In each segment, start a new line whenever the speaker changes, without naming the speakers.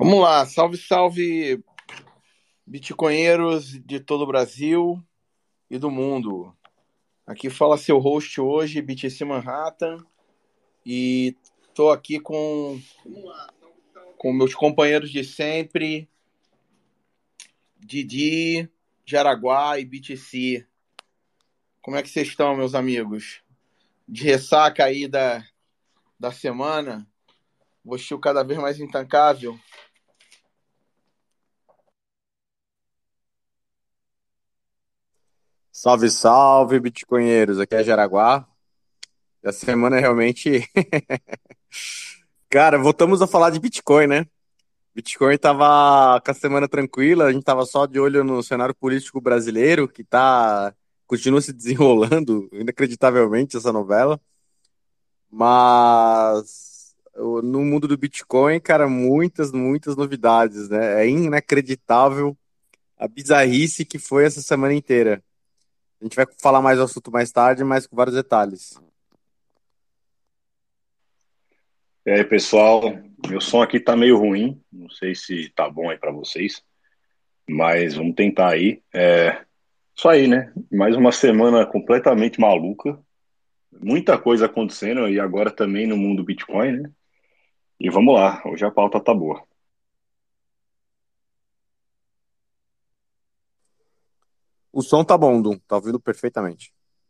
Vamos lá, salve, salve, bitcoinheiros de todo o Brasil e do mundo. Aqui fala seu host hoje, BTC Manhattan, e tô aqui com meus companheiros de sempre, Didi, Jaraguá e BTC. Como é que vocês estão, meus amigos? De ressaca aí da semana, o estilo cada vez mais intancável.
Salve, salve, bitcoinheiros. Aqui é Jaraguá. Essa semana realmente. Cara, voltamos a falar de Bitcoin, né? Bitcoin tava com a semana tranquila, a gente tava só de olho no cenário político brasileiro, que continua se desenrolando, inacreditavelmente, essa novela. Mas no mundo do Bitcoin, cara, muitas novidades, né? É inacreditável a bizarrice que foi essa semana inteira. A gente vai falar mais do assunto mais tarde, mas com vários detalhes.
E aí, pessoal, meu som aqui tá meio ruim, não sei se tá bom aí pra vocês, mas vamos tentar aí. Isso aí, né? Mais uma semana completamente maluca, muita coisa acontecendo e agora também no mundo Bitcoin, né? E vamos lá, hoje a pauta tá boa.
O som tá bom, Dum. Tá ouvindo perfeitamente.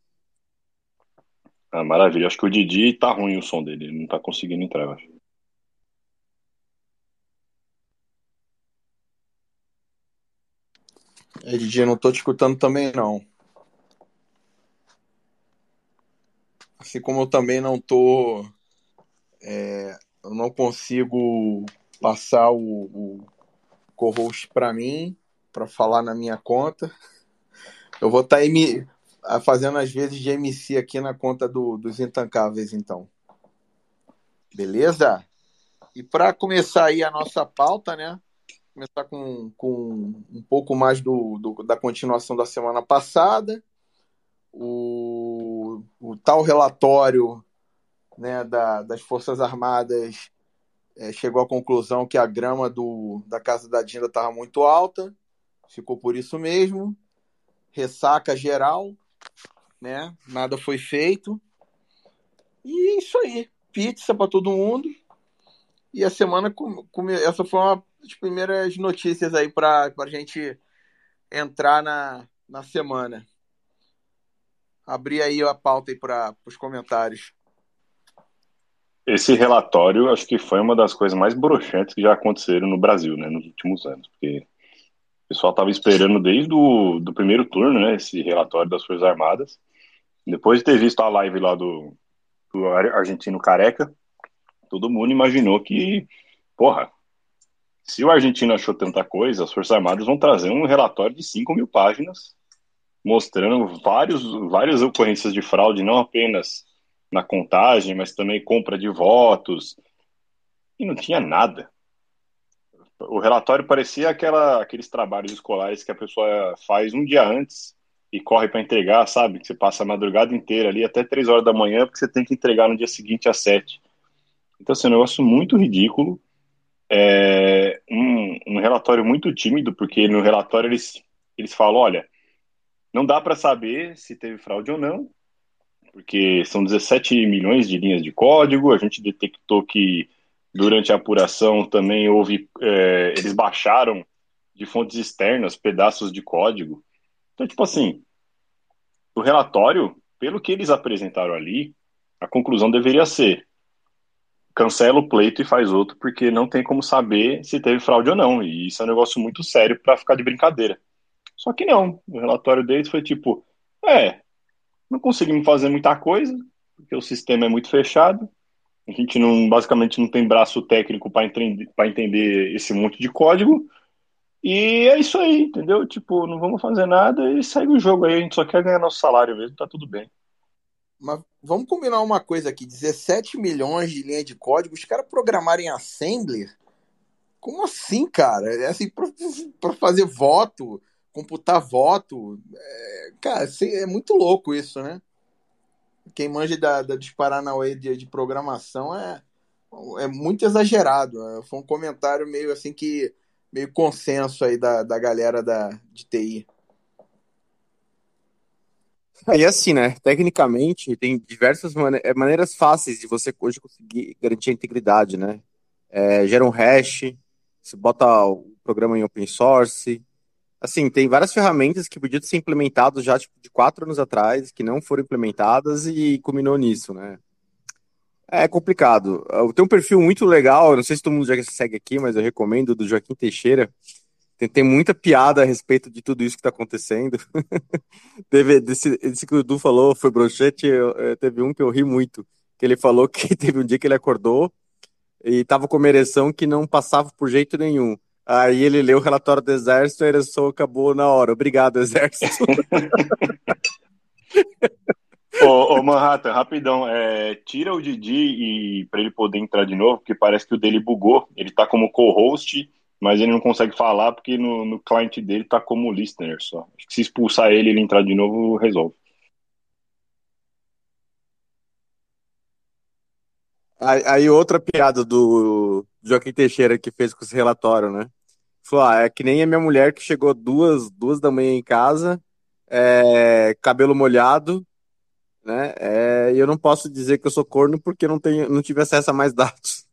Ah, maravilha, acho que o Didi tá ruim o som dele, ele não tá conseguindo entrar, eu acho.
Didi, não tô te escutando também, não. Assim como eu também não tô. Eu não consigo passar o co-host para mim, para falar na minha conta. Eu vou estar fazendo às vezes de MC aqui na conta dos Intancáveis, então. Beleza? E para começar aí a nossa pauta, né? Começar com um pouco mais da continuação da semana passada. O tal relatório, né, das Forças Armadas chegou à conclusão que a grama da casa da Dinda estava muito alta, ficou por isso mesmo. Ressaca geral, né? Nada foi feito. E isso aí. Pizza para todo mundo. E a semana, essa foi uma das primeiras notícias aí para a gente entrar na semana. Abrir aí a pauta aí para os comentários.
Esse relatório acho que foi uma das coisas mais broxantes que já aconteceram no Brasil, né, nos últimos anos, porque o pessoal tava esperando desde do primeiro turno, né, esse relatório das Forças Armadas. Depois de ter visto a live lá do argentino Careca, todo mundo imaginou que, porra, se o argentino achou tanta coisa, as Forças Armadas vão trazer um relatório de 5.000 páginas, mostrando várias ocorrências de fraude, não apenas na contagem, mas também compra de votos, e não tinha nada. O relatório parecia aqueles trabalhos escolares que a pessoa faz um dia antes e corre para entregar, sabe? Que você passa a madrugada inteira ali, até 3 horas da manhã, porque você tem que entregar no dia seguinte às 7. Então, assim, é um negócio muito ridículo. Um relatório muito tímido, porque no relatório eles falam: olha, não dá para saber se teve fraude ou não, porque são 17 milhões de linhas de código. A gente detectou que durante a apuração também eles baixaram de fontes externas pedaços de código. Então, tipo assim, o relatório, pelo que eles apresentaram ali, a conclusão deveria ser: cancela o pleito e faz outro, porque não tem como saber se teve fraude ou não. E isso é um negócio muito sério para ficar de brincadeira. Só que não, o relatório deles foi tipo: não conseguimos fazer muita coisa, porque o sistema é muito fechado. A gente não, basicamente não tem braço técnico para entender esse monte de código. E é isso aí, entendeu? Tipo, não vamos fazer nada e segue o jogo aí. A gente só quer ganhar nosso salário mesmo, tá tudo bem.
Mas vamos combinar uma coisa aqui: 17 milhões de linha de código, os caras programarem Assembler? Como assim, cara? É assim, para fazer voto, computar voto. Cara, é muito louco isso, né? Quem manja dos Paranauê de programação é muito exagerado. Né? Foi um comentário meio assim que meio consenso aí da galera de TI.
E assim, né? Tecnicamente, tem diversas maneiras fáceis de você hoje conseguir garantir a integridade, né? Gera um hash, você bota o programa em open source. Assim, tem várias ferramentas que podiam ser implementadas já tipo, de 4 anos atrás, que não foram implementadas e culminou nisso, né? É complicado. Eu tenho um perfil muito legal, não sei se todo mundo já segue aqui, mas eu recomendo, do Joaquim Teixeira. Tem muita piada a respeito de tudo isso que está acontecendo. Esse que o Edu falou foi broxante, teve um que eu ri muito, que ele falou que teve um dia que ele acordou e estava com uma ereção que não passava por jeito nenhum. Aí ele leu o relatório do exército, a ereção acabou na hora. Obrigado, exército.
Ô, Manhattan, rapidão, tira o Didi e para ele poder entrar de novo, porque parece que o dele bugou. Ele tá como co-host, mas ele não consegue falar porque no cliente dele tá como listener só. Acho que se expulsar ele e ele entrar de novo, resolve.
Aí outra piada do Joaquim Teixeira que fez com esse relatório, né? Falou, é que nem a minha mulher que chegou duas da manhã em casa, cabelo molhado, né? E eu não posso dizer que eu sou corno porque não tive acesso a mais dados.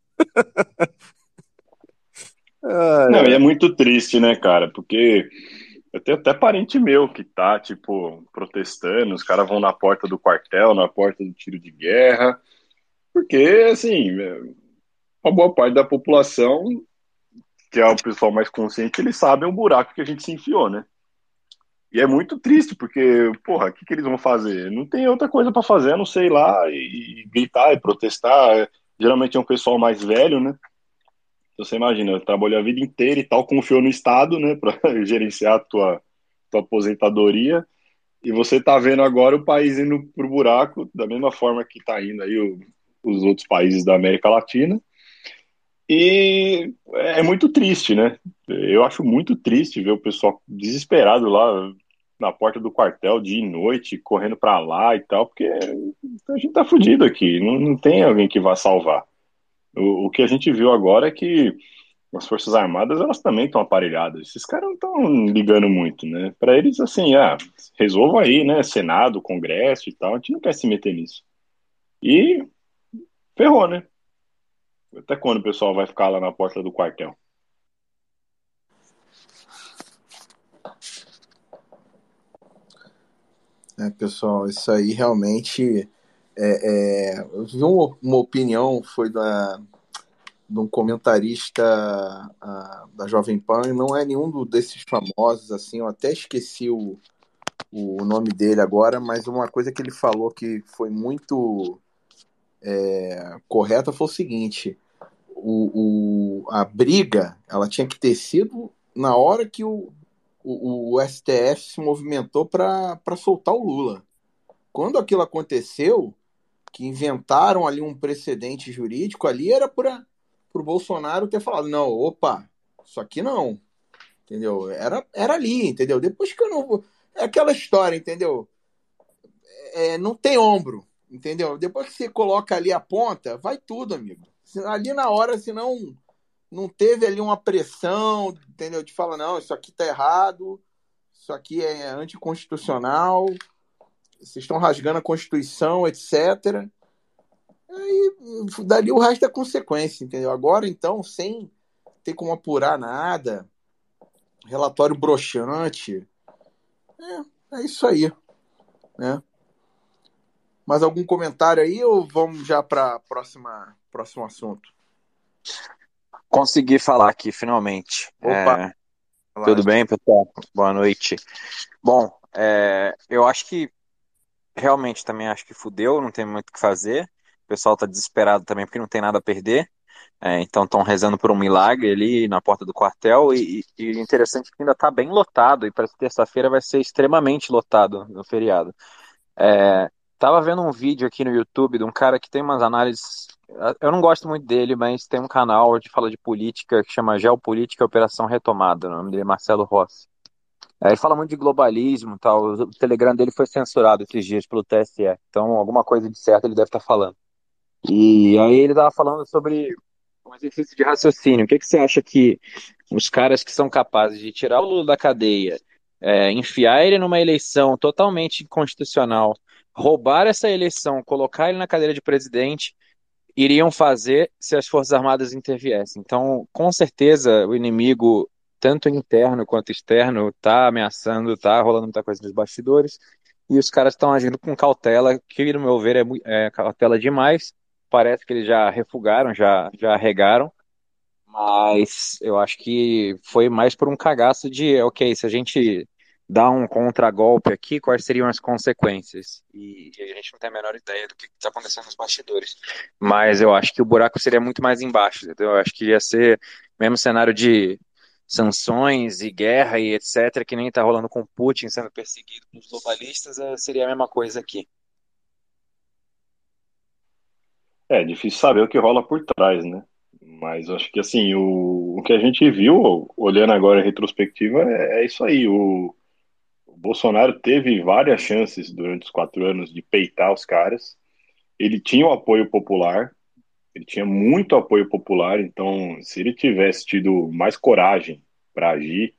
Não, e é
Ai,
muito triste, né, cara? Porque eu tenho até parente meu que tá, tipo, protestando, os caras vão na porta do quartel, na porta do tiro de guerra, porque, assim, uma boa parte da população, que é o pessoal mais consciente, eles sabem o buraco que a gente se enfiou, né? E é muito triste, porque, porra, o que que eles vão fazer? Não tem outra coisa pra fazer, a não sei lá, e gritar e protestar. Geralmente é um pessoal mais velho, né? Então você imagina, trabalhou a vida inteira e tal, confiou no Estado, né, pra gerenciar a tua aposentadoria, e você tá vendo agora o país indo pro buraco, da mesma forma que tá indo aí os outros países da América Latina. E é muito triste, né? Eu acho muito triste ver o pessoal desesperado lá na porta do quartel, dia e noite, correndo para lá e tal, porque a gente tá fudido aqui, não tem alguém que vá salvar. O que a gente viu agora é que as Forças Armadas, elas também estão aparelhadas. Esses caras não estão ligando muito, né? Para eles, assim, resolvam aí, né? Senado, Congresso e tal, a gente não quer se meter nisso. E ferrou, né? Até quando o pessoal vai ficar lá na porta do quartel?
Pessoal, isso aí realmente eu vi uma opinião, foi de um comentarista da Jovem Pan, e não é nenhum desses famosos, assim, eu até esqueci o nome dele agora, mas uma coisa que ele falou que foi muito correta foi o seguinte: a briga ela tinha que ter sido na hora que o STF se movimentou para soltar o Lula. Quando aquilo aconteceu, que inventaram ali um precedente jurídico, ali era para o Bolsonaro ter falado, não, opa, isso aqui não, entendeu? Era ali, entendeu? Depois que eu não vou... É aquela história, entendeu? Não tem ombro, entendeu? Depois que você coloca ali a ponta, vai tudo, amigo. Ali na hora, se não teve ali uma pressão, entendeu? De falar, não, isso aqui tá errado, isso aqui é anticonstitucional, vocês estão rasgando a Constituição, etc. Aí dali o resto é consequência, entendeu? Agora, então, sem ter como apurar nada, relatório broxante, é isso aí, né? Mais algum comentário aí ou vamos já para próximo assunto?
Consegui falar aqui, finalmente.
Opa,
Tudo
relaxa.
bem, pessoal? Boa noite. Bom, eu acho que realmente também acho que fudeu, não tem muito o que fazer. O pessoal tá desesperado também porque não tem nada a perder. Então estão rezando por um milagre ali na porta do quartel. E interessante que ainda tá bem lotado. E parece que terça-feira vai ser extremamente lotado no feriado. Tava vendo um vídeo aqui no YouTube de um cara que tem umas análises. Eu não gosto muito dele, mas tem um canal que fala de política que chama Geopolítica Operação Retomada. O nome dele é Marcelo Rossi. Ele fala muito de globalismo e tal. O Telegram dele foi censurado esses dias pelo TSE. Então, alguma coisa de certo ele deve estar falando. E aí ele estava falando sobre um exercício de raciocínio. O que que você acha que os caras que são capazes de tirar o Lula da cadeia, enfiar ele numa eleição totalmente inconstitucional, roubar essa eleição, colocar ele na cadeira de presidente, iriam fazer se as Forças Armadas interviessem? Então, com certeza, o inimigo, tanto interno quanto externo, está ameaçando, está rolando muita coisa nos bastidores, e os caras estão agindo com cautela, que, no meu ver, é cautela demais. Parece que eles já refugaram, já regaram, mas eu acho que foi mais por um cagaço de, ok, se a gente dá um contragolpe aqui, quais seriam as consequências? E a gente não tem a menor ideia do que está acontecendo nos bastidores. Mas eu acho que o buraco seria muito mais embaixo, entendeu? Eu acho que ia ser mesmo cenário de sanções e guerra e etc., que nem está rolando com Putin sendo perseguido pelos globalistas, seria a mesma coisa aqui.
É difícil saber o que rola por trás, né? Mas eu acho que assim, o que a gente viu, olhando agora em retrospectiva, é isso aí. O Bolsonaro teve várias chances durante os 4 anos de peitar os caras. Ele tinha o apoio popular, ele tinha muito apoio popular, então se ele tivesse tido mais coragem para agir,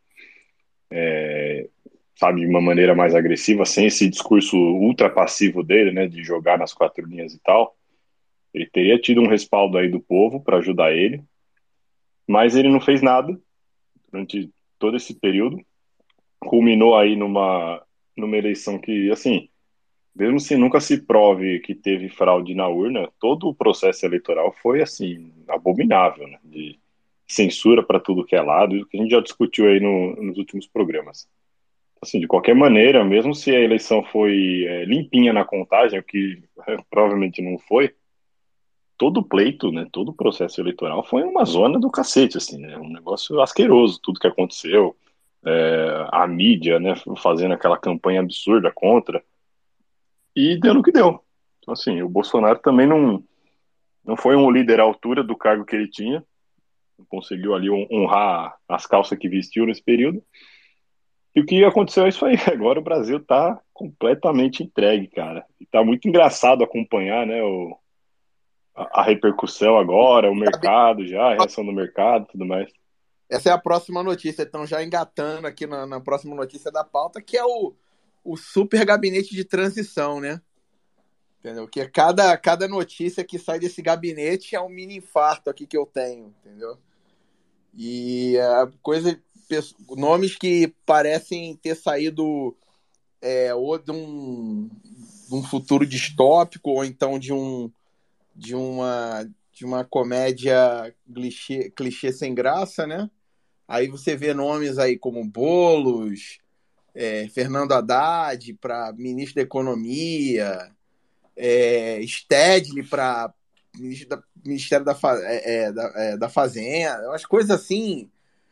sabe, de uma maneira mais agressiva, sem esse discurso ultra passivo dele, né, de jogar nas 4 linhas e tal, ele teria tido um respaldo aí do povo para ajudar ele, mas ele não fez nada durante todo esse período. Culminou aí numa eleição que, assim, mesmo se nunca se prove que teve fraude na urna, todo o processo eleitoral foi, assim, abominável, né? De censura para tudo que é lado, que a gente já discutiu aí nos últimos programas. Assim, de qualquer maneira, mesmo se a eleição foi limpinha na contagem, o que provavelmente não foi, todo o pleito, né, todo o processo eleitoral foi uma zona do cacete, assim, né, um negócio asqueroso, tudo que aconteceu, a mídia, né, fazendo aquela campanha absurda contra, e deu no que deu. Então, assim, o Bolsonaro também não foi um líder à altura do cargo que ele tinha, não conseguiu ali honrar as calças que vestiu nesse período, e o que aconteceu é isso aí, agora o Brasil tá completamente entregue, cara, e tá muito engraçado acompanhar, né, a repercussão agora, o mercado já, a reação do mercado e tudo mais.
Essa é a próxima notícia. Então, já engatando aqui na próxima notícia da pauta, que é o super gabinete de transição, né? Entendeu? Que cada notícia que sai desse gabinete é um mini infarto aqui que eu tenho, entendeu? E a coisa, nomes que parecem ter saído ou de um futuro distópico, ou então de uma, de uma comédia clichê sem graça, né? Aí você vê nomes aí como Boulos, Fernando Haddad para ministro da Economia, Stedley para Ministério da Fazenda, umas coisas assim.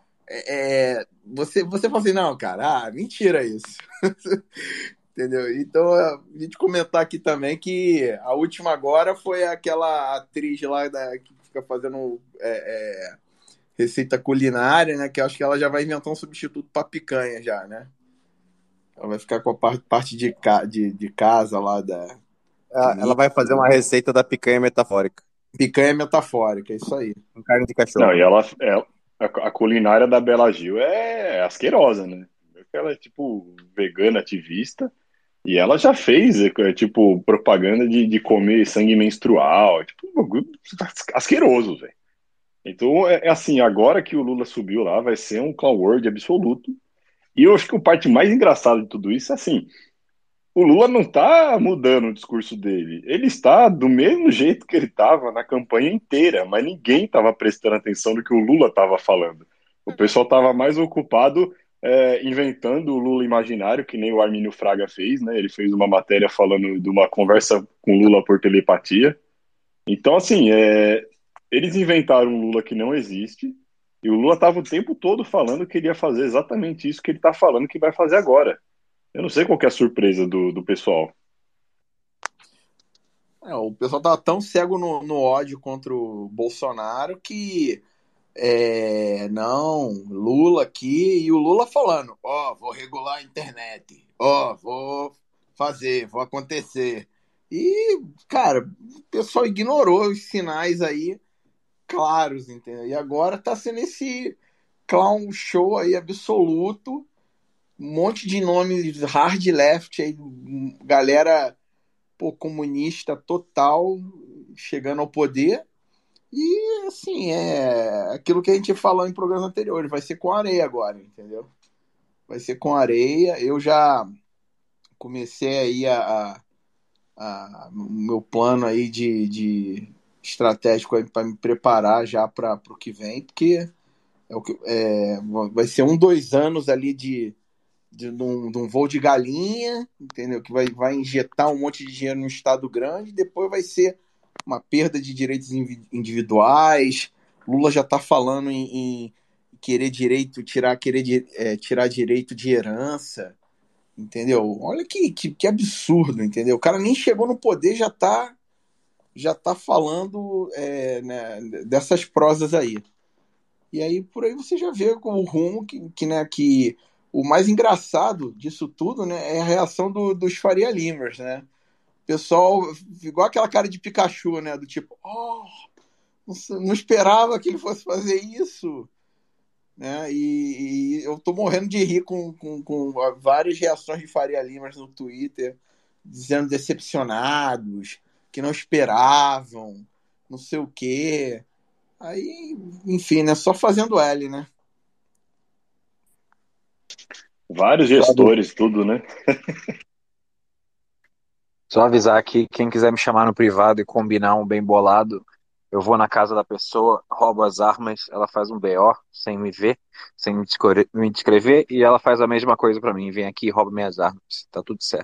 Você fala assim, não, cara, mentira isso. Entendeu? Então, a gente comentar aqui também que a última agora foi aquela atriz lá que fica fazendo receita culinária, né? Que eu acho que ela já vai inventar um substituto para picanha já, né? Ela vai ficar com a parte de casa lá da
Ela
comida.
vai fazer uma receita da picanha metafórica,
Picanha metafórica, é isso aí.
com carne de
Não,
cachorro.
e a culinária da Bela Gil é asquerosa, né? Ela é tipo vegana ativista e ela já fez tipo propaganda de comer sangue menstrual, tipo um bagulho asqueroso, velho. Então é assim, agora que o Lula subiu lá, vai ser um clown world absoluto. E eu acho que a parte mais engraçada de tudo isso é assim, o Lula não está mudando o discurso dele. Ele está do mesmo jeito que ele estava na campanha inteira, mas ninguém estava prestando atenção no que o Lula estava falando. O pessoal estava mais ocupado inventando o Lula imaginário, que nem o Armínio Fraga fez, né? Ele fez uma matéria falando de uma conversa com o Lula por telepatia. Então, assim, eles inventaram um Lula que não existe, e o Lula estava o tempo todo falando que ele ia fazer exatamente isso que ele está falando que vai fazer agora. Eu não sei qual que é a surpresa do pessoal.
O pessoal tava tão cego no ódio contra o Bolsonaro que não, Lula aqui, e o Lula falando, vou regular a internet, vou fazer, vou acontecer. E, cara, o pessoal ignorou os sinais aí claros, entendeu? E agora tá sendo esse clown show aí absoluto, um monte de nomes hard left aí, galera, pô, comunista total chegando ao poder. E assim, é aquilo que a gente falou em programas anteriores, vai ser com areia agora, entendeu? Vai ser com areia. Eu já comecei aí o meu plano aí de estratégico para me preparar já para o que vem, porque vai ser 2 anos ali de um voo de galinha, entendeu? Que vai injetar um monte de dinheiro no estado grande, depois vai ser uma perda de direitos individuais. Lula já está falando em querer direito, tirar direito de herança, entendeu? Olha que absurdo, entendeu? O cara nem chegou no poder, já tá falando né, dessas prosas aí. E aí, por aí você já vê o rumo que o mais engraçado disso tudo, né, é a reação dos Faria Limers, né? O pessoal, igual aquela cara de Pikachu, né? Do tipo, não esperava que ele fosse fazer isso, né? E eu tô morrendo de rir com várias reações de Faria Limers no Twitter, dizendo decepcionados, que não esperavam, não sei o quê. Aí, enfim, né? Só fazendo L, né?
Vários gestores, tudo, né?
Só avisar aqui, quem quiser me chamar no privado e combinar um bem bolado, eu vou na casa da pessoa, roubo as armas, ela faz um BO sem me ver, sem me descrever, e ela faz a mesma coisa pra mim, vem aqui e rouba minhas armas. Tá tudo certo.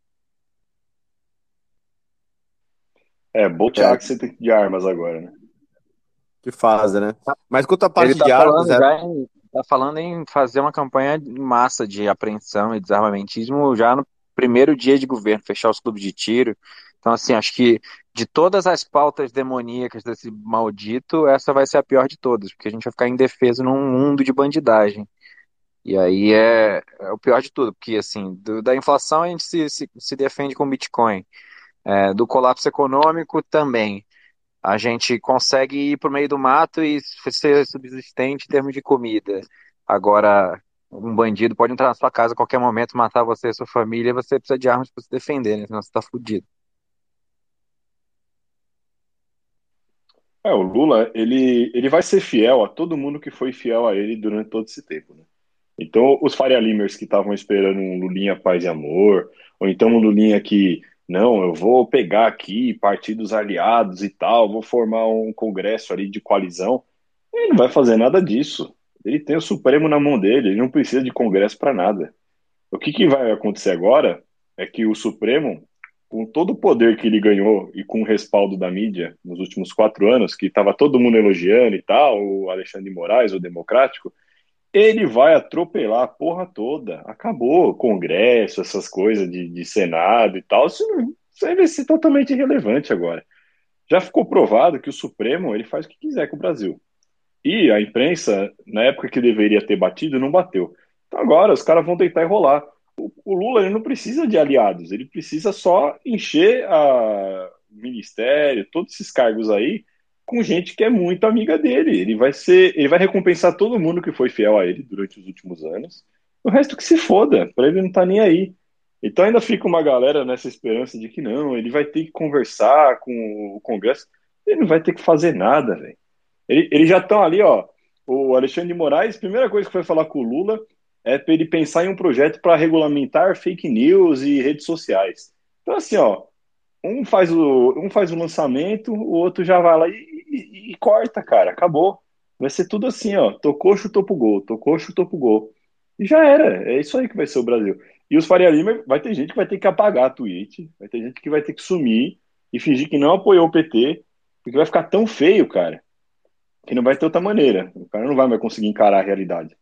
Bolt
É,
action de armas agora, né?
que fazem, né? Mas quanto à
Ele
parte de armas,
tá falando em fazer uma campanha em massa de apreensão e desarmamentismo já no primeiro dia de governo, fechar os clubes de tiro. Então, assim, acho que de todas as pautas demoníacas desse maldito, essa vai ser a pior de todas, porque a gente vai ficar indefeso num mundo de bandidagem. E aí é o pior de tudo, porque, assim, da inflação a gente se defende com Bitcoin, do colapso econômico também. A gente consegue ir para o meio do mato e ser subsistente em termos de comida. Agora, um bandido pode entrar na sua casa a qualquer momento, matar você e sua família, e você precisa de armas para se defender, né? Senão você está fudido.
O Lula, ele vai ser fiel a todo mundo que foi fiel a ele durante todo esse tempo, né? Então, os Faria Limers que estavam esperando um Lulinha paz e amor, ou então um Lulinha que, não, eu vou pegar aqui partidos aliados e tal, vou formar um congresso ali de coalizão, ele não vai fazer nada disso. Ele tem o Supremo na mão dele, ele não precisa de congresso para nada. O que vai acontecer agora é que o Supremo, com todo o poder que ele ganhou e com o respaldo da mídia nos últimos 4 anos, que estava todo mundo elogiando e tal, o Alexandre de Moraes, o democrático, ele vai atropelar a porra toda. Acabou o Congresso, essas coisas de Senado e tal. Isso aí vai ser totalmente irrelevante agora. Já ficou provado que o Supremo ele faz o que quiser com o Brasil. E a imprensa, na época que deveria ter batido, não bateu. Então agora os caras vão tentar enrolar. O Lula ele não precisa de aliados, ele precisa só encher o ministério, todos esses cargos aí, com gente que é muito amiga dele. Ele vai recompensar todo mundo que foi fiel a ele durante os últimos anos. O resto que se foda, para ele não tá nem aí. Então ainda fica uma galera nessa esperança de que não, ele vai ter que conversar com o Congresso. Ele não vai ter que fazer nada, velho. Eles já estão ali, ó. O Alexandre de Moraes, a primeira coisa que foi falar com o Lula é para ele pensar em um projeto para regulamentar fake news e redes sociais. Então, assim, ó, um faz o lançamento, o outro já vai lá e corta, cara. Acabou. Vai ser tudo assim, ó. Tocou, chutou pro gol. Tocou, chutou pro gol. E já era. É isso aí que vai ser o Brasil. E os Faria Lima, vai ter gente que vai ter que apagar a tweet, vai ter gente que vai ter que sumir e fingir que não apoiou o PT, porque vai ficar tão feio, cara, que não vai ter outra maneira. O cara não vai mais conseguir encarar a realidade.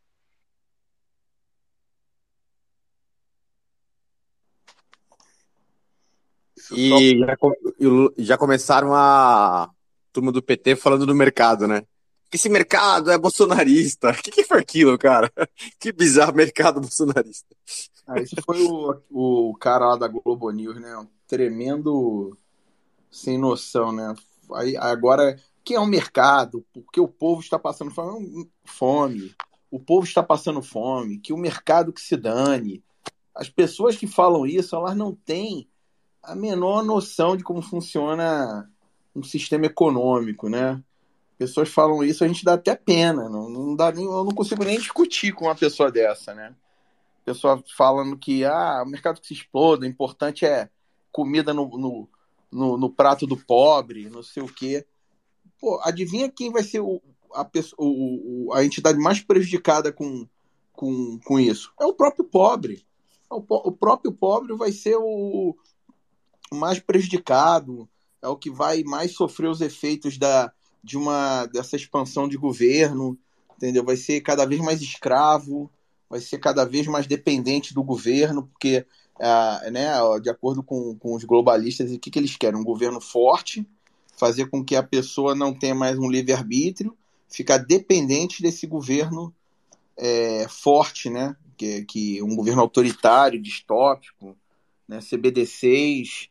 Isso só.
já começaram a turma do PT falando do mercado, né? Que esse mercado é bolsonarista. O que foi aquilo, cara? Que bizarro mercado bolsonarista.
Esse foi o cara lá da Globo News, né? tremendo sem noção, né? Aí, agora, quem é o mercado? Porque o povo está passando fome. O povo está passando fome. Que o mercado que se dane. As pessoas que falam isso, elas não têm a menor noção de como funciona um sistema econômico, né? Pessoas falam isso, a gente dá até pena. Não dá nem, eu não consigo nem discutir com uma pessoa dessa, né? Pessoa falando que o mercado que se exploda, o importante é comida no prato do pobre, não sei o quê. Pô, adivinha quem vai ser a entidade mais prejudicada com isso? É o próprio pobre. O próprio pobre vai ser o mais prejudicado, é o que vai mais sofrer os efeitos dessa expansão de governo, entendeu? Vai ser cada vez mais escravo, vai ser cada vez mais dependente do governo, porque, né, de acordo com os globalistas, o que eles querem? Um governo forte, fazer com que a pessoa não tenha mais um livre-arbítrio, ficar dependente desse governo forte, né? Que um governo autoritário, distópico, né? CBD6,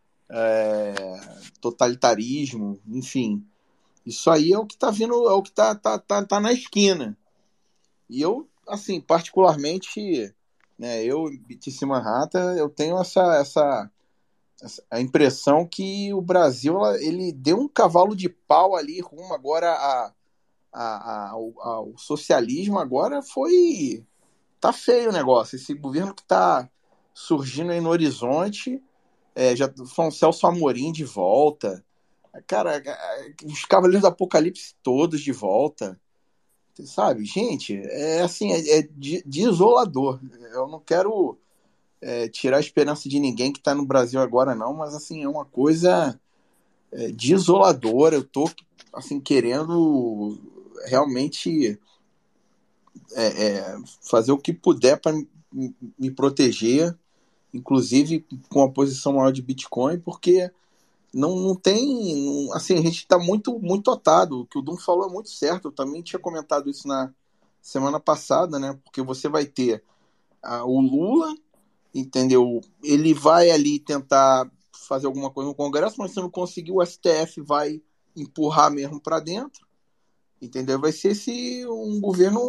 totalitarismo, enfim. Isso aí é o que está vindo, é o que tá na esquina. E eu, assim, particularmente, né, eu, BTC Manhattan, eu tenho a impressão que o Brasil ele deu um cavalo de pau ali rumo agora ao socialismo. Agora tá feio o negócio. Esse governo que está surgindo aí no horizonte, já foi um Celso Amorim de volta, cara, os Cavaleiros do Apocalipse todos de volta, sabe? Gente, é assim, desolador. Eu não quero tirar a esperança de ninguém que está no Brasil agora, não, mas assim, é uma coisa desoladora. Eu tô assim, querendo realmente fazer o que puder para me proteger, inclusive com a posição maior de Bitcoin, porque não tem. Assim, a gente está muito, muito atado. O que o Dum falou é muito certo. Eu também tinha comentado isso na semana passada, né? Porque você vai ter o Lula, entendeu? Ele vai ali tentar fazer alguma coisa no Congresso, mas se não conseguir, o STF vai empurrar mesmo para dentro, entendeu? Vai ser um governo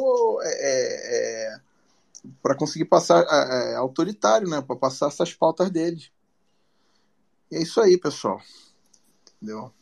para conseguir passar autoritário, né? Para passar essas pautas deles. E é isso aí, pessoal. Entendeu?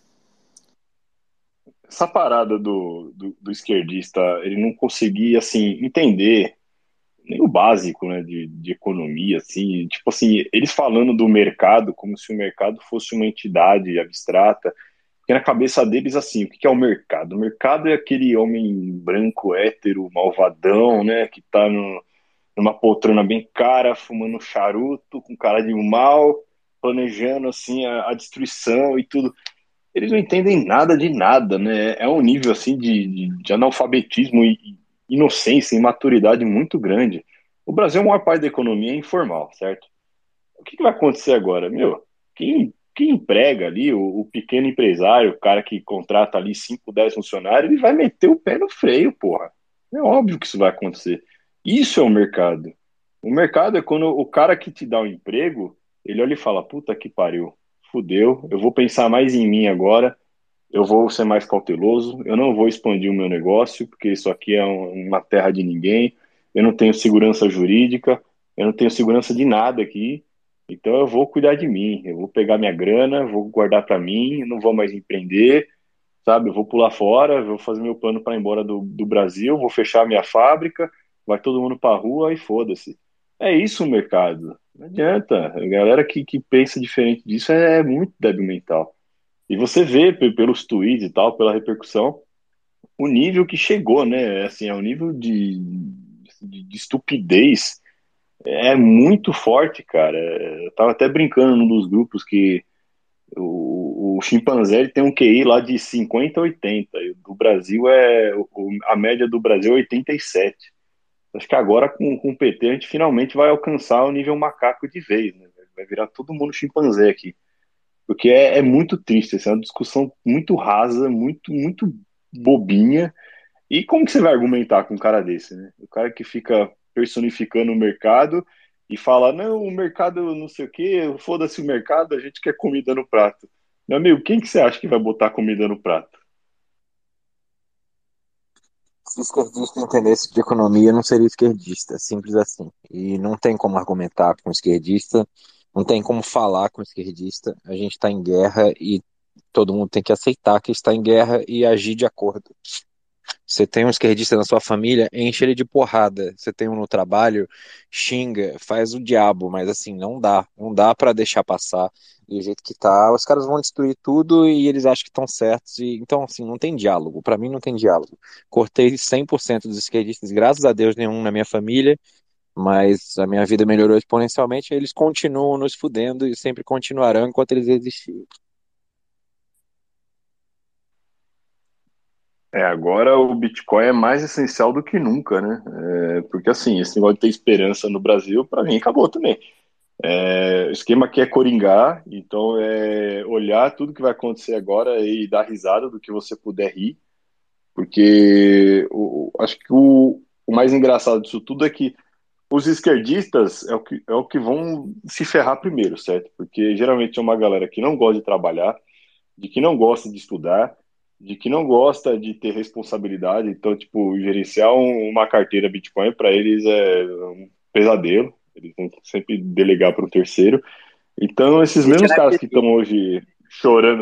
Essa parada do esquerdista, ele não conseguia, assim, entender nem o básico, né, de economia, assim, tipo assim, eles falando do mercado como se o mercado fosse uma entidade abstrata, porque na cabeça deles, assim, o que é o mercado? O mercado é aquele homem branco, hétero, malvadão, né, que tá numa poltrona bem cara, fumando charuto, com cara de mal, planejando, assim, a destruição e tudo. Eles não entendem nada de nada, né? É um nível assim de analfabetismo e inocência, imaturidade muito grande. O Brasil, a maior parte da economia é informal, certo? O que vai acontecer agora? Meu, quem emprega ali, o pequeno empresário, o cara que contrata ali 5, 10 funcionários, ele vai meter o pé no freio, porra. É óbvio que isso vai acontecer. Isso é o mercado. O mercado é quando o cara que te dá o emprego, ele olha e fala, puta que pariu, fudeu, eu vou pensar mais em mim agora, eu vou ser mais cauteloso, eu não vou expandir o meu negócio, porque isso aqui é uma terra de ninguém, eu não tenho segurança jurídica, eu não tenho segurança de nada aqui, então eu vou cuidar de mim, eu vou pegar minha grana, vou guardar para mim, não vou mais empreender, sabe? Eu vou pular fora, vou fazer meu plano para ir embora do Brasil, vou fechar minha fábrica, vai todo mundo para rua e foda-se. É isso o mercado. Não adianta. A galera que pensa diferente disso é muito débil mental. E você vê pelos tweets e tal, pela repercussão, o nível que chegou, né? Assim, é um nível de estupidez é muito forte, cara. Eu tava até brincando num dos grupos que o chimpanzé ele tem um QI lá de 50 a 80. E o do Brasil a média do Brasil é 87. Acho que agora com o PT a gente finalmente vai alcançar o nível macaco de vez, né? Vai virar todo mundo chimpanzé aqui. Porque é muito triste, assim, é uma discussão muito rasa, muito, muito bobinha. E como que você vai argumentar com um cara desse, né? O cara que fica personificando o mercado e fala, não, o mercado não sei o quê, foda-se o mercado, a gente quer comida no prato. Meu amigo, quem que você acha que vai botar comida no prato?
Se esquerdista entendesse de economia, não seria esquerdista, simples assim. E não tem como argumentar com esquerdista, não tem como falar com esquerdista. A gente está em guerra e todo mundo tem que aceitar que está em guerra e agir de acordo. Você tem um esquerdista na sua família, enche ele de porrada. Você tem um no trabalho, xinga, faz o diabo, mas assim, não dá para deixar passar. E o jeito que tá, os caras vão destruir tudo e eles acham que estão certos. E, então, assim, não tem diálogo. Para mim, não tem diálogo. Cortei 100% dos esquerdistas, graças a Deus, nenhum na minha família, mas a minha vida melhorou exponencialmente. Eles continuam nos fudendo e sempre continuarão enquanto eles existirem.
Agora o Bitcoin é mais essencial do que nunca, né? Porque assim, esse negócio de ter esperança no Brasil, para mim, acabou também. O esquema aqui é coringar, então é olhar tudo que vai acontecer agora e dar risada do que você puder rir, porque acho que o mais engraçado disso tudo é que os esquerdistas é o que vão se ferrar primeiro, certo? Porque geralmente é uma galera que não gosta de trabalhar, de que não gosta de estudar, de que não gosta de ter responsabilidade. Então, tipo, gerenciar uma carteira Bitcoin para eles é um pesadelo. Eles têm que sempre delegar para um terceiro. Então, esses
Deixa
mesmos
na
caras que
FTP.
estão hoje chorando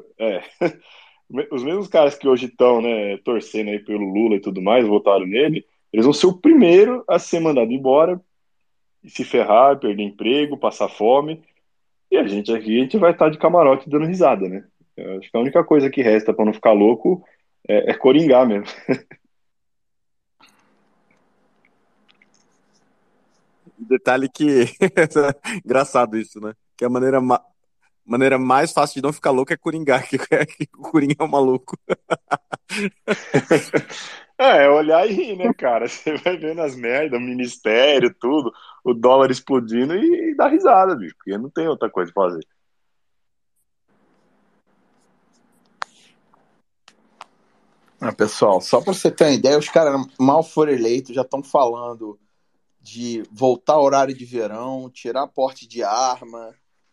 os mesmos caras que hoje estão, né, torcendo aí pelo Lula e tudo mais, votaram nele, eles vão ser o primeiro a ser mandado embora, e se ferrar, perder emprego, passar fome. E a gente aqui, a gente vai estar de camarote dando risada, né? Eu acho que a única coisa que resta para não ficar louco é coringar mesmo.
Detalhe que. Engraçado isso, né? Que a maneira mais fácil de não ficar louco é coringar, que o Coringa é um maluco.
Olhar e rir, né, cara? Você vai vendo as merdas, o ministério, tudo, o dólar explodindo e dar risada, bicho, porque não tem outra coisa pra fazer.
Pessoal, só para você ter uma ideia, os caras mal foram eleitos, já estão falando de voltar ao horário de verão, tirar porte de arma,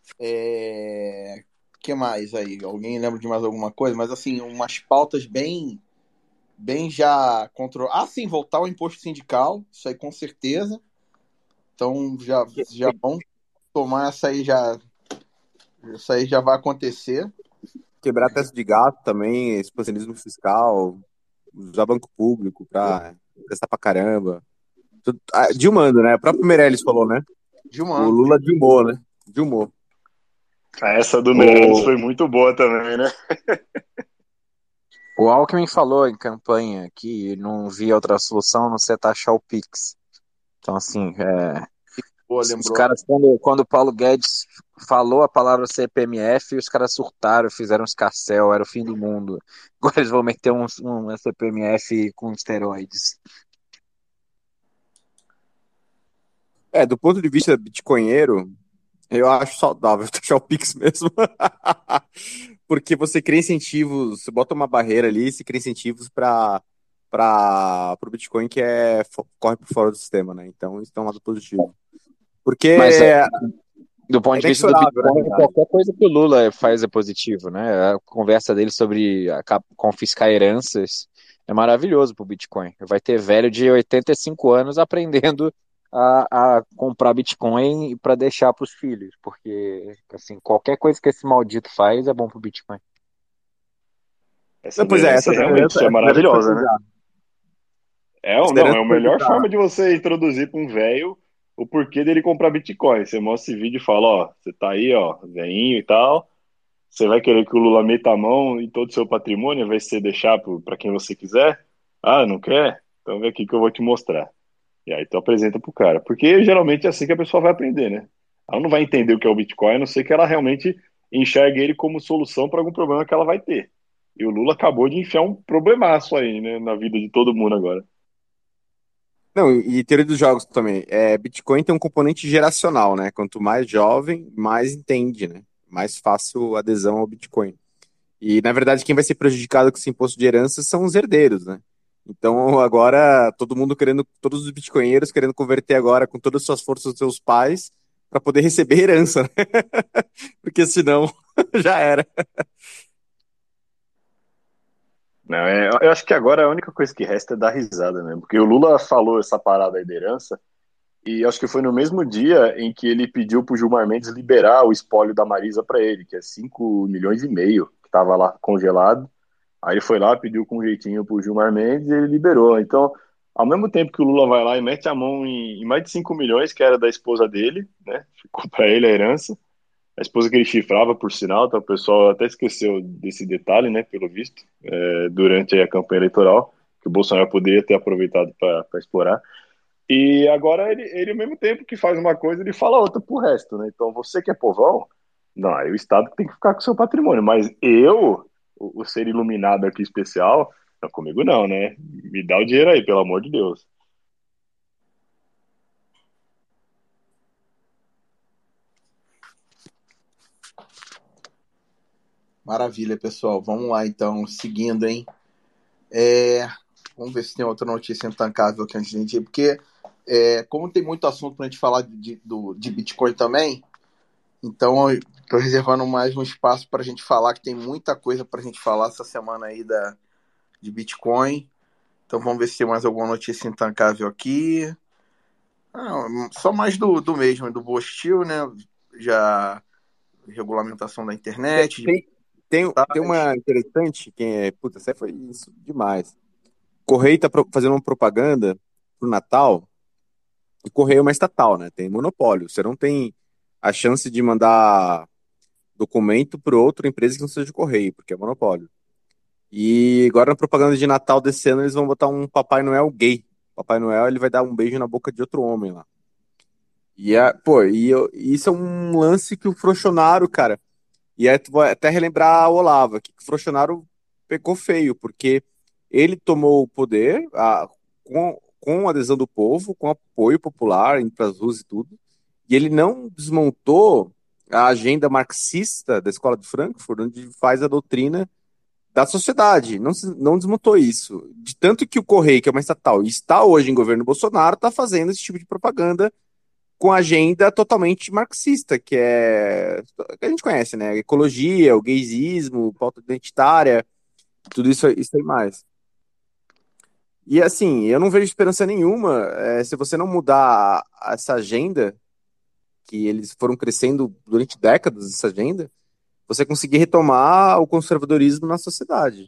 que mais aí? Alguém lembra de mais alguma coisa? Mas assim, umas pautas bem já controladas. Ah, sim, voltar ao imposto sindical, isso aí com certeza. Então já vão tomar isso aí já vai acontecer.
Quebrar teto de gasto também, expansionismo fiscal, usar banco público pra prestar pra caramba. Dilmando, né? O próprio Meirelles falou, né? O
Dilmando.
Lula dilmou, né? Dilmou.
Essa do Meirelles
O,
foi muito boa também, né?
o Alckmin falou em campanha que não via outra solução a não ser taxar o Pix. Então, assim,
Pô,
os
lembrou.
caras, quando o Paulo Guedes falou a palavra CPMF, os caras surtaram, fizeram um escarcel, era o fim do mundo. Agora eles vão meter um CPMF com esteroides.
Do ponto de vista bitcoinheiro, eu acho saudável taxar o Pix mesmo. Porque você cria incentivos, você bota uma barreira ali, você cria incentivos para o Bitcoin que corre por fora do sistema, né? Então, isso é um lado positivo. Porque
Mas
é
do ponto de vista do
inexorável, na
Bitcoin,
realidade.
qualquer coisa que o Lula faz é positivo, né? A conversa dele sobre confiscar heranças é maravilhoso pro Bitcoin. Vai ter velho de 85 anos aprendendo a comprar Bitcoin para deixar para os filhos, porque assim, qualquer coisa que esse maldito faz é bom pro Bitcoin.
Essa da
Pois é,
herança realmente é
essa da herança foi
maravilhosa, né?
bizarra. Essa da
Não, é
herança
a
foi
melhor
bizarra.
forma de você introduzir para um velho o porquê dele comprar Bitcoin. Você mostra esse vídeo e fala, ó, você tá aí, ó, velhinho e tal, você vai querer que o Lula meta a mão em todo o seu patrimônio, vai ser deixar para quem você quiser? Ah, não quer? Então vem aqui que eu vou te mostrar. E aí tu apresenta pro cara. Porque geralmente é assim que a pessoa vai aprender, né? Ela não vai entender o que é o Bitcoin, a não ser que ela realmente enxergue ele como solução para algum problema que ela vai ter. E o Lula acabou de enfiar um problemaço aí, né, na vida de todo mundo agora.
Não, e teoria dos jogos também. Bitcoin tem um componente geracional, né? Quanto mais jovem, mais entende, né? Mais fácil adesão ao Bitcoin. E, na verdade, quem vai ser prejudicado com esse imposto de herança são os herdeiros, né? Então agora todo mundo querendo, todos os bitcoinheiros querendo converter agora com todas as suas forças dos seus pais para poder receber herança, né? Porque senão já era.
Não, eu acho que agora a única coisa que resta é dar risada mesmo, porque o Lula falou essa parada aí da herança, e acho que foi no mesmo dia em que ele pediu pro Gilmar Mendes liberar o espólio da Marisa para ele, que é 5,5 milhões, que estava lá congelado. Aí ele foi lá, pediu com um jeitinho pro Gilmar Mendes e ele liberou. Então, ao mesmo tempo que o Lula vai lá e mete a mão em mais de 5 milhões, que era da esposa dele, né? Ficou para ele a herança. A esposa que ele chifrava, por sinal, então o pessoal até esqueceu desse detalhe, né? Pelo visto, durante a campanha eleitoral, que o Bolsonaro poderia ter aproveitado para explorar. E agora ele, ao mesmo tempo que faz uma coisa, ele fala outra pro resto, né? Então você que é povão, não, aí o Estado tem que ficar com o seu patrimônio, mas eu, o ser iluminado aqui especial, não, comigo não, né? Me dá o dinheiro aí, pelo amor de Deus.
Maravilha, pessoal. Vamos lá, então, seguindo, hein? É, vamos ver se tem outra notícia intancável que antes de gente ir, porque como tem muito assunto para a gente falar de Bitcoin também, então estou reservando mais um espaço para a gente falar, que tem muita coisa para a gente falar essa semana aí de Bitcoin. Então vamos ver se tem mais alguma notícia intancável aqui. Só mais do mesmo, do Bostil, né? Já regulamentação da
Tem,
internet, de
tem, tem
portais.
uma interessante, que é, puta, você foi isso demais. Correio tá fazendo uma propaganda pro Natal, e Correio é uma estatal, né? Tem monopólio. Você não tem a chance de mandar documento para outra empresa que não seja de Correio, porque é monopólio. E agora na propaganda de Natal desse ano eles vão botar um Papai Noel gay. Papai Noel ele vai dar um beijo na boca de outro homem lá. E isso é um lance que o Frochonaro, cara, e aí tu vai até relembrar a Olava, que o Frochonaro pecou feio, porque ele tomou o poder com a adesão do povo, com apoio popular, indo para as ruas e tudo, e ele não desmontou a agenda marxista da Escola de Frankfurt, onde faz a doutrina da sociedade. Não, não desmontou isso. De tanto que o Correio, que é uma estatal, e está hoje em governo Bolsonaro, está fazendo esse tipo de propaganda com agenda totalmente marxista, que a gente conhece, né? Ecologia, o gaysismo, pauta identitária, tudo isso aí mais. E assim, eu não vejo esperança nenhuma se você não mudar essa agenda, que eles foram crescendo durante décadas, essa agenda, você conseguir retomar o conservadorismo na sociedade.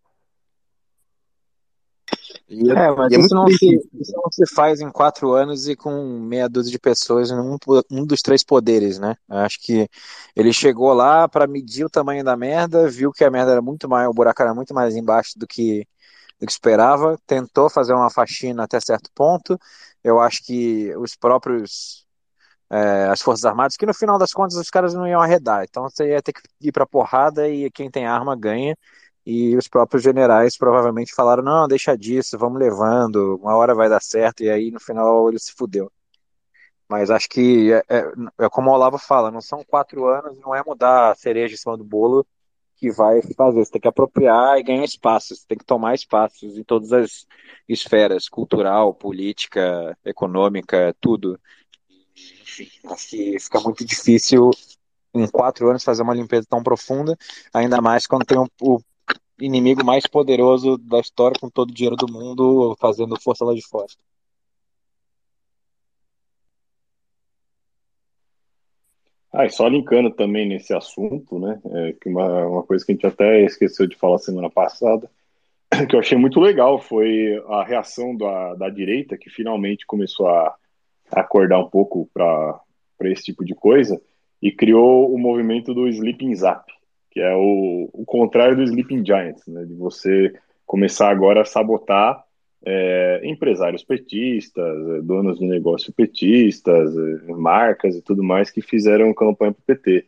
E é,
É, mas
e é muito triste isso.
isso não se faz em 4 anos e com meia dúzia de pessoas em um dos três poderes, né? Eu acho que ele chegou lá para medir o tamanho da merda, viu que a merda era muito maior, o buraco era muito mais embaixo do que esperava, tentou fazer uma faxina até certo ponto. Eu acho que os próprios, as Forças Armadas, que no final das contas os caras não iam arredar, então você ia ter que ir pra porrada e quem tem arma ganha. E os próprios generais provavelmente falaram: não, deixa disso, vamos levando, uma hora vai dar certo, e aí no final ele se fudeu. Mas acho que é como o Olavo fala: não são 4 anos, não é mudar a cereja em cima do bolo que vai fazer. Você tem que apropriar e ganhar espaço, você tem que tomar espaços em todas as esferas: cultural, política, econômica, tudo. Enfim, acho que fica muito difícil em 4 anos fazer uma limpeza tão profunda, ainda mais quando tem o inimigo mais poderoso da história, com todo o dinheiro do mundo, fazendo força lá de fora.
Ah, e só linkando também nesse assunto, né? Que uma coisa que a gente até esqueceu de falar semana passada, que eu achei muito legal, foi a reação da direita, que finalmente começou a acordar um pouco para esse tipo de coisa, e criou o movimento do Sleeping Zap, que é o contrário do Sleeping Giants, né? De você começar agora a sabotar empresários petistas, donos de negócio petistas, marcas e tudo mais que fizeram campanha para o PT.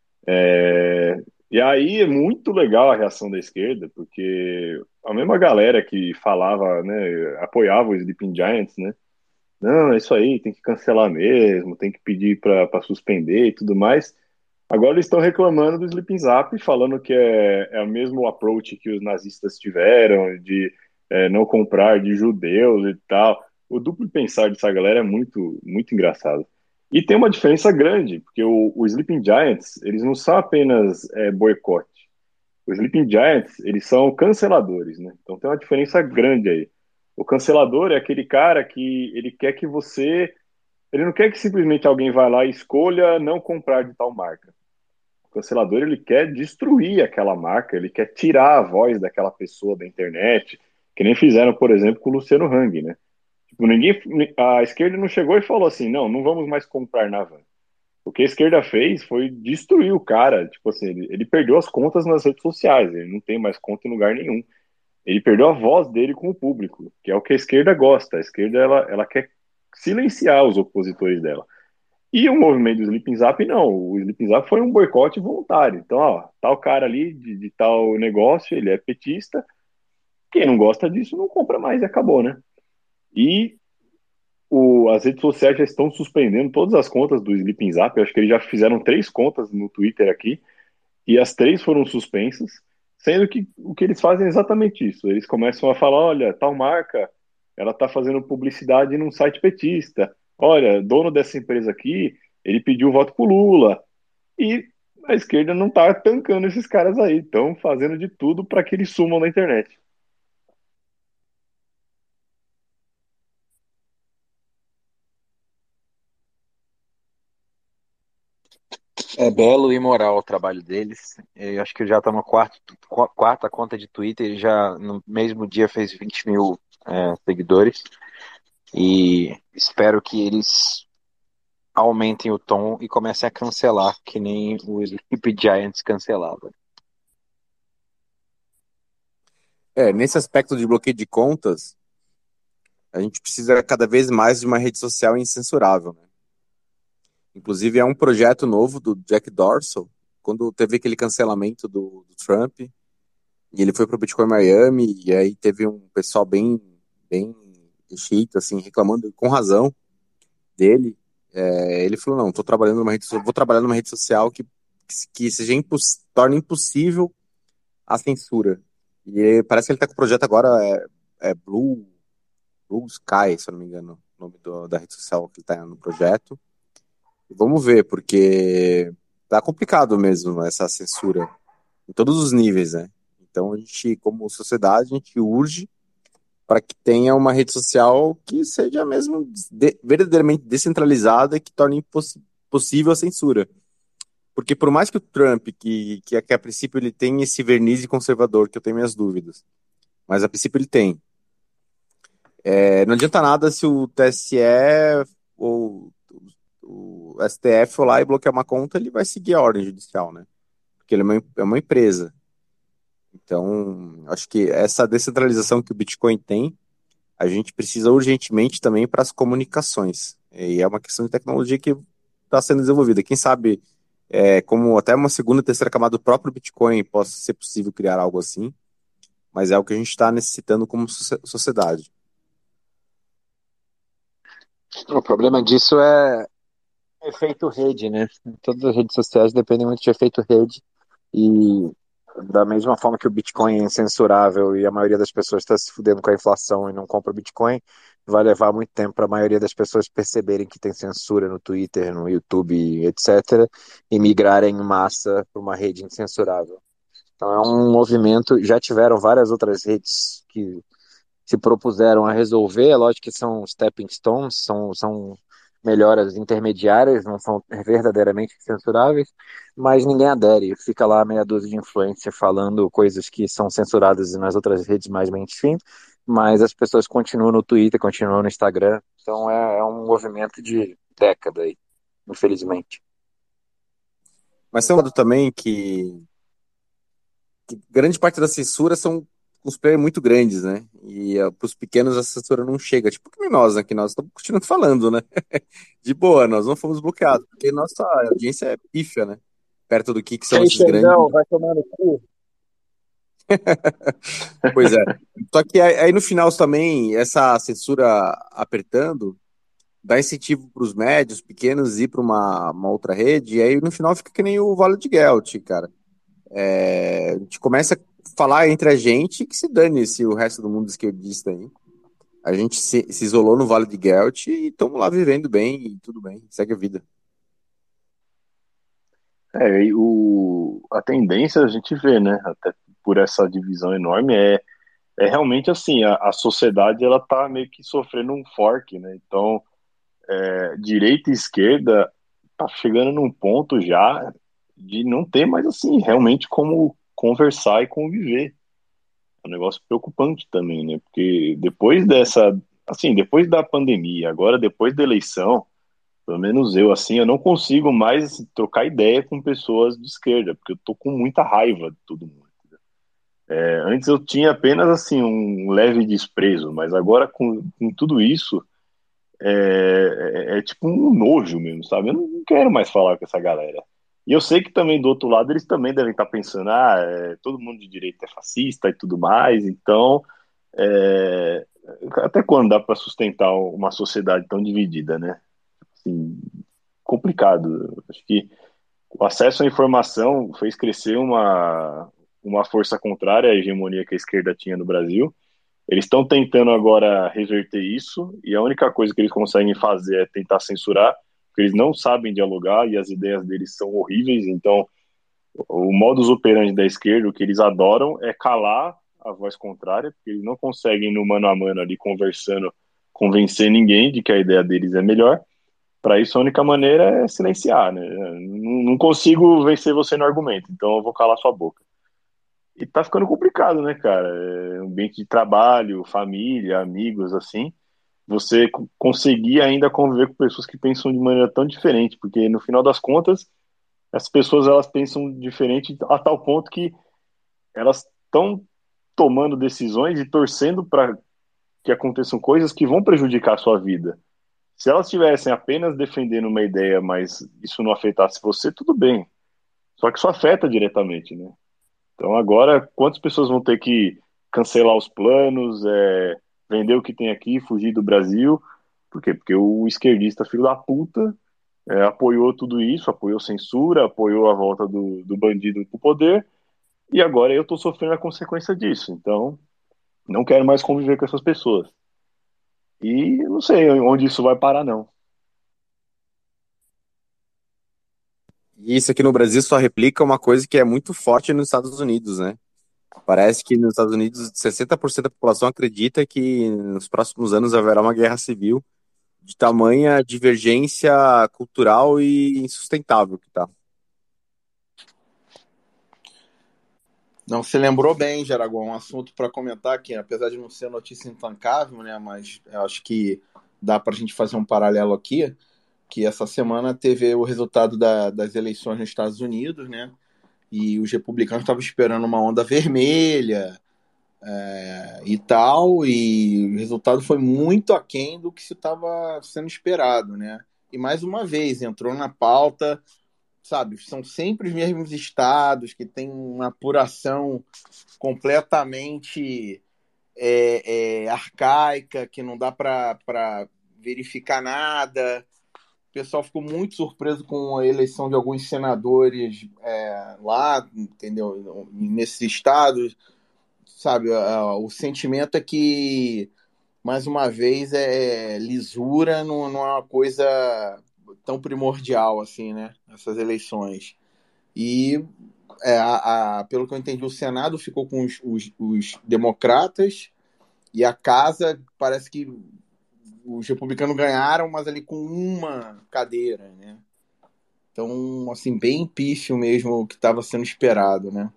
E aí é muito legal a reação da esquerda, porque a mesma galera que falava, né, apoiava o Sleeping Giants, né? Não, é isso aí, tem que cancelar mesmo, tem que pedir para suspender e tudo mais. Agora eles estão reclamando do Sleeping Zap, falando que é o mesmo approach que os nazistas tiveram, de não comprar de judeus e tal. O duplo pensar dessa galera é muito, muito engraçado. E tem uma diferença grande, porque o Sleeping Giants, eles não são apenas boicote. Os Sleeping Giants, eles são canceladores, né? Então tem uma diferença grande aí. O cancelador é aquele cara que ele quer que você. Ele não quer que simplesmente alguém vá lá e escolha não comprar de tal marca. O cancelador, ele quer destruir aquela marca, ele quer tirar a voz daquela pessoa da internet, que nem fizeram, por exemplo, com o Luciano Hang, né? Tipo, a esquerda não chegou e falou assim, não, não vamos mais comprar na Van. O que a esquerda fez foi destruir o cara. Tipo assim, ele perdeu as contas nas redes sociais, ele não tem mais conta em lugar nenhum. Ele perdeu a voz dele com o público, que é o que a esquerda gosta. A esquerda, ela quer silenciar os opositores dela. E o movimento do Sleeping Zap, não. O Sleeping Zap foi um boicote voluntário. Então, ó, tal cara ali de tal negócio, ele é petista. Quem não gosta disso não compra mais e acabou, né? E as redes sociais já estão suspendendo todas as contas do Sleeping Zap. Eu acho que eles já fizeram 3 contas no Twitter aqui, e as 3 foram suspensas, sendo que o que eles fazem é exatamente isso. Eles começam a falar, olha, tal marca, ela está fazendo publicidade num site petista. Olha, dono dessa empresa aqui, ele pediu voto pro Lula. E a esquerda não está tancando esses caras aí, estão fazendo de tudo para que eles sumam na internet.
É belo e moral o trabalho deles. Eu acho que já está na quarta conta de Twitter. Ele já no mesmo dia fez 20 mil seguidores. E espero que eles aumentem o tom e comecem a cancelar, que nem o Sleep Giants cancelava.
Nesse aspecto de bloqueio de contas, a gente precisa cada vez mais de uma rede social incensurável, né? Inclusive, é um projeto novo do Jack Dorsey, quando teve aquele cancelamento do Trump, e ele foi para o Bitcoin Miami, e aí teve um pessoal bem xiita, assim, reclamando com razão dele. Ele falou, não, vou trabalhar numa rede social que seja torne impossível a censura. E parece que ele está com o projeto agora, Blue Sky, se eu não me engano, o nome da rede social que ele está no projeto. Vamos ver, porque tá complicado mesmo essa censura em todos os níveis, né? Então a gente, como sociedade, a gente urge para que tenha uma rede social que seja mesmo verdadeiramente descentralizada e que torne possível a censura. Porque por mais que o Trump, que a princípio ele tem esse verniz de conservador, que eu tenho minhas dúvidas, mas a princípio ele tem. Não adianta nada se o TSE ou o STF for lá e bloquear uma conta, ele vai seguir a ordem judicial, né? Porque ele é uma empresa. Então, acho que essa descentralização que o Bitcoin tem, a gente precisa urgentemente também para as comunicações. E é uma questão de tecnologia que está sendo desenvolvida. Quem sabe, como até uma segunda, terceira camada do próprio Bitcoin, possa ser possível criar algo assim, mas é o que a gente está necessitando como sociedade.
O problema disso é efeito rede, né? Todas as redes sociais dependem muito de efeito rede. E da mesma forma que o Bitcoin é incensurável e a maioria das pessoas está se fudendo com a inflação e não compra Bitcoin, vai levar muito tempo para a maioria das pessoas perceberem que tem censura no Twitter, no YouTube, etc., e migrarem em massa para uma rede incensurável. Então é um movimento. Já tiveram várias outras redes que se propuseram a resolver. É lógico que são stepping stones, são melhoras intermediárias, não são verdadeiramente censuráveis, mas ninguém adere. Fica lá meia dúzia de influencer falando coisas que são censuradas nas outras redes mais mainstream, mas as pessoas continuam no Twitter, continuam no Instagram. Então é um movimento de década aí, infelizmente.
Mas tem um lado também que grande parte da censura são os players muito grandes, né? E para os pequenos a censura não chega. Tipo que nem nós, né? Que nós estamos continuando falando, né? De boa, nós não fomos bloqueados, porque nossa audiência é pífia, né? Perto do que são
Ei,
esses grandes.
Xandão, vai tomar no cu.
Pois é. Só que aí no final também, essa censura apertando, dá incentivo para os médios, pequenos ir para uma outra rede, e aí no final fica que nem o Vale de Gelt, cara. A gente começa falar entre a gente que se dane se o resto do mundo esquerdista aí. A gente se isolou no Vale de Gelt e estamos lá vivendo bem e tudo bem, segue a vida.
E a tendência a gente vê, né? Até por essa divisão enorme, é realmente assim, a sociedade ela tá meio que sofrendo um fork, né? Então, direita e esquerda tá chegando num ponto já de não ter mais assim, realmente como conversar e conviver. É um negócio preocupante também, né? Porque depois dessa, assim, depois da pandemia, agora depois da eleição, pelo menos eu, assim, eu não consigo mais trocar ideia com pessoas de esquerda, porque eu tô com muita raiva de todo mundo. Antes eu tinha apenas, assim, um leve desprezo, mas agora com tudo isso, é tipo um nojo mesmo, sabe? Eu não quero mais falar com essa galera. E eu sei que também do outro lado eles também devem estar pensando, todo mundo de direita é fascista e tudo mais, então é, até quando dá para sustentar uma sociedade tão dividida, né? Assim, complicado. Acho que o acesso à informação fez crescer uma força contrária à hegemonia que a esquerda tinha no Brasil. Eles estão tentando agora reverter isso, e a única coisa que eles conseguem fazer é tentar censurar, porque eles não sabem dialogar e as ideias deles são horríveis. Então, o modus operandi da esquerda, o que eles adoram, é calar a voz contrária, porque eles não conseguem, no mano a mano ali, conversando, convencer ninguém de que a ideia deles é melhor. Para isso, a única maneira é silenciar, né? Não consigo vencer você no argumento, então eu vou calar sua boca. E tá ficando complicado, né, cara? Ambiente de trabalho, família, amigos, assim, você conseguir ainda conviver com pessoas que pensam de maneira tão diferente, porque no final das contas, as pessoas elas pensam diferente a tal ponto que elas estão tomando decisões e torcendo para que aconteçam coisas que vão prejudicar a sua vida. Se elas estivessem apenas defendendo uma ideia, mas isso não afetasse você, tudo bem. Só que isso afeta diretamente, né? Então agora, quantas pessoas vão ter que cancelar os planos, vender o que tem aqui, fugir do Brasil? Por quê? Porque o esquerdista filho da puta apoiou tudo isso, apoiou censura, apoiou a volta do bandido pro poder, e agora eu estou sofrendo a consequência disso. Então, não quero mais conviver com essas pessoas. E não sei onde isso vai parar, não.
E isso aqui no Brasil só replica uma coisa que é muito forte nos Estados Unidos, né? Parece que nos Estados Unidos 60% da população acredita que nos próximos anos haverá uma guerra civil de tamanha divergência cultural e insustentável que tá.
Não, você lembrou bem, Jaraguá, um assunto para comentar aqui, apesar de não ser notícia intancável, né? Mas eu acho que dá para a gente fazer um paralelo aqui, que essa semana teve o resultado das eleições nos Estados Unidos, né? E os republicanos estavam esperando uma onda vermelha e tal, e o resultado foi muito aquém do que se estava sendo esperado, né? E mais uma vez entrou na pauta, sabe? São sempre os mesmos estados que têm uma apuração completamente arcaica, que não dá para verificar nada. O pessoal ficou muito surpreso com a eleição de alguns senadores lá, entendeu? Nesses estados, sabe? O sentimento é que, mais uma vez, lisura não é uma coisa tão primordial assim, né? Essas eleições. E, pelo que eu entendi, o Senado ficou com os democratas e a Casa parece que os republicanos ganharam, mas ali com uma cadeira, né? Então, assim, bem pífio mesmo o que estava sendo esperado, né?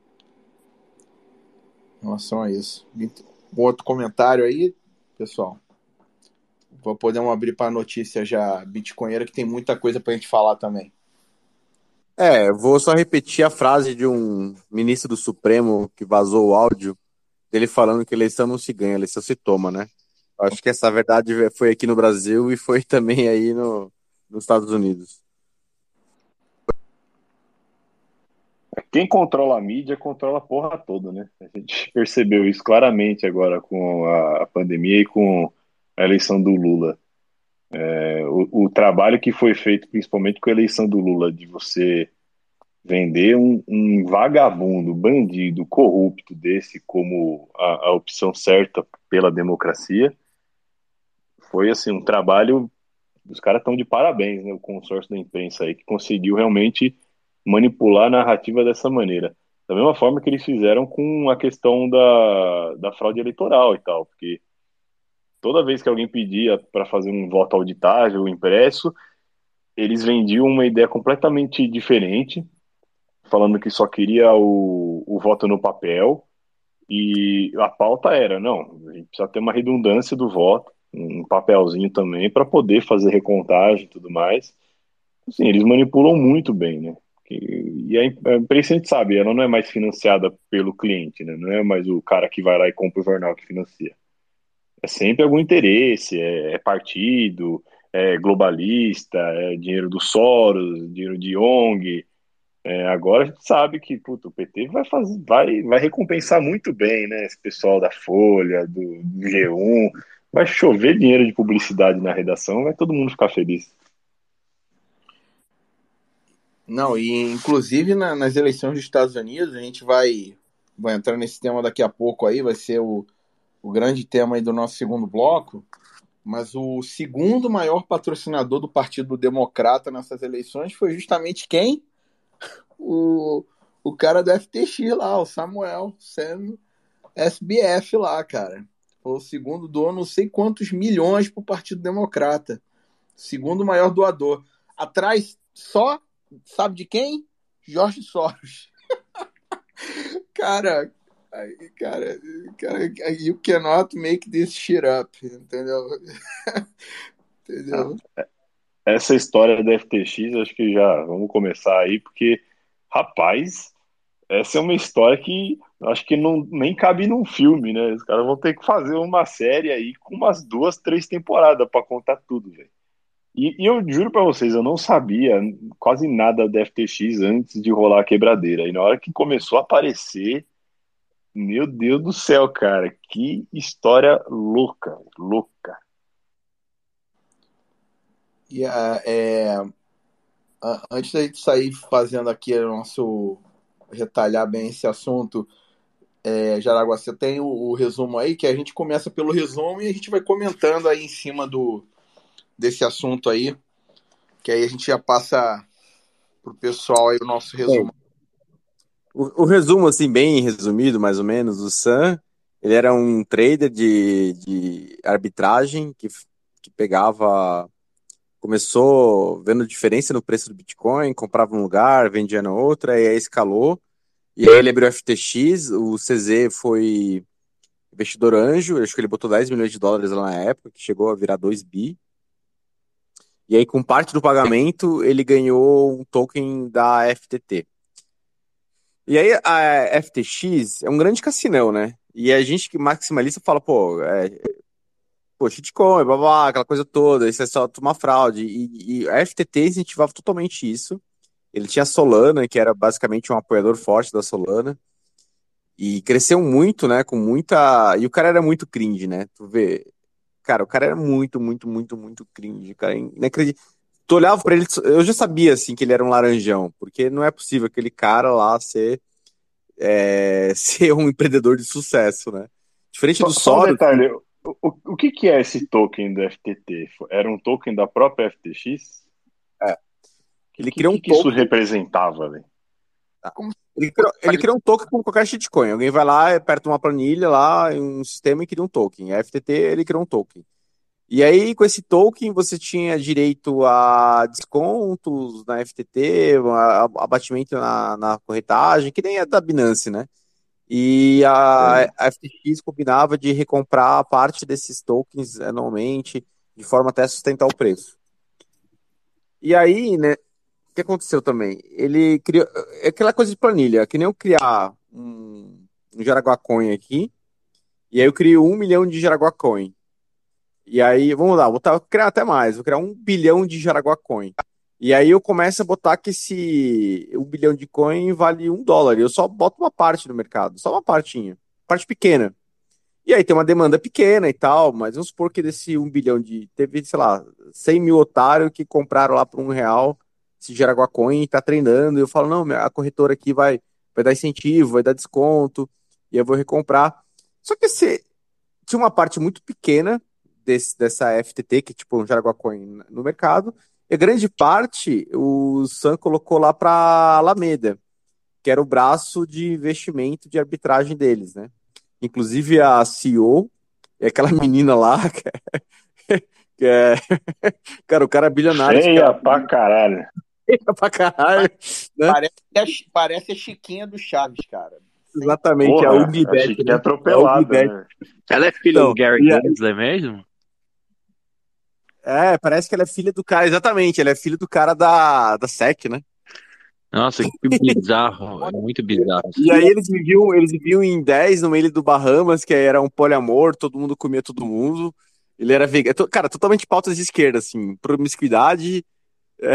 Em relação a isso. Um outro comentário aí, pessoal? Podemos abrir para a notícia já bitcoinheira, que tem muita coisa para a gente falar também.
Vou só repetir a frase de um ministro do Supremo que vazou o áudio dele falando que eleição não se ganha, eleição se toma, né? Acho que essa verdade foi aqui no Brasil e foi também aí nos Estados Unidos.
Quem controla a mídia controla a porra toda, né? A gente percebeu isso claramente agora com a pandemia e com a eleição do Lula. O trabalho que foi feito, principalmente com a eleição do Lula, de você Vender um vagabundo, bandido, corrupto desse como a opção certa pela democracia foi assim um trabalho. Os caras estão de parabéns, né? O consórcio da imprensa aí que conseguiu realmente manipular a narrativa dessa maneira. Da mesma forma que eles fizeram com a questão da fraude eleitoral e tal, porque toda vez que alguém pedia para fazer um voto auditável, impresso, eles vendiam uma ideia completamente diferente, falando que só queria o voto no papel, e a pauta era, não, a gente precisa ter uma redundância do voto, um papelzinho também, para poder fazer recontagem e tudo mais. Assim, eles manipulam muito bem, né? E a imprensa, a gente sabe, ela não é mais financiada pelo cliente, né? Não é mais o cara que vai lá e compra o jornal que financia. É sempre algum interesse, é partido, é globalista, é dinheiro do Soros, dinheiro de ONG. Agora a gente sabe que puto, o PT vai recompensar muito bem, né? Esse pessoal da Folha, do G1. Vai chover dinheiro de publicidade na redação, vai todo mundo ficar feliz.
Não, e inclusive nas eleições dos Estados Unidos, a gente vai entrar nesse tema daqui a pouco aí, vai ser o grande tema aí do nosso segundo bloco, mas o segundo maior patrocinador do Partido Democrata nessas eleições foi justamente quem? O, o cara do FTX lá, o Sam SBF lá, cara. Foi o segundo doou não sei quantos milhões pro Partido Democrata. Segundo maior doador. Atrás só, sabe de quem? Jorge Soros. Cara, cara, you cannot make this shit up, entendeu?
Não,
Entendeu?
essa história da FTX, acho que já vamos começar aí, porque, rapaz, essa é uma história que acho que não, nem cabe num filme, né? Os caras vão ter que fazer uma série aí com umas 2, 3 temporadas para contar tudo, velho. E eu juro pra vocês, eu não sabia quase nada da FTX antes de rolar a quebradeira. E na hora que começou a aparecer, meu Deus do céu, cara, que história louca, louca.
E antes da gente sair fazendo aqui o nosso retalhar bem esse assunto, Jaraguá, você tem o resumo aí, que a gente começa pelo resumo e a gente vai comentando aí em cima desse assunto aí, que aí a gente já passa pro pessoal aí o nosso resumo.
Bem, o resumo, assim, bem resumido, mais ou menos, o Sam, ele era um trader de arbitragem que pegava, começou vendo diferença no preço do Bitcoin, comprava um lugar, vendia na outra, e aí escalou, e aí ele abriu o FTX, o CZ foi investidor anjo, acho que ele botou 10 milhões de dólares lá na época, que chegou a virar 2 bi, e aí com parte do pagamento ele ganhou um token da FTT. E aí a FTX é um grande cassinão, né? E a gente que maximalista fala, pô, shitcoin, blá, blá, aquela coisa toda, isso é só uma fraude. E a FTT incentivava totalmente isso. Ele tinha a Solana, que era basicamente um apoiador forte da Solana. E cresceu muito, né? Com muita. E o cara era muito cringe, né? Tu vê. Cara, o cara era muito, muito, muito, muito cringe, cara. Inacreditável. Tu olhava pra ele, eu já sabia, assim, que ele era um laranjão, porque não é possível aquele cara lá ser um empreendedor de sucesso, né? Diferente do
Só um
Soros,
detalhe, o que é esse token do FTT? Era um token da própria FTX?
é,
O
ele criou um
que isso
token.
representava, velho?
Tá? Ele criou um token como qualquer shitcoin. Alguém vai lá, aperta uma planilha lá, em um sistema e cria um token. A FTT, ele criou um token. E aí, com esse token, você tinha direito a descontos na FTT, abatimento na corretagem, que nem a da Binance, né? E a FTX combinava de recomprar parte desses tokens anualmente, de forma até a sustentar o preço. E aí, né, o que aconteceu também? Ele criou. É aquela coisa de planilha, que nem eu criar um Jaraguá Coin aqui, e aí eu crio 1 milhão de Jaraguá Coin. E aí, vamos lá, criar até mais, vou criar 1 bilhão de Jaraguá Coin. E aí eu começo a botar que esse 1 bilhão de coin vale US$ 1. Eu só boto uma parte no mercado, só uma partinha, parte pequena. E aí tem uma demanda pequena e tal, mas vamos supor que desse 1 bilhão teve, sei lá, 100 mil otários que compraram lá por R$ 1, esse Jaraguá Coin tá treinando, e eu falo, não, a corretora aqui vai dar incentivo, vai dar desconto, e eu vou recomprar. Só que tinha uma parte muito pequena dessa FTT, que é tipo um Jaraguá Coin no mercado, e a grande parte o Sam colocou lá para Alameda, que era o braço de investimento de arbitragem deles, né? Inclusive a CEO é aquela menina lá, que é, cara, o cara é bilionário, esse
Feia
cara
pra caralho.
é pra caralho, né?
Parece a Chiquinha do Chaves, cara.
Exatamente, a
Porra,
Ugly
achei
Betty,
que é
né? É a Ugly
atropelada,
Betty.
né?
Ela é filha do
Então,
Gary Gensler mesmo?
parece que ela é filha do cara, exatamente, ela é filha do cara da SEC, né?
Nossa, que bizarro. É muito bizarro.
E aí eles viviam em 10 numa ilha do Bahamas, que era um poliamor, todo mundo comia todo mundo. Ele era vegano. Cara, totalmente pautas de esquerda, assim, promiscuidade, é,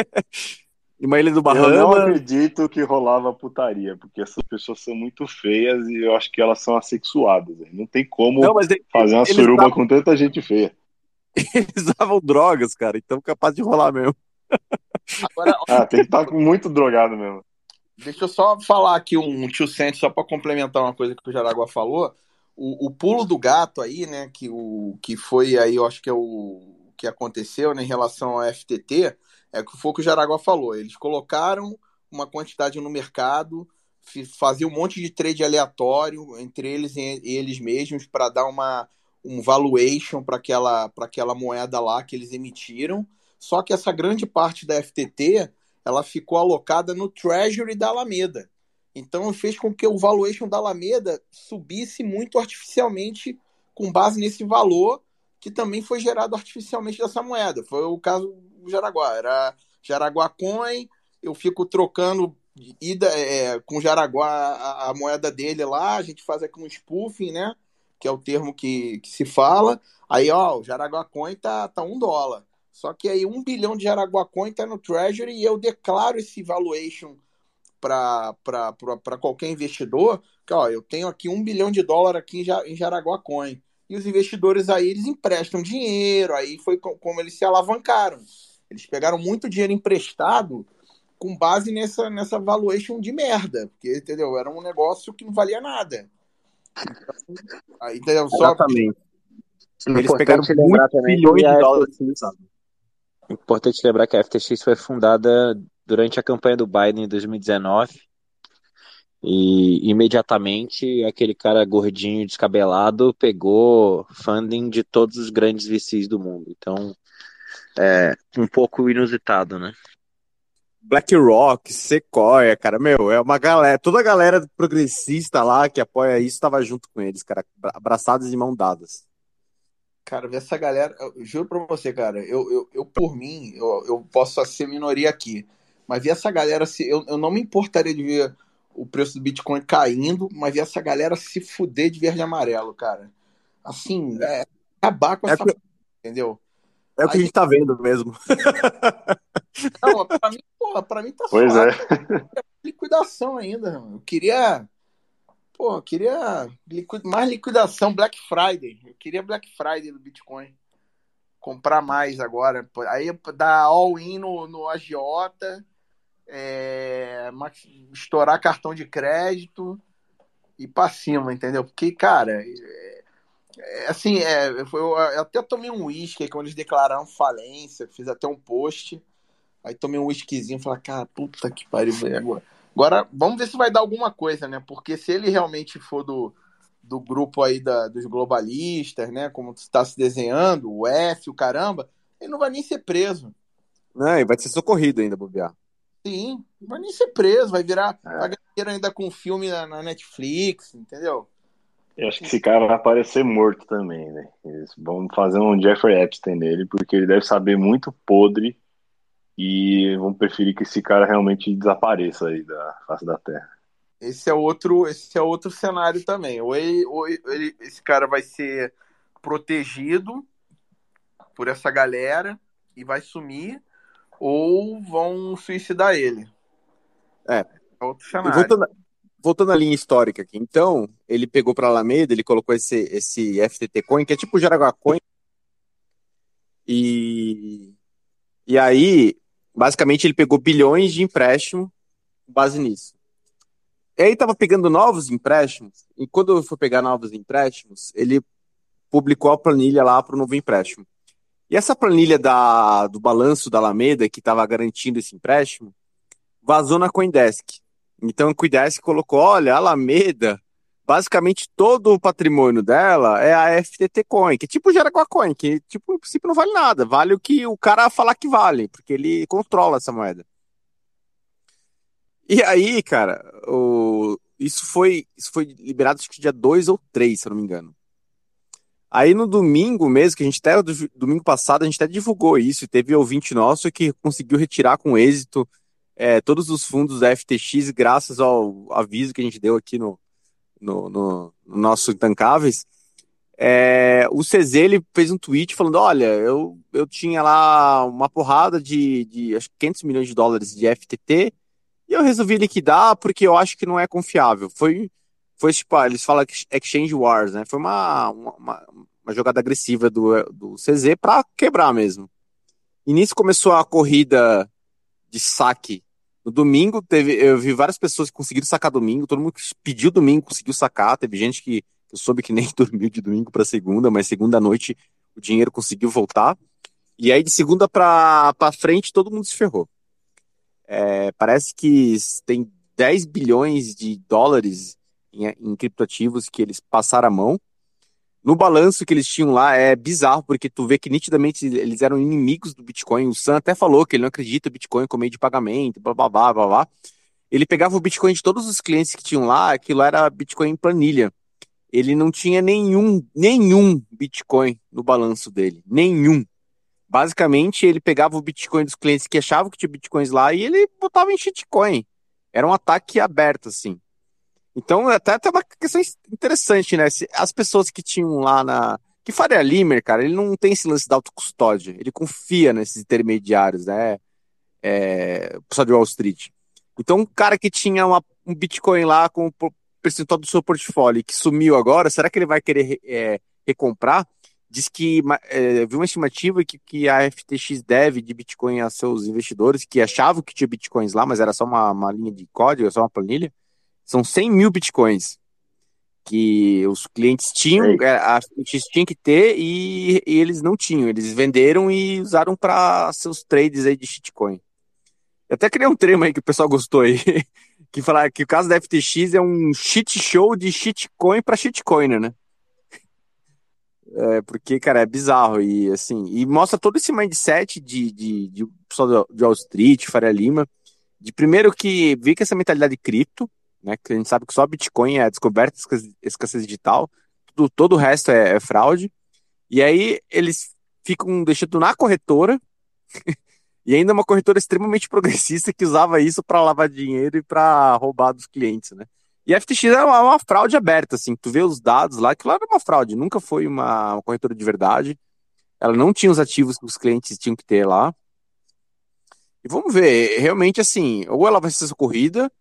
em uma ilha do
Eu não
Bahamas.
acredito que rolava putaria, porque essas pessoas são muito feias e eu acho que elas são assexuadas. Né? Não tem
Não,
como
mas
fazer uma
eles
suruba
usavam,
com tanta gente feia.
eles usavam drogas, cara, então capaz de rolar mesmo.
Agora,
Ah, tem que estar muito drogado mesmo.
deixa eu só falar aqui um tio Cent, só para complementar uma coisa que o Jaraguá falou. O pulo do gato aí, né, que foi aí, eu acho que é o que aconteceu, né, em relação ao FTT, é que foi o que o Jaraguá falou. Eles colocaram uma quantidade no mercado, faziam um monte de trade aleatório entre eles e eles mesmos para dar um valuation para aquela moeda lá que eles emitiram. Só que essa grande parte da FTT ela ficou alocada no Treasury da Alameda. Então fez com que o valuation da Alameda subisse muito artificialmente com base nesse valor que também foi gerado artificialmente dessa moeda. Foi o caso do Jaraguá. Era Jaraguá Coin, eu fico trocando com o Jaraguá a moeda dele lá, a gente faz aqui um spoofing, né? Que é o termo que se fala. Aí, ó, o Jaraguá Coin tá $1. Só que aí 1 bilhão de Jaraguá Coin está no Treasury e eu declaro esse valuation para qualquer investidor, que ó, eu tenho aqui US$ 1 bilhão aqui em Jaraguá Coin. E os investidores aí, eles emprestam dinheiro, aí foi como eles se alavancaram. Eles pegaram muito dinheiro emprestado com base nessa valuation de merda, porque, entendeu? Era um negócio que não valia nada. Então, aí, entendeu? Só
Exatamente. Eles pegaram
Importante lembrar
muitos
também
bilhões
que
de
a
dólares.
FTX, importante lembrar que a FTX foi fundada durante a campanha do Biden em 2019 e imediatamente aquele cara gordinho descabelado pegou funding de todos os grandes VCs do mundo. Então, é um pouco inusitado, né?
BlackRock, Sequoia, cara, meu, é uma galera, toda a galera progressista lá que apoia isso estava junto com eles, cara, abraçados e mão dadas.
cara, ver essa galera, eu juro pra você, cara, eu por mim, eu posso ser minoria aqui, mas ver essa galera, eu não me importaria de ver o preço do Bitcoin caindo, mas ver essa galera se fuder de verde e amarelo, cara. Assim, acabar com
É,
essa, entendeu?
é o que a
Aí,
gente tá vendo mesmo.
não, pra mim, porra, pra mim tá
Pois é.
suave, liquidação ainda, mano. Eu queria mais liquidação Black Friday, eu queria Black Friday do Bitcoin. Comprar mais agora. Aí dá all-in no agiota, estourar cartão de crédito e pra cima, entendeu? Porque, cara, assim, eu até tomei um uísque quando eles declararam falência, fiz até um post, aí tomei um uísquezinho e falei, cara, puta que pariu, velho, agora. Agora, vamos ver se vai dar alguma coisa, né? Porque se ele realmente for do grupo aí dos globalistas, né? Como está se desenhando, o F, o caramba, ele não vai nem ser preso.
Não, e vai ser socorrido ainda, bobear.
Sim, não vai nem ser preso, vai
É.
ganhar dinheiro ainda com filme na Netflix, entendeu?
Eu acho que esse cara vai aparecer morto também, né? Eles vão fazer um Jeffrey Epstein nele, porque ele deve saber muito podre e vão preferir que esse cara realmente desapareça aí da face da Terra.
Esse é outro cenário também. Esse cara vai ser protegido por essa galera e vai sumir, ou vão suicidar ele.
É,
É outro
e
cenário.
voltando à linha histórica aqui, então, ele pegou para Alameda, ele colocou esse FTT Coin, que é tipo o Jaraguá Coin, e aí Basicamente, ele pegou bilhões de empréstimo com base nisso. E aí tava pegando novos empréstimos, e quando eu for pegar novos empréstimos, ele publicou a planilha lá para o novo empréstimo. E essa planilha do balanço da Alameda, que estava garantindo esse empréstimo, vazou na CoinDesk. Então a CoinDesk colocou, olha, a Alameda, basicamente todo o patrimônio dela é a FTT Coin, que é tipo Jaraguá Coin, que tipo, no princípio não vale nada, vale o que o cara falar que vale, porque ele controla essa moeda. E aí, cara, isso foi liberado acho que dia 2 ou 3, se eu não me engano. Aí no domingo mesmo, que a gente até, domingo passado, a gente até divulgou isso, e teve ouvinte nosso que conseguiu retirar com êxito todos os fundos da FTX, graças ao aviso que a gente deu aqui no nosso Intancáveis. O CZ ele fez um tweet falando: olha, eu tinha lá uma porrada de acho que 500 milhões de dólares de FTT, e eu resolvi liquidar porque eu acho que não é confiável. Foi tipo, eles falam Exchange Wars, né? Foi uma jogada agressiva do CZ para quebrar mesmo. E nisso começou a corrida de saque. No domingo, eu vi várias pessoas que conseguiram sacar domingo, todo mundo que pediu domingo conseguiu sacar. Teve gente que eu soube que nem dormiu de domingo para segunda, mas segunda noite o dinheiro conseguiu voltar. E aí de segunda para frente todo mundo se ferrou. Parece que tem 10 bilhões de dólares em criptoativos que eles passaram a mão. No balanço que eles tinham lá é bizarro, porque tu vê que nitidamente eles eram inimigos do Bitcoin. O Sam até falou que ele não acredita no Bitcoin como meio de pagamento, blá, blá, blá, blá, blá. Ele pegava o Bitcoin de todos os clientes que tinham lá, aquilo era Bitcoin em planilha. Ele não tinha nenhum Bitcoin no balanço dele. Nenhum. Basicamente, ele pegava o Bitcoin dos clientes que achavam que tinha Bitcoins lá e ele botava em shitcoin. Era um ataque aberto, assim. Então, até tem uma questão interessante, né? As pessoas que tinham lá na. Que Faria Limer, cara, ele não tem esse lance da autocustódia. Ele confia nesses intermediários, né? O pessoal de Wall Street. Então, um cara que tinha um Bitcoin lá com o percentual do seu portfólio e que sumiu agora, será que ele vai querer recomprar? Diz que viu uma estimativa que a FTX deve de Bitcoin a seus investidores que achavam que tinha Bitcoins lá, mas era só uma linha de código, só uma planilha. São 100 mil Bitcoins que os clientes tinham, a FTX tinha que ter e eles não tinham. Eles venderam e usaram para seus trades aí de shitcoin. Eu até criei um termo aí que o pessoal gostou aí, que falar que o caso da FTX é um shit show de shitcoin para shitcoiner, né? Porque, cara, é bizarro e assim, e mostra todo esse mindset de pessoal de Wall Street, Faria Lima, de primeiro que vê que essa mentalidade de cripto, né, que a gente sabe que só Bitcoin é descoberta, escassez digital, todo o resto é fraude, e aí eles ficam deixando na corretora, e ainda uma corretora extremamente progressista que usava isso para lavar dinheiro e para roubar dos clientes, né? E a FTX é uma fraude aberta, assim, tu vê os dados lá, que lá era uma fraude, nunca foi uma corretora de verdade, ela não tinha os ativos que os clientes tinham que ter lá. E vamos ver, realmente assim, ou ela vai ser socorrida,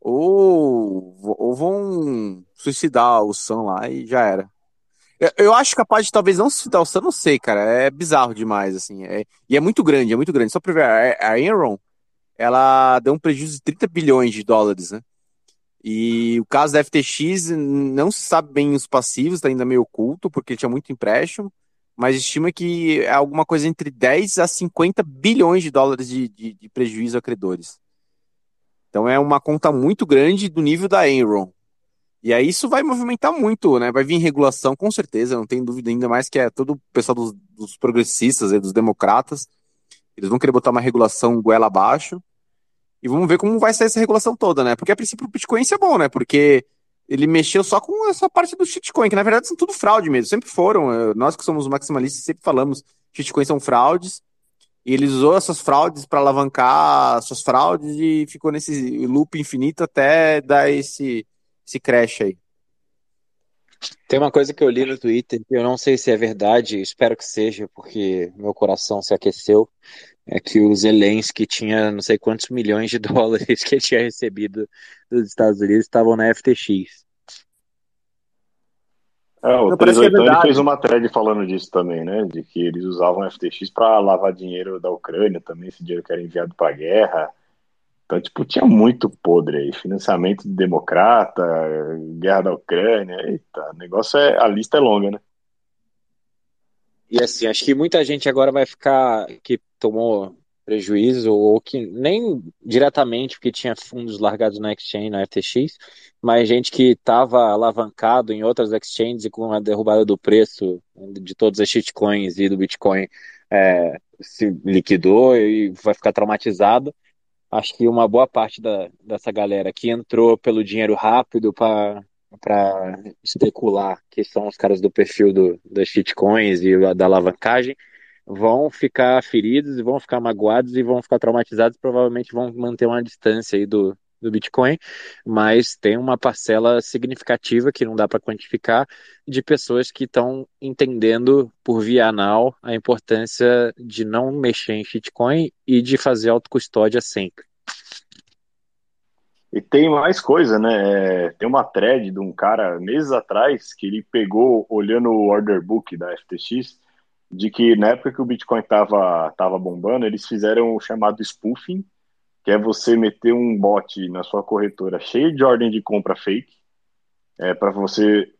ou vão suicidar o Sam lá e já era. Eu acho capaz de talvez não suicidar o Sam, não sei, cara. É bizarro demais, assim. E é muito grande, é muito grande. Só pra ver, a Enron, ela deu um prejuízo de 30 bilhões de dólares, né? E o caso da FTX, não se sabe bem os passivos, tá ainda meio oculto, porque tinha muito empréstimo, mas estima que é alguma coisa entre 10 a 50 bilhões de dólares de prejuízo a credores. Então é uma conta muito grande do nível da Enron. E aí isso vai movimentar muito, né? Vai vir regulação, com certeza, não tem dúvida, ainda mais que é todo o pessoal dos progressistas, dos democratas. Eles vão querer botar uma regulação goela abaixo. E vamos ver como vai sair essa regulação toda, né? Porque a princípio o Bitcoin isso é bom, né? Porque ele mexeu só com essa parte do shitcoin, que na verdade são tudo fraude mesmo, sempre foram. Nós que somos maximalistas sempre falamos que shitcoins são fraudes. E ele usou essas fraudes para alavancar suas fraudes e ficou nesse loop infinito até dar esse crash aí.
Tem uma coisa que eu li no Twitter, que eu não sei se é verdade, espero que seja, porque meu coração se aqueceu, é que o Zelensky tinha não sei quantos milhões de dólares que ele tinha recebido dos Estados Unidos estavam na FTX.
O
Não, parece que é
38 ele fez
verdade.
uma thread falando disso também, né? De que eles usavam FTX para lavar dinheiro da Ucrânia também, esse dinheiro que era enviado para a guerra. Então, tipo, tinha muito podre aí. Financiamento de democrata, guerra da Ucrânia. Eita, o negócio é. A lista é longa, né?
E assim, acho que muita gente agora vai ficar que tomou prejuízo ou que nem diretamente porque tinha fundos largados na exchange, na FTX, mas gente que estava alavancado em outras exchanges e com a derrubada do preço de todas as shitcoins e do Bitcoin se liquidou e vai ficar traumatizado. Acho que uma boa parte dessa galera que entrou pelo dinheiro rápido para especular, que são os caras do perfil das shitcoins e da alavancagem, vão ficar feridos e vão ficar magoados e vão ficar traumatizados, provavelmente vão manter uma distância aí do Bitcoin, mas tem uma parcela significativa que não dá para quantificar de pessoas que estão entendendo por via anal a importância de não mexer em shitcoin e de fazer autocustódia sempre.
E tem mais coisa, né? Tem uma thread de um cara meses atrás que ele pegou, olhando o order book da FTX, de que na época que o Bitcoin tava bombando, eles fizeram o chamado spoofing, que é você meter um bot na sua corretora cheio de ordem de compra fake, para você,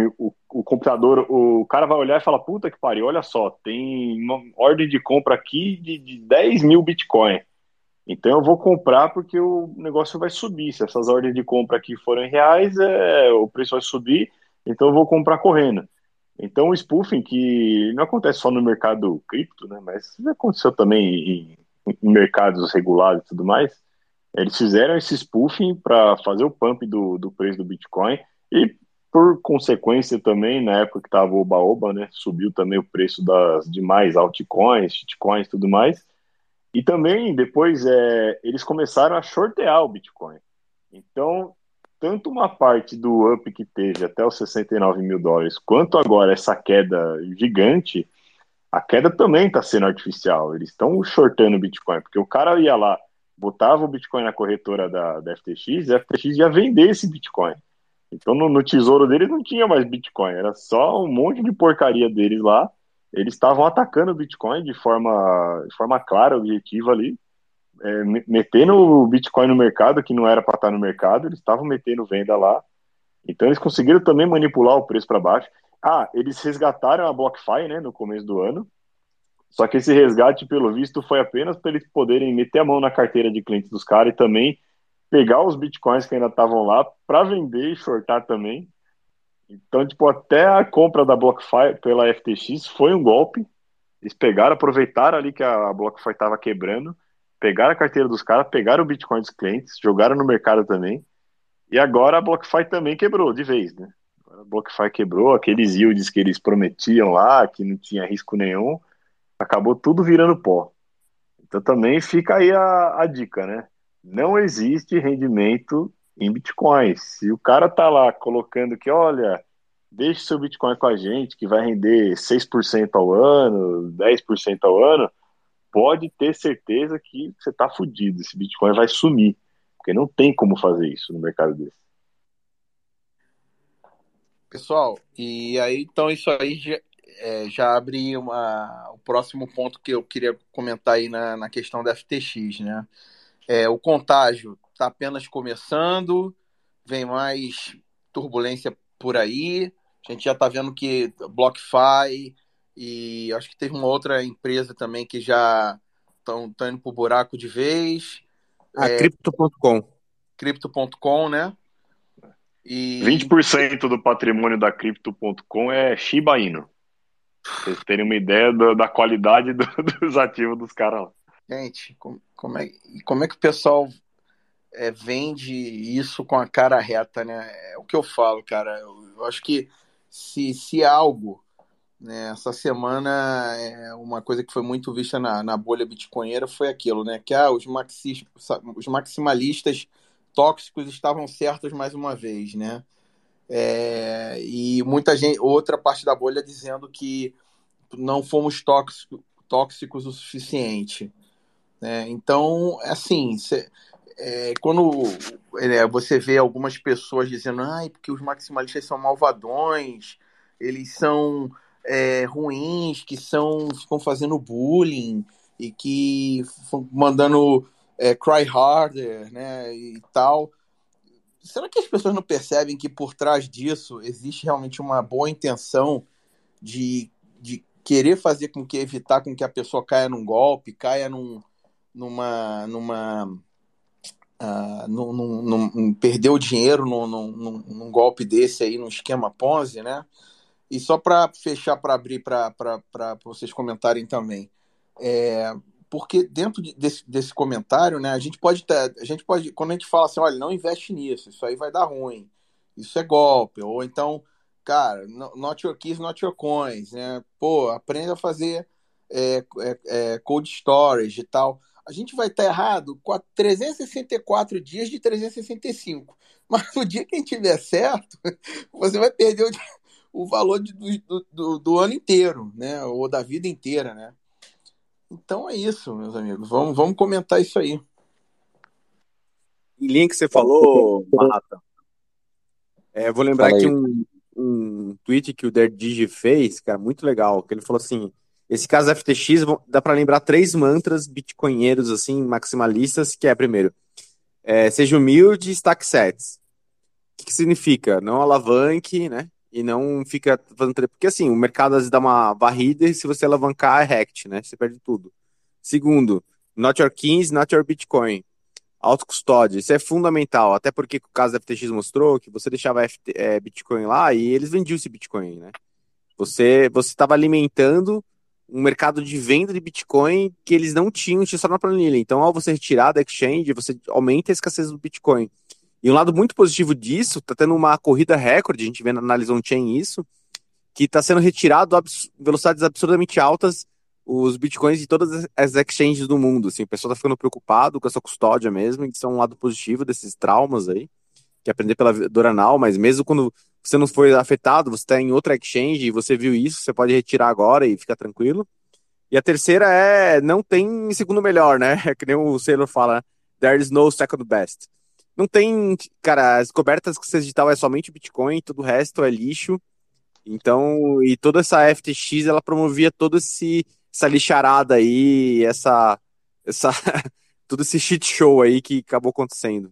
o computador, o cara vai olhar e fala, puta que pariu, olha só, tem uma ordem de compra aqui de 10 mil Bitcoin. Então eu vou comprar porque o negócio vai subir. Se essas ordens de compra aqui forem reais, o preço vai subir, então eu vou comprar correndo. Então o spoofing, que não acontece só no mercado cripto, né, mas já aconteceu também em mercados regulados e tudo mais, eles fizeram esse spoofing para fazer o pump do preço do Bitcoin e, por consequência também, na época que estava o oba-oba, né, subiu também o preço das demais altcoins, shitcoins e tudo mais. E também, depois, eles começaram a shortear o Bitcoin. Então, tanto uma parte do up que teve até os 69 mil dólares, quanto agora essa queda gigante, a queda também está sendo artificial. Eles estão shortando o Bitcoin, porque o cara ia lá, botava o Bitcoin na corretora da FTX, e a FTX ia vender esse Bitcoin. Então, no tesouro deles não tinha mais Bitcoin, era só um monte de porcaria deles lá. Eles estavam atacando o Bitcoin de forma clara, objetiva ali, metendo o Bitcoin no mercado, que não era para estar no mercado, eles estavam metendo venda lá. Então, eles conseguiram também manipular o preço para baixo. Eles resgataram a BlockFi, né, no começo do ano, só que esse resgate, pelo visto, foi apenas para eles poderem meter a mão na carteira de clientes dos caras e também pegar os bitcoins que ainda estavam lá para vender e shortar também. Então, tipo, até a compra da BlockFi pela FTX foi um golpe. Eles pegaram, aproveitaram ali que a BlockFi estava quebrando, pegaram a carteira dos caras, pegaram o Bitcoin dos clientes, jogaram no mercado também. E agora a BlockFi também quebrou de vez, né? Agora a BlockFi quebrou, aqueles yields que eles prometiam lá, que não tinha risco nenhum, acabou tudo virando pó. Então também fica aí a dica, né? Não existe rendimento em Bitcoin. Se o cara tá lá colocando que, olha, deixe seu Bitcoin com a gente, que vai render 6% ao ano, 10% ao ano, pode ter certeza que você tá fudido. Esse Bitcoin vai sumir. Porque não tem como fazer isso no mercado desse.
Pessoal, e aí, então isso aí já abre o próximo ponto que eu queria comentar aí na questão da FTX, né? O contágio está apenas começando, vem mais turbulência por aí. A gente já está vendo que BlockFi e acho que teve uma outra empresa também que já estão indo para o buraco de vez.
Crypto.com.
Crypto.com, né? E
20% do patrimônio da Crypto.com é Shiba Inu. Pra vocês terem uma ideia da qualidade dos ativos dos caras lá.
gente, como é que o pessoal vende isso com a cara reta, né? É o que eu falo, cara. Eu acho que se algo, né, essa semana uma coisa que foi muito vista na bolha bitcoinheira foi aquilo, né? Que os maximalistas tóxicos estavam certos mais uma vez, né? E muita gente, outra parte da bolha dizendo que não fomos tóxicos o suficiente, né? Então, assim, quando você vê algumas pessoas dizendo, ai, porque os maximalistas são malvadões, eles são ruins, que ficam fazendo bullying e que mandando cry harder, né, e tal. Será que as pessoas não percebem que por trás disso existe realmente uma boa intenção de querer fazer com que evitar com que a pessoa caia num golpe, caia perder o dinheiro num golpe desse aí, num esquema Ponzi, né? E só para fechar, para abrir para vocês comentarem também, porque dentro desse comentário, né, a gente pode, quando a gente fala assim, olha, não investe nisso, isso aí vai dar ruim, isso é golpe, ou então, cara, not your keys, not your coins, né? Pô, aprenda a fazer cold storage e tal. A gente vai estar errado 364 dias de 365. Mas no dia que a gente tiver certo, você vai perder o valor do ano inteiro, né? Ou da vida inteira, né? Então é isso, meus amigos. Vamos comentar isso aí.
Em linha que você falou, Marrata, vou lembrar
Fala
aqui
aí.
um tweet que o Derdigi fez, cara, muito legal, que ele falou assim, esse caso FTX, dá para lembrar 3 mantras bitcoinheiros, assim, maximalistas, que é, primeiro, seja humilde, stack sets. O que significa? Não alavanque, né? E não fica fazendo... Porque, assim, o mercado às vezes dá uma varrida e se você alavancar, é rect, né? Você perde tudo. Segundo, not your keys, not your Bitcoin. Autocustódia, isso é fundamental, até porque o caso da FTX mostrou que você deixava Bitcoin lá e eles vendiam esse Bitcoin, né? Você estava alimentando um mercado de venda de Bitcoin que eles não tinham só na planilha. Então, ao você retirar da exchange, você aumenta a escassez do Bitcoin. E um lado muito positivo disso, tá tendo uma corrida recorde, a gente vê na análise on-chain isso, que está sendo retirado a velocidades absurdamente altas os bitcoins de todas as exchanges do mundo. Assim, o pessoal está ficando preocupado com essa custódia mesmo, e isso é um lado positivo desses traumas aí, que é aprender pela dor anal, mas mesmo quando você não foi afetado, você está em outra exchange e você viu isso, você pode retirar agora e ficar tranquilo. E a terceira não tem segundo melhor, né? É que nem o Sailor fala, there is no second best. Não tem, cara, as cobertas que você digital é somente Bitcoin, todo o resto é lixo. Então, e toda essa FTX, ela promovia essa lixarada aí, essa, todo esse shit show aí que acabou acontecendo.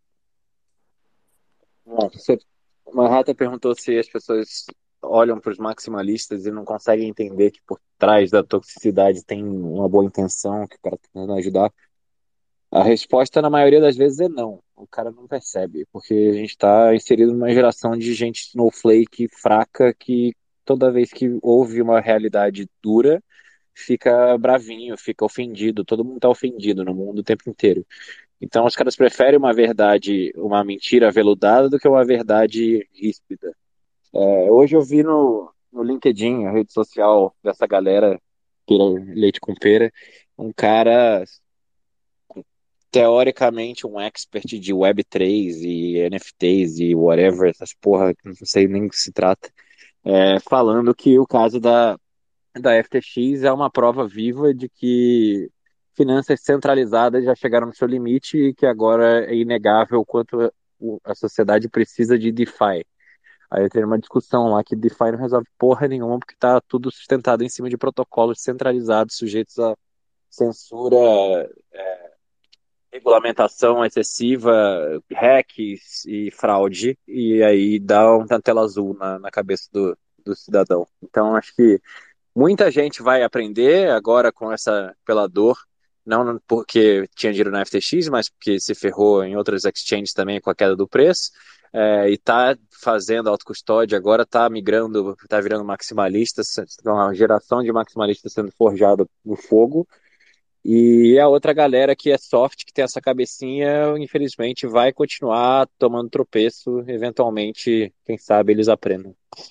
Bom, o Marrata perguntou se as pessoas olham para os maximalistas e não conseguem entender que por trás da toxicidade tem uma boa intenção, que o cara está tentando ajudar. A resposta, na maioria das vezes, é não. O cara não percebe, porque a gente está inserido numa geração de gente snowflake fraca que toda vez que ouve uma realidade dura, fica bravinho, fica ofendido. Todo mundo está ofendido no mundo o tempo inteiro. Então, os caras preferem uma verdade, uma mentira aveludada do que uma verdade ríspida. Hoje eu vi no LinkedIn, a rede social dessa galera, pera, leite com pera, um cara teoricamente um expert de Web3 e NFTs e whatever, essas porra, não sei nem o que se trata, falando que o caso da FTX é uma prova viva de que finanças centralizadas já chegaram no seu limite e que agora é inegável o quanto a sociedade precisa de DeFi. Aí tem uma discussão lá que DeFi não resolve porra nenhuma porque está tudo sustentado em cima de protocolos centralizados sujeitos a censura, regulamentação excessiva, hacks e fraude, e aí dá uma tela azul na cabeça do cidadão. Então, acho que muita gente vai aprender agora com essa pela dor, não porque tinha dinheiro na FTX, mas porque se ferrou em outras exchanges também com a queda do preço, e tá fazendo autocustódia, agora tá migrando, tá virando maximalista, uma geração de maximalistas sendo forjada no fogo, e a outra galera que é soft, que tem essa cabecinha, infelizmente vai continuar tomando tropeço. Eventualmente, quem sabe eles aprendam.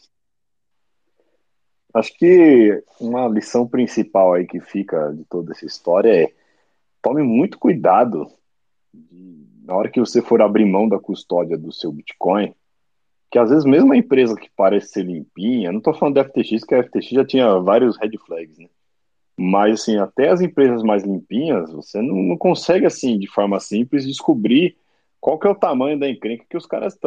Acho que uma lição principal aí que fica de toda essa história é: tome muito cuidado na hora que você for abrir mão da custódia do seu Bitcoin, que às vezes mesmo a empresa que parece ser limpinha, não estou falando da FTX, que a FTX já tinha vários red flags, né? Mas, assim, até as empresas mais limpinhas, você não consegue, assim, de forma simples, descobrir qual que é o tamanho da encrenca que os caras estão.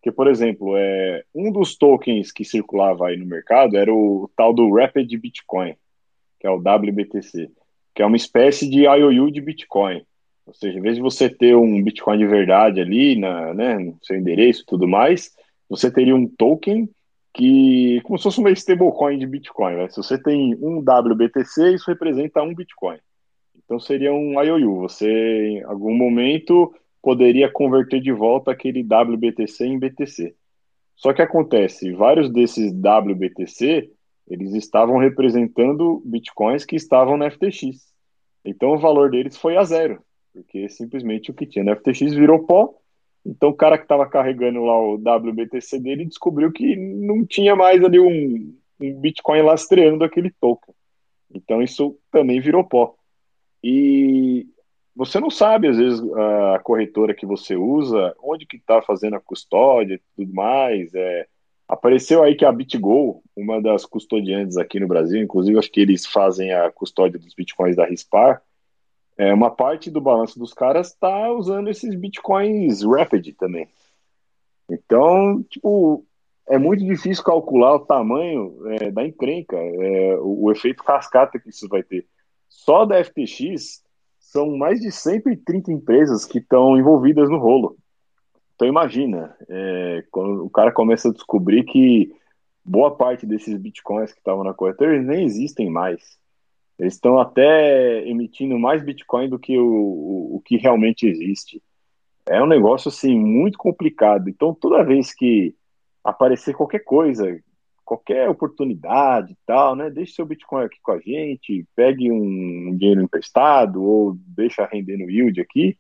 Porque, por exemplo, um dos tokens que circulava aí no mercado era o tal do Rapid Bitcoin, que é o WBTC, que é uma espécie de IOU de Bitcoin. Ou seja, em vez de você ter um Bitcoin de verdade ali né, no seu endereço e tudo mais, você teria um token como se fosse uma stablecoin de Bitcoin. Né? Se você tem um WBTC, isso representa um Bitcoin. Então seria um IOU. Você, em algum momento, poderia converter de volta aquele WBTC em BTC. Só que acontece, vários desses WBTC, eles estavam representando bitcoins que estavam na FTX. Então o valor deles foi a zero, porque simplesmente o que tinha na FTX virou pó. Então o cara que estava carregando lá o WBTC dele descobriu que não tinha mais ali um Bitcoin lastreando aquele token. Então isso também virou pó. E você não sabe, às vezes, a corretora que você usa, onde que está fazendo a custódia e tudo mais. Apareceu aí que a BitGo, uma das custodiantes aqui no Brasil, inclusive acho que eles fazem a custódia dos bitcoins da Rispar, uma parte do balanço dos caras está usando esses bitcoins Rapid também. Então, tipo, é muito difícil calcular o tamanho da encrenca, o efeito cascata que isso vai ter. Só da FTX são mais de 130 empresas que estão envolvidas no rolo. Então imagina, quando o cara começa a descobrir que boa parte desses bitcoins que estavam na corretora eles nem existem mais. Eles estão até emitindo mais bitcoin do que o que realmente existe. É um negócio assim muito complicado. Então, toda vez que aparecer qualquer coisa, qualquer oportunidade e tal, né? Deixe seu Bitcoin aqui com a gente, pegue um dinheiro emprestado ou deixa render no yield aqui.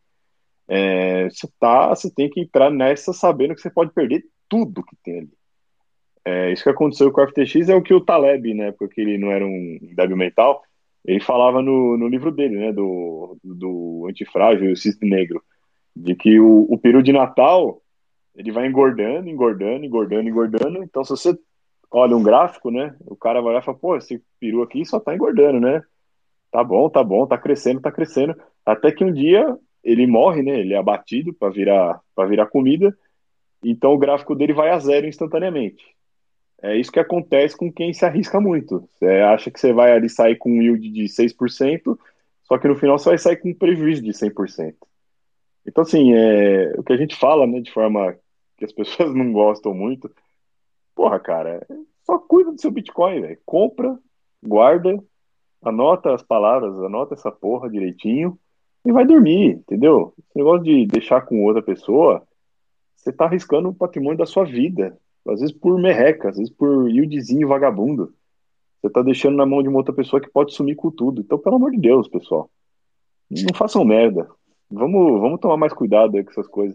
Você tem que entrar nessa sabendo que você pode perder tudo que tem ali. Isso que aconteceu com o FTX é o que o Taleb, né? Porque ele não era um débil mental, ele falava no livro dele, né? Do Antifrágil e o Cisne Negro, de que o peru de Natal ele vai engordando, engordando, engordando, engordando. Então, se você olha um gráfico, né? O cara vai lá e fala, pô, esse peru aqui só tá engordando, né? Tá bom, tá crescendo, tá crescendo. Até que um dia ele morre, né? Ele é abatido para virar comida. Então o gráfico dele vai a zero instantaneamente. É isso que acontece com quem se arrisca muito. Você acha que você vai ali sair com um yield de 6%, só que no final você vai sair com um prejuízo de 100%. Então, assim, o que a gente fala, né, de forma que as pessoas não gostam muito, porra, cara, só cuida do seu Bitcoin, velho. Compra, guarda, anota as palavras, anota essa porra direitinho e vai dormir, entendeu? Esse negócio de deixar com outra pessoa, você tá arriscando o patrimônio da sua vida. Às vezes por merreca, às vezes por yieldzinho vagabundo. Você tá deixando na mão de uma outra pessoa que pode sumir com tudo. Então, pelo amor de Deus, pessoal, não façam merda. Vamos tomar mais cuidado aí com essas coisas.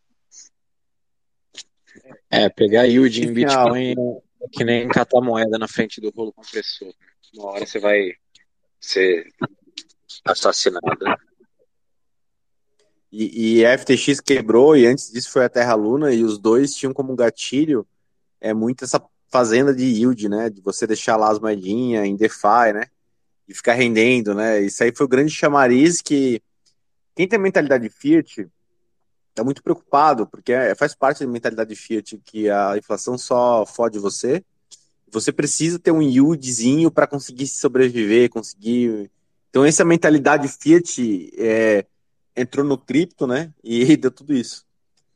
Pegar yield em
Enfim, ah,
Bitcoin é que nem catar moeda na frente do rolo compressor. Uma hora você vai ser assassinado.
e a FTX quebrou, e antes disso foi a Terra Luna, e os dois tinham como gatilho muito essa fazenda de yield, né? De você deixar lá as moedinhas em DeFi, né? E ficar rendendo, né? Isso aí foi o grande chamariz que quem tem mentalidade Fiat tá muito preocupado, porque faz parte da mentalidade Fiat que a inflação só fode você. Você precisa ter um yieldzinho para conseguir sobreviver, conseguir. Então, essa mentalidade Fiat entrou no cripto, né? E deu tudo isso.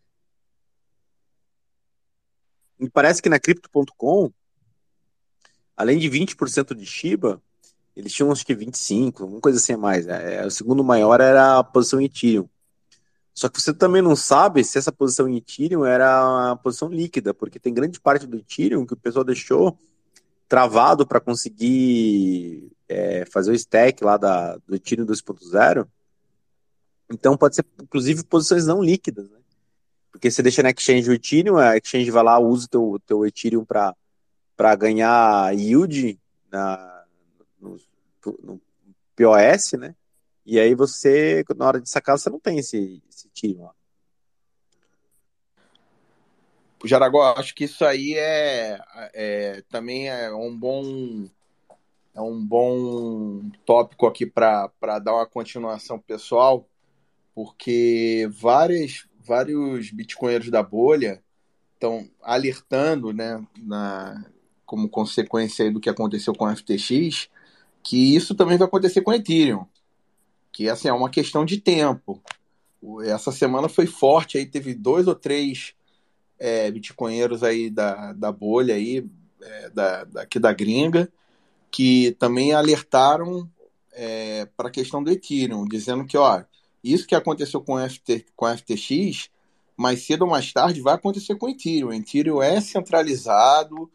E parece que na Crypto.com, além de 20% de Shiba, eles tinham acho que 25%, uma coisa assim a mais. O segundo maior era a posição em Ethereum. Só que você também não sabe se essa posição em Ethereum era uma posição líquida, porque tem grande parte do Ethereum que o pessoal deixou travado para conseguir fazer o stack lá do Ethereum 2.0. Então pode ser, inclusive, posições não líquidas, né? Porque você deixa na exchange o Ethereum, a exchange vai lá, usa o teu Ethereum para ganhar yield no, no POS, né? E aí você, na hora de sacar, você não tem esse Ethereum lá.
Jaraguá, acho que isso aí também é um bom tópico aqui para dar uma continuação pessoal, porque vários bitcoinheiros da bolha estão alertando, né, como consequência aí do que aconteceu com o FTX, que isso também vai acontecer com o Ethereum, que assim, é uma questão de tempo. Essa semana foi forte, aí teve 2 ou 3 bitcoinheiros aí da bolha aí, aqui da gringa, que também alertaram para a questão do Ethereum, dizendo que, ó, isso que aconteceu com a FTX, mais cedo ou mais tarde vai acontecer com o Ethereum. O Ethereum é centralizado,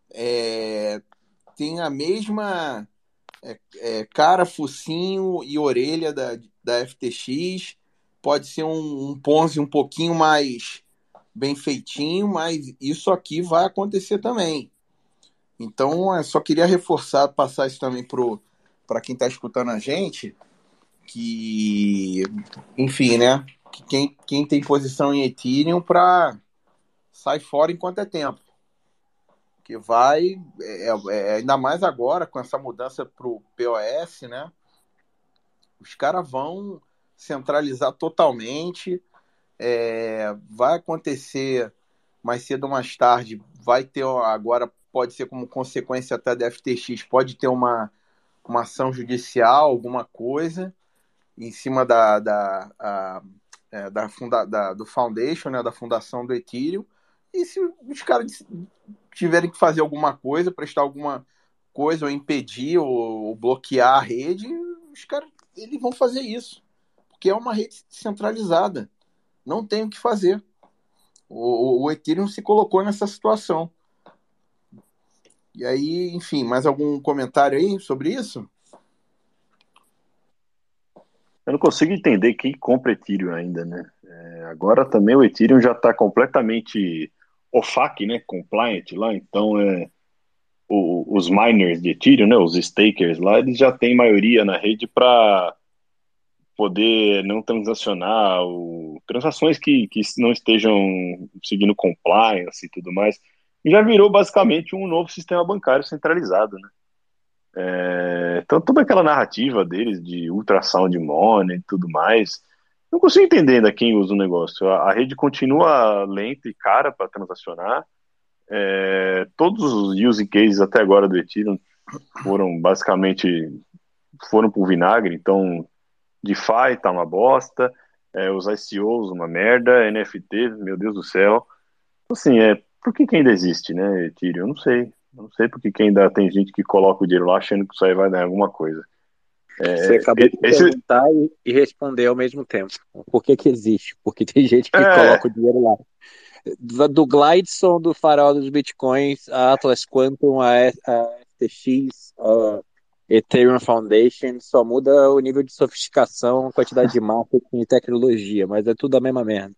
tem a mesma cara, focinho e orelha da FTX, pode ser um Ponzi um pouquinho mais bem feitinho, mas isso aqui vai acontecer também. Então, eu só queria reforçar, passar isso também para quem está escutando a gente, que, enfim, né? Que quem tem posição em Ethereum para sair fora enquanto é tempo. Que vai, ainda mais agora, com essa mudança para o POS, né? Os caras vão centralizar totalmente. Vai acontecer mais cedo ou mais tarde, vai ter agora, pode ser como consequência até da FTX, pode ter uma ação judicial, alguma coisa, em cima do Foundation, né, da fundação do Ethereum, e se os caras tiverem que fazer alguma coisa, prestar alguma coisa, ou impedir, ou bloquear a rede, os caras eles vão fazer isso, porque é uma rede centralizada, não tem o que fazer. O Ethereum se colocou nessa situação. E aí, enfim, mais algum comentário aí sobre isso?
Eu não consigo entender quem compra Ethereum ainda, né? Agora também o Ethereum já está completamente OFAC, né? Compliant lá, então os miners de Ethereum, né? Os stakers lá, eles já têm maioria na rede para poder não transacionar transações que não estejam seguindo compliance e tudo mais. E já virou basicamente um novo sistema bancário centralizado, né? Então toda aquela narrativa deles de ultrasound money e tudo mais, não consigo entender ainda quem usa o negócio. A rede continua lenta e cara para transacionar. Todos os use cases até agora do Ethereum foram basicamente pro vinagre, então DeFi tá uma bosta, os ICOs uma merda, NFT, meu Deus do céu. Assim, por que ainda existe, né, Ethereum? Eu não sei. Eu não sei por que ainda tem gente que coloca o dinheiro lá achando que isso aí vai dar alguma coisa.
Você acabou de
Esse,
perguntar e responder ao mesmo tempo. Por que existe? Porque tem gente que
é,
coloca o dinheiro lá. Do Glideson, do Farol dos Bitcoins, a Atlas Quantum, a FTX, a Ethereum Foundation, só muda o nível de sofisticação, a quantidade de marketing e tecnologia, mas é tudo a mesma merda.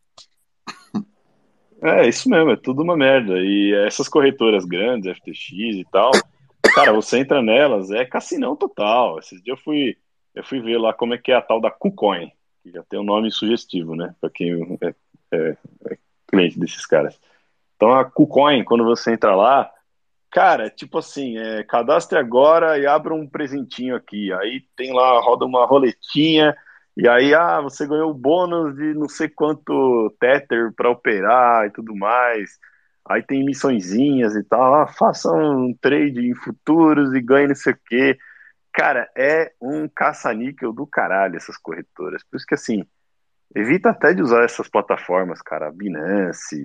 isso mesmo, é tudo uma merda. E essas corretoras grandes, FTX e tal, cara, você entra nelas, é cassinão total. Esses dias eu fui ver lá como é que é a tal da KuCoin, que já tem um nome sugestivo, né, para quem é cliente desses caras. Então a KuCoin, quando você entra lá, cara, tipo assim, cadastre agora e abra um presentinho aqui. Aí tem lá, roda uma roletinha, e aí, você ganhou o bônus de não sei quanto Tether para operar e tudo mais. Aí tem missõezinhas e tal. Faça um trade em futuros e ganhe não sei o quê. Cara, é um caça-níquel do caralho essas corretoras. Por isso que, assim, evita até de usar essas plataformas, cara. Binance,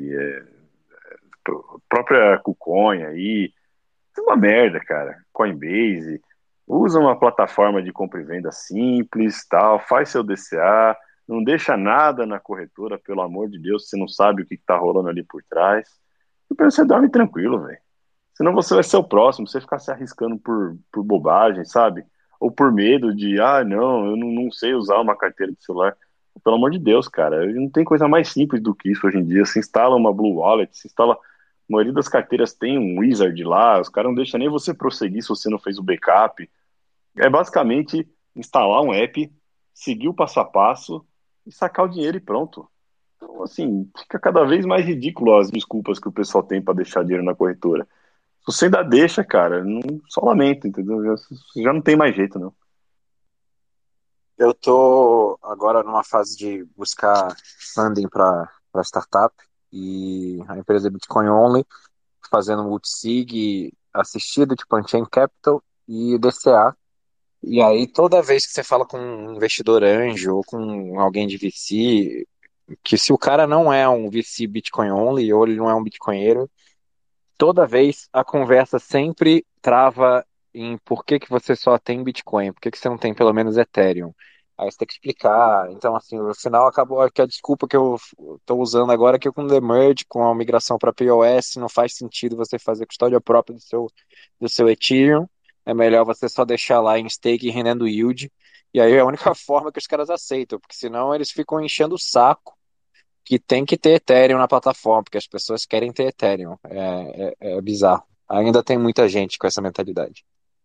própria KuCoin aí. É uma merda, cara. Coinbase. Usa uma plataforma de compra e venda simples, tal. Faz seu DCA. Não deixa nada na corretora, pelo amor de Deus. Você não sabe o que tá rolando ali por trás. E depois você dorme tranquilo, velho. Senão você vai ser o próximo. Você ficar se arriscando por bobagem, sabe? Ou por medo de, não, eu não sei usar uma carteira de celular. Pelo amor de Deus, cara. Não tem coisa mais simples do que isso hoje em dia. Se instala uma Blue Wallet, se instala. A maioria das carteiras tem um wizard lá, os caras não deixam nem você prosseguir se você não fez o backup. É basicamente instalar um app, seguir o passo a passo e sacar o dinheiro e pronto. Então, assim, fica cada vez mais ridículo as desculpas que o pessoal tem para deixar dinheiro na corretora. Se você ainda deixa, cara, só lamento, entendeu? Já não tem mais jeito, não.
Eu tô agora numa fase de buscar funding para startup. e a empresa Bitcoin Only, fazendo multisig assistido, tipo Unchained Capital e DCA. E aí, toda vez que você fala com um investidor anjo ou com alguém de VC, que se o cara não é um VC Bitcoin Only ou ele não é um bitcoinheiro, toda vez a conversa sempre trava em por que que você só tem Bitcoin, por que que você não tem pelo menos Ethereum. Aí você tem que explicar. Então, assim, no final acabou que a desculpa que eu estou usando agora é que com o Demerge, com a migração para POS, não faz sentido você fazer custódia própria do seu Ethereum. É melhor você só deixar lá em stake e rendendo yield. E aí é a única forma que os caras aceitam, porque senão eles ficam enchendo o saco que tem que ter Ethereum na plataforma, porque as pessoas querem ter Ethereum. É bizarro. Ainda tem muita gente com essa mentalidade.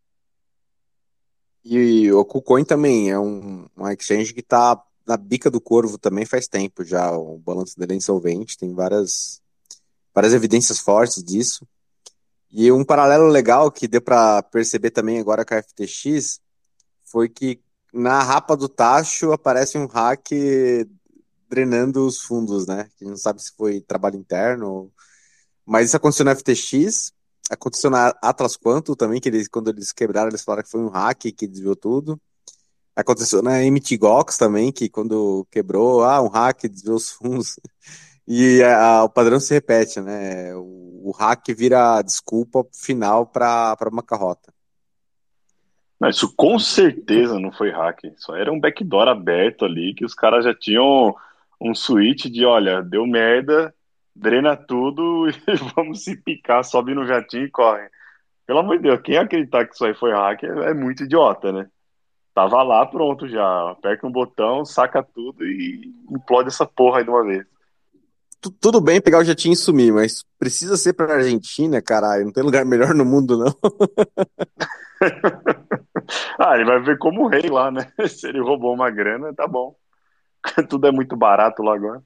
E o KuCoin também é uma exchange que está na bica do corvo também faz tempo já. O balanço dele é insolvente, tem várias evidências fortes disso. E um paralelo legal que deu para perceber também agora com a FTX foi que na rapa do tacho aparece um hack drenando os fundos, né? Que não sabe se foi trabalho interno, mas isso aconteceu na FTX, aconteceu na Atlas Quantum também, que quando eles quebraram, eles falaram que foi um hack que desviou tudo. Aconteceu na MTGOX também, que quando quebrou, um hack desviou os fundos. E o padrão se repete, né? O hack vira a desculpa final para uma carrota.
Não, isso com certeza não foi hack. Só era um backdoor aberto ali que os caras já tinham um switch de, olha, deu merda, drena tudo e vamos se picar, sobe no jatinho e corre. Pelo amor de Deus, quem acreditar que isso aí foi hack é muito idiota, né? Tava lá pronto já. Aperta um botão, saca tudo e implode essa porra aí de uma vez.
Tudo bem pegar o jetinho e sumir, mas precisa ser pra Argentina, caralho. Não tem lugar melhor no mundo, não.
Ele vai ver como rei lá, né? Se ele roubou uma grana, tá bom. Tudo é muito barato lá agora.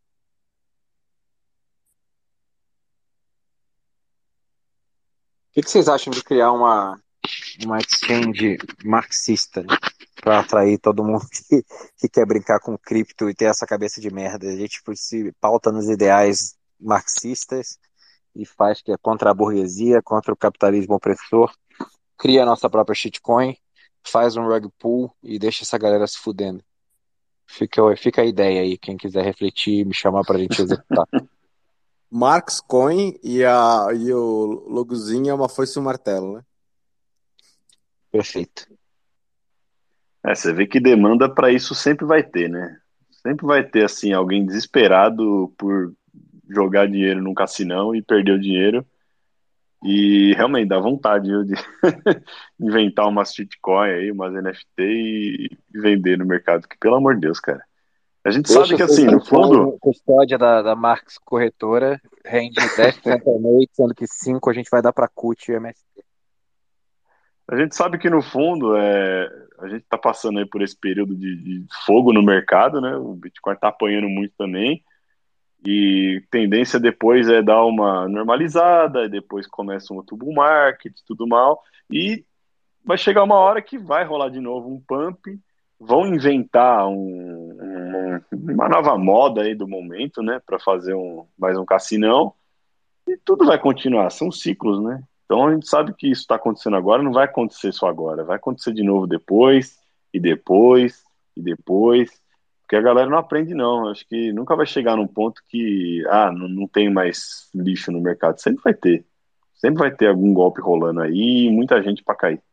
O que vocês acham de criar uma exchange marxista, né? Para atrair todo mundo que quer brincar com cripto e ter essa cabeça de merda? A gente tipo, se pauta nos ideais marxistas e faz que é contra a burguesia, contra o capitalismo opressor, cria a nossa própria shitcoin, faz um rug pull e deixa essa galera se fudendo. Fica a ideia aí, quem quiser refletir, me chamar pra gente executar.
Marx Coin e o logozinho é uma foice e um martelo, né?
Perfeito.
Você vê que demanda para isso sempre vai ter, né? Sempre vai ter, assim, alguém desesperado por jogar dinheiro num cassinão e perder o dinheiro. E realmente dá vontade, viu, de inventar umas shitcoin aí, umas NFT e vender no mercado. Que, pelo amor de Deus, cara. A gente sabe
Deixa o
que,
seu
assim, no fundo,
shitcoin custódia da Marx Corretora, rende 10% ao mês, sendo que 5% a gente vai dar pra CUT e MST.
a gente sabe que no fundo a gente está passando aí por esse período de fogo no mercado, né? O Bitcoin está apanhando muito também. E tendência depois é dar uma normalizada, e depois começa um outro bull market, tudo mal. E vai chegar uma hora que vai rolar de novo um pump, vão inventar uma nova moda aí do momento, né, para fazer mais um cassinão, e tudo vai continuar, são ciclos, né? Então a gente sabe que isso está acontecendo agora, não vai acontecer só agora, vai acontecer de novo depois, e depois, e depois, porque a galera não aprende não, acho que nunca vai chegar num ponto que, não tem mais lixo no mercado, sempre vai ter algum golpe rolando aí, e muita gente para cair.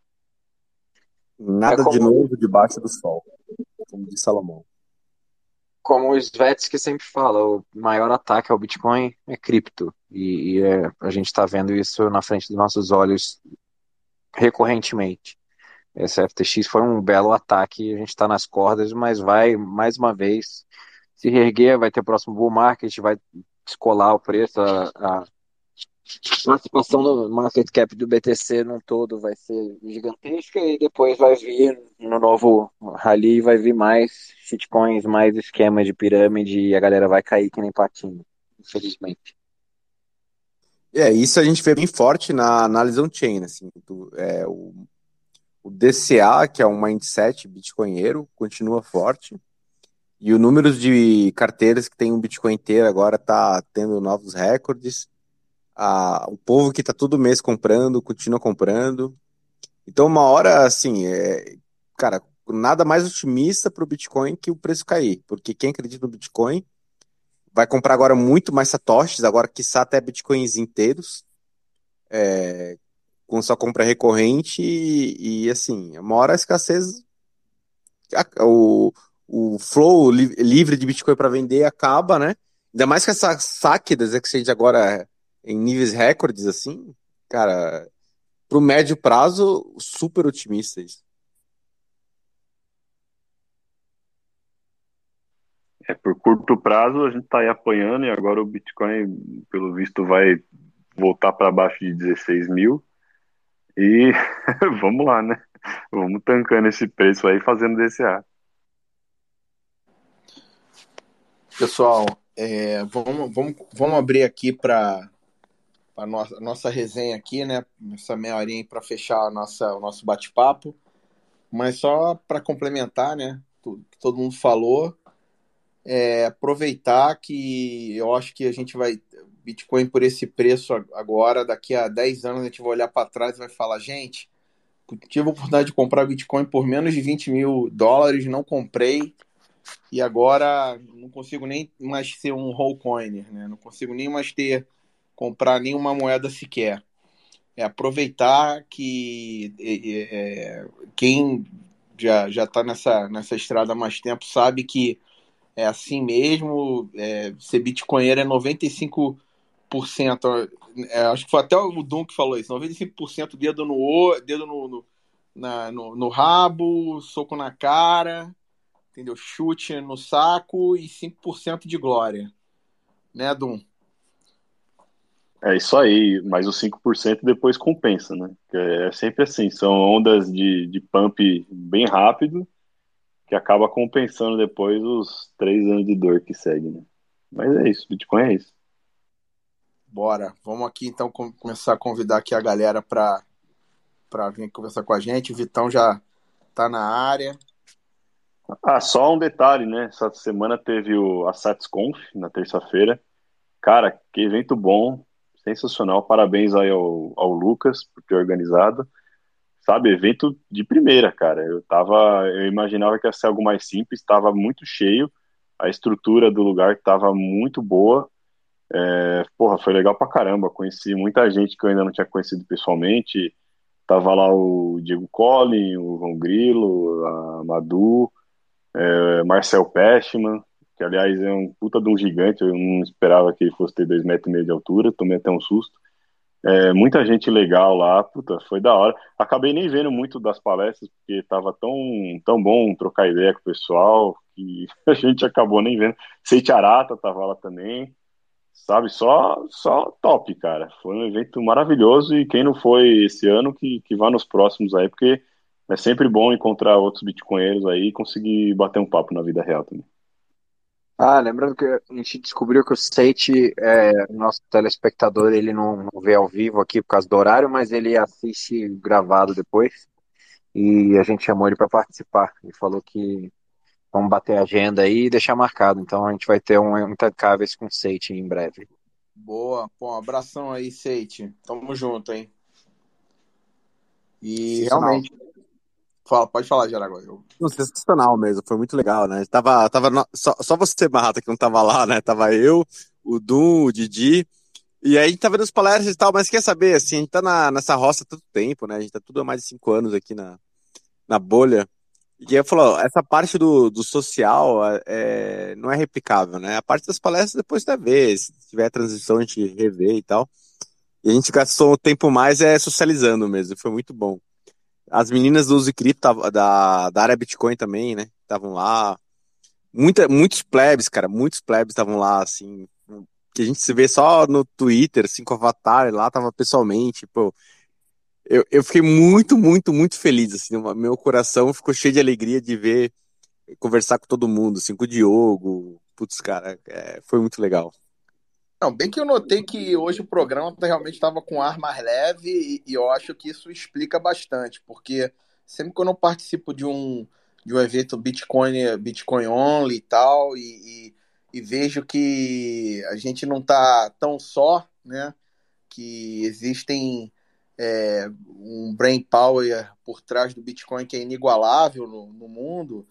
É
Nada de
como,
novo debaixo do sol, como diz Salomão.
como os vets que sempre falam, o maior ataque ao Bitcoin é cripto. A gente está vendo isso na frente dos nossos olhos recorrentemente. Esse FTX foi um belo ataque, a gente está nas cordas, mas vai, mais uma vez, se reerguer, vai ter o próximo bull market, vai descolar o preço, a participação no market cap do BTC num todo vai ser gigantesca e depois vai vir no novo rally, vai vir mais shitcoins, mais esquema de pirâmide e a galera vai cair que nem patinho, infelizmente.
Isso a gente vê bem forte na análise on-chain, assim, o DCA, que é um mindset bitcoinheiro, continua forte. E o número de carteiras que tem um Bitcoin inteiro agora tá tendo novos recordes. O povo que tá todo mês comprando, continua comprando. Então, uma hora, assim, cara, nada mais otimista para o Bitcoin que o preço cair. Porque quem acredita no Bitcoin vai comprar agora muito mais satoshis, agora quiçá até Bitcoins inteiros, com sua compra recorrente assim, uma hora a escassez, o flow livre de Bitcoin para vender acaba, né? Ainda mais que essa saque das exchanges agora em níveis recordes, assim, cara, pro médio prazo, super otimista isso.
Por curto prazo a gente está aí apanhando e agora o Bitcoin, pelo visto, vai voltar para baixo de 16 mil. E vamos lá, né? Vamos tancando esse preço aí, fazendo DCA.
Pessoal, vamos abrir aqui para a nossa resenha aqui, né? Essa meia horinha para fechar o nosso bate-papo. Mas só para complementar, né? Tudo que todo mundo falou, aproveitar que eu acho que a gente vai. Bitcoin por esse preço agora, daqui a 10 anos a gente vai olhar para trás e vai falar, gente, tive a oportunidade de comprar Bitcoin por menos de $20 mil, não comprei, e agora não consigo nem mais ser um whole coiner, né? Não consigo nem mais comprar nenhuma moeda sequer. Aproveitar que quem já está nessa estrada há mais tempo sabe que é assim mesmo, ser bitcoinheiro é 95%, acho que foi até o Dum que falou isso, 95% dedo no rabo, soco na cara, entendeu? Chute no saco e 5% de glória, né, Dum?
É isso aí, mas os 5% depois compensa, né? Que é sempre assim, são ondas de pump bem rápido, que acaba compensando depois os 3 anos de dor que segue, né? Mas é isso, Bitcoin é isso.
Bora, vamos aqui então começar a convidar aqui a galera para vir conversar com a gente. O Vitão já tá na área.
Só um detalhe, né? Essa semana teve a SatisConf, na terça-feira. Cara, que evento bom, sensacional. Parabéns aí ao Lucas por ter organizado. Sabe, evento de primeira, cara. Eu imaginava que ia ser algo mais simples, estava muito cheio, a estrutura do lugar estava muito boa. Porra, foi legal pra caramba. Conheci muita gente que eu ainda não tinha conhecido pessoalmente. Tava lá o Diego Collin, o João Grilo, a Madu, Marcel Pechman, que aliás é um puta de um gigante. Eu não esperava que ele fosse ter 2,5 metros de altura, tomei até um susto. Muita gente legal lá, puta, foi da hora. Acabei nem vendo muito das palestras, porque tava tão bom trocar ideia com o pessoal, que a gente acabou nem vendo. Seiti Arata tava lá também, sabe? Só top, cara. Foi um evento maravilhoso e quem não foi esse ano, que vá nos próximos aí, porque é sempre bom encontrar outros bitcoinheiros aí e conseguir bater um papo na vida real também.
Lembrando que a gente descobriu que o State, nosso telespectador, ele não vê ao vivo aqui por causa do horário, mas ele assiste gravado depois. E a gente chamou ele para participar. Ele falou que vamos bater a agenda aí e deixar marcado. Então a gente vai ter um Intancáveis com o State em breve.
Boa, pô, um abração aí, Seite. Tamo junto, hein? E
Sensacional.
realmente, pode falar, Jaraguá.
Sensacional mesmo, foi muito legal, né? Só você, Marrata, que não tava lá, né? Tava eu, o Dum, o Didi, e aí a gente tá vendo os palestras e tal, mas quer saber, assim, a gente tá nessa roça há tanto tempo, né? A gente tá tudo há mais de 5 anos aqui na bolha, e aí falou, essa parte do social não é replicável, né? A parte das palestras depois você vai ver, se tiver transição a gente rever e tal, e a gente gastou o tempo mais socializando mesmo, foi muito bom. As meninas do Uzi Cripto da área Bitcoin também, né? Estavam lá. Muitos plebs, cara, muitos plebs estavam lá, assim, que a gente se vê só no Twitter, assim, com o avatar, lá tava pessoalmente, pô. Eu fiquei muito, muito, muito feliz, assim, meu coração ficou cheio de alegria de ver, conversar com todo mundo, assim, com o Diogo, putz, cara, foi muito legal.
Não, bem que eu notei que hoje o programa realmente estava com ar mais leve e eu acho que isso explica bastante, porque sempre quando eu participo de um evento Bitcoin Only e tal, e vejo que a gente não está tão só, né? Que existem um brain power por trás do Bitcoin que é inigualável no mundo,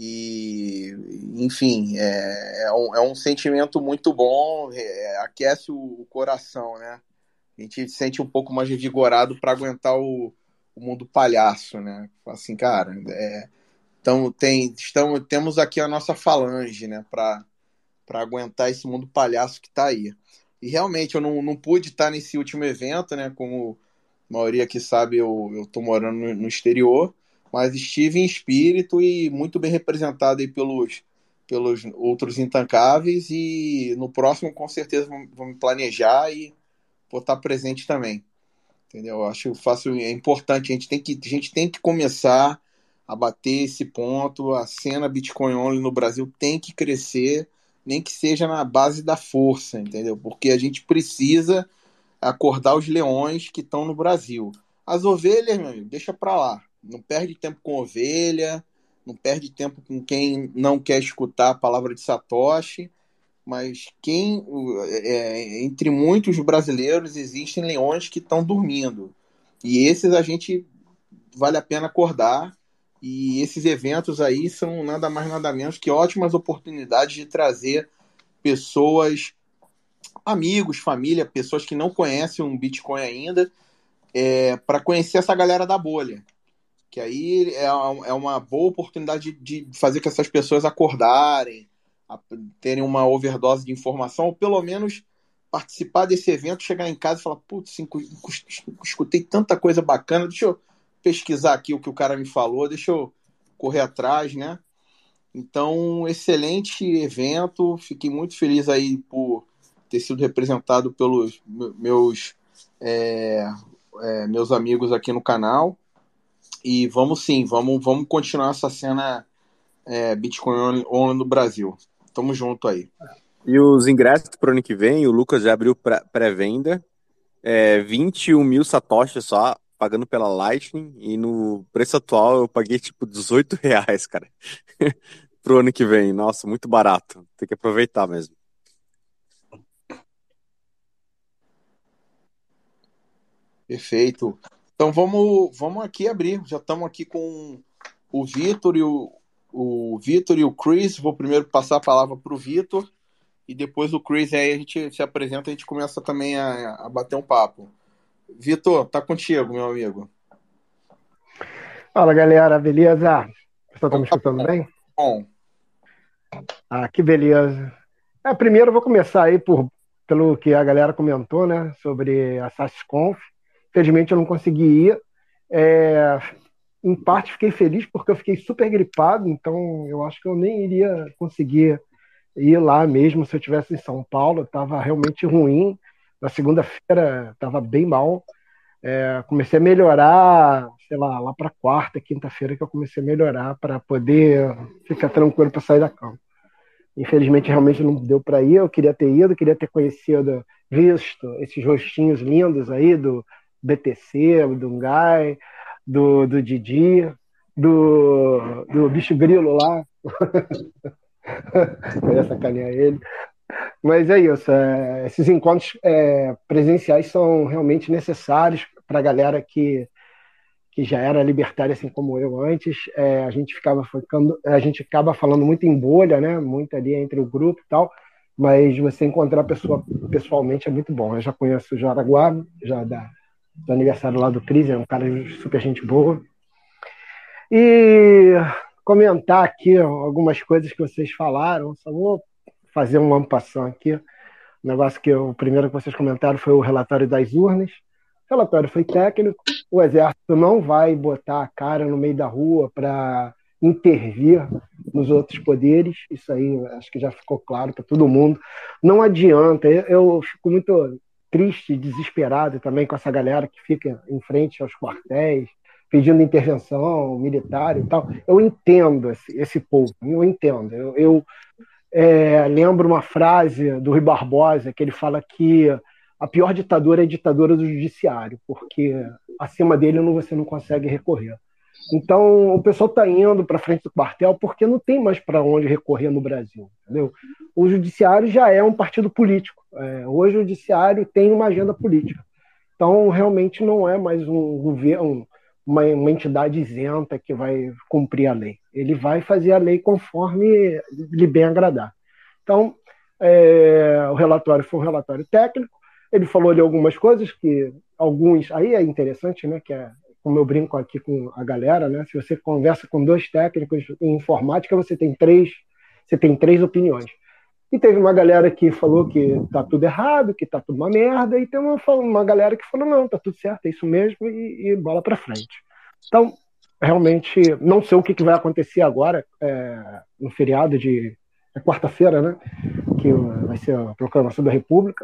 e enfim, é um sentimento muito bom, aquece o coração, né? A gente se sente um pouco mais revigorado para aguentar o mundo palhaço, né? Assim, cara, então temos aqui a nossa falange, né, para aguentar esse mundo palhaço que está aí. E realmente eu não pude estar nesse último evento, né? Como a maioria aqui sabe, eu estou morando no exterior, mas estive em espírito e muito bem representado aí pelos outros intancáveis, e no próximo com certeza vou me planejar e vou estar presente também. Entendeu? Eu acho é importante, a gente tem que começar a bater esse ponto. A cena Bitcoin Only no Brasil tem que crescer, nem que seja na base da força, entendeu? Porque a gente precisa acordar os leões que estão no Brasil. As ovelhas, meu amigo, deixa pra lá. Não perde tempo com ovelha, não perde tempo com quem não quer escutar a palavra de Satoshi, mas entre muitos brasileiros existem leões que estão dormindo. E esses a gente vale a pena acordar. E esses eventos aí são nada mais nada menos que ótimas oportunidades de trazer pessoas, amigos, família, pessoas que não conhecem um Bitcoin ainda, para conhecer essa galera da bolha. Que aí é uma boa oportunidade de fazer que essas pessoas acordarem, terem uma overdose de informação, ou pelo menos participar desse evento, chegar em casa e falar, putz, escutei tanta coisa bacana, deixa eu pesquisar aqui o que o cara me falou, deixa eu correr atrás, né? Então, excelente evento, fiquei muito feliz aí por ter sido representado pelos meus amigos aqui no canal, e vamos continuar essa cena Bitcoin Only no Brasil. Tamo junto aí.
E os ingressos pro ano que vem, o Lucas já abriu pré-venda. 21 mil satoshis só, pagando pela Lightning. E no preço atual eu paguei tipo R$18, cara. Pro ano que vem. Nossa, muito barato. Tem que aproveitar mesmo.
Perfeito. Então vamos aqui abrir. Já estamos aqui com o Vitor e o Vitor e o Chris. Vou primeiro passar a palavra para o Vitor e depois o Chris, aí a gente se apresenta, a gente começa também a bater um papo. Vitor, tá contigo, meu amigo.
Fala, galera, beleza? Você tá me escutando bem?
Bom.
Que beleza. Primeiro eu vou começar aí pelo que a galera comentou, né, sobre a SaaSconf. Infelizmente eu não consegui ir. Em parte fiquei feliz porque eu fiquei super gripado, então eu acho que eu nem iria conseguir ir lá mesmo se eu estivesse em São Paulo. Estava realmente ruim. Na segunda-feira estava bem mal. Comecei a melhorar, sei lá para quarta, quinta-feira que eu comecei a melhorar para poder ficar tranquilo para sair da cama. Infelizmente, realmente não deu para ir. Eu queria ter ido, queria ter conhecido, visto esses rostinhos lindos aí do BTC, do Ngai, do Didi, do bicho grilo lá. Eu ia sacanear ele. Mas é isso. Esses encontros presenciais são realmente necessários para a galera que já era libertária, assim como eu antes. A gente acaba falando muito em bolha, né? Muito ali entre o grupo e tal, mas você encontrar a pessoa pessoalmente é muito bom. Eu já conheço o Jaraguá, já do aniversário lá do Cris, é um cara super gente boa. E comentar aqui algumas coisas que vocês falaram, só vou fazer uma ampassão aqui. O negócio o primeiro que vocês comentaram foi o relatório das urnas. O relatório foi técnico, o Exército não vai botar a cara no meio da rua para intervir nos outros poderes, isso aí acho que já ficou claro para todo mundo. Não adianta, eu fico muito triste, desesperado também com essa galera que fica em frente aos quartéis, pedindo intervenção militar e tal. Eu entendo esse povo, eu entendo. Eu lembro uma frase do Rui Barbosa, que ele fala que a pior ditadura é a ditadura do judiciário, porque acima dele você não consegue recorrer. Então, o pessoal está indo para frente do quartel porque não tem mais para onde recorrer no Brasil, entendeu? O judiciário já é um partido político. Hoje o judiciário tem uma agenda política. Então, realmente não é mais um governo, uma entidade isenta que vai cumprir a lei. Ele vai fazer a lei conforme lhe bem agradar. Então, o relatório foi um relatório técnico. Ele falou de algumas coisas que alguns... Aí é interessante, né? Que como eu brinco aqui com a galera, né? Se você conversa com dois técnicos em informática, você tem três opiniões. E teve uma galera que falou que tá tudo errado, que tá tudo uma merda, e tem uma galera que falou, não, tá tudo certo, é isso mesmo, e bola pra frente. Então, realmente, não sei o que vai acontecer agora, no feriado de quarta-feira, né? Que vai ser a proclamação da República.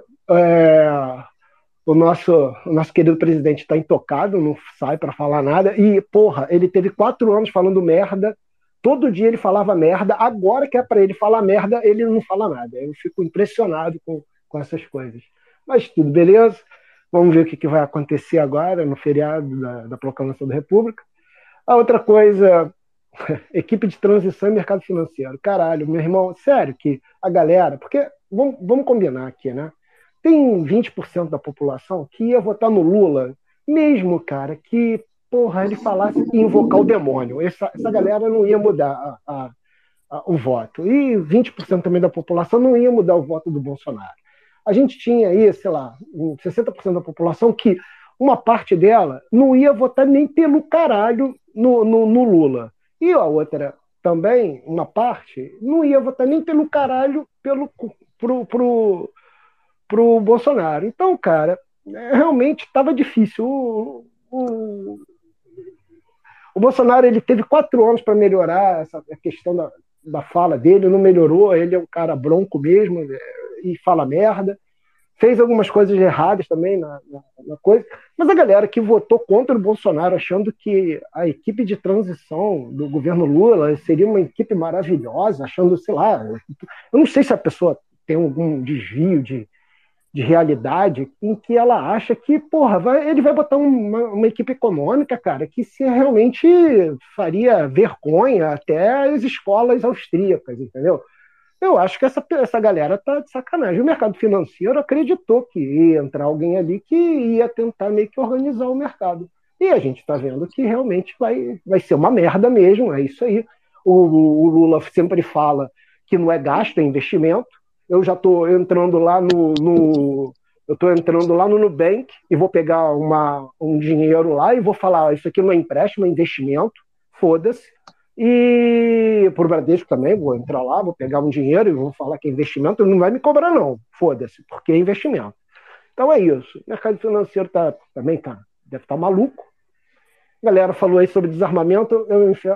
O nosso querido presidente está intocado, não sai para falar nada, e, porra, ele teve 4 anos falando merda. Todo dia ele falava merda, agora que é para ele falar merda, ele não fala nada. Eu fico impressionado com essas coisas. Mas tudo beleza, vamos ver o que vai acontecer agora no feriado da proclamação da República. A outra coisa, equipe de transição e mercado financeiro. Caralho, meu irmão, sério que a galera... Porque, vamos combinar aqui, né? Tem 20% da população que ia votar no Lula, mesmo, cara, que... porra, ele falasse em invocar o demônio. Essa galera não ia mudar o voto. E 20% também da população não ia mudar o voto do Bolsonaro. A gente tinha aí, sei lá, 60% da população que uma parte dela não ia votar nem pelo caralho no Lula. E a outra também, uma parte, não ia votar nem pelo caralho pro Bolsonaro. Então, cara, realmente estava difícil. O Bolsonaro ele teve 4 anos para melhorar a questão da fala dele, não melhorou, ele é um cara bronco mesmo e fala merda. Fez algumas coisas erradas também na coisa, mas a galera que votou contra o Bolsonaro, achando que a equipe de transição do governo Lula seria uma equipe maravilhosa, achando, sei lá, eu não sei se a pessoa tem algum desvio de realidade em que ela acha que, porra, ele vai botar uma equipe econômica, cara, que se realmente faria vergonha até as escolas austríacas, entendeu? Eu acho que essa galera tá de sacanagem. O mercado financeiro acreditou que ia entrar alguém ali que ia tentar meio que organizar o mercado. E a gente está vendo que realmente vai ser uma merda mesmo, é isso aí. O Lula sempre fala que não é gasto, é investimento. Eu já estou entrando lá eu estou entrando lá no Nubank e vou pegar um dinheiro lá e vou falar, isso aqui não é empréstimo, é investimento, foda-se. E por Bradesco também, vou entrar lá, vou pegar um dinheiro e vou falar que é investimento, não vai me cobrar não, foda-se, porque é investimento. Então é isso. O mercado financeiro também deve estar maluco. A galera falou aí sobre desarmamento,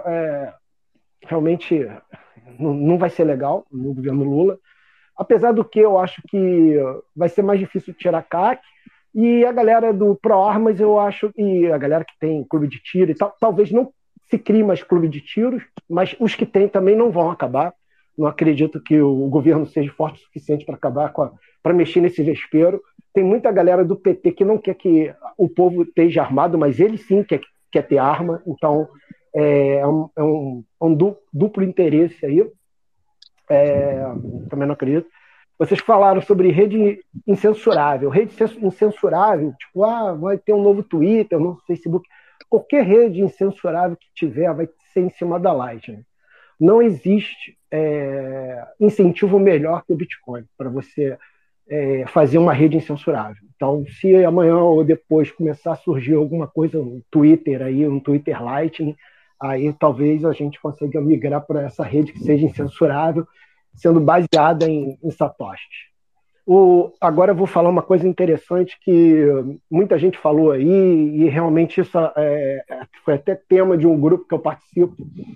realmente não vai ser legal no governo Lula. Apesar do que eu acho que vai ser mais difícil tirar CAC, e a galera do Pró-Armas, eu acho, e a galera que tem clube de tiro e tal, talvez não se crie mais clube de tiros, mas os que tem também não vão acabar. Não acredito que o governo seja forte o suficiente para acabar para mexer nesse vespeiro. Tem muita galera do PT que não quer que o povo esteja armado, mas ele sim quer ter arma, então é um duplo interesse aí. Também não acredito. Vocês falaram sobre rede incensurável. Rede incensurável, tipo, vai ter um novo Twitter, um novo Facebook. Qualquer rede incensurável que tiver vai ser em cima da Lightning. Não existe incentivo melhor que o Bitcoin para você fazer uma rede incensurável. Então, se amanhã ou depois começar a surgir alguma coisa, um Twitter Lightning, aí talvez a gente consiga migrar para essa rede que seja incensurável, sendo baseada em satoshis. Agora eu vou falar uma coisa interessante que muita gente falou aí, e realmente isso foi até tema de um grupo que eu participo,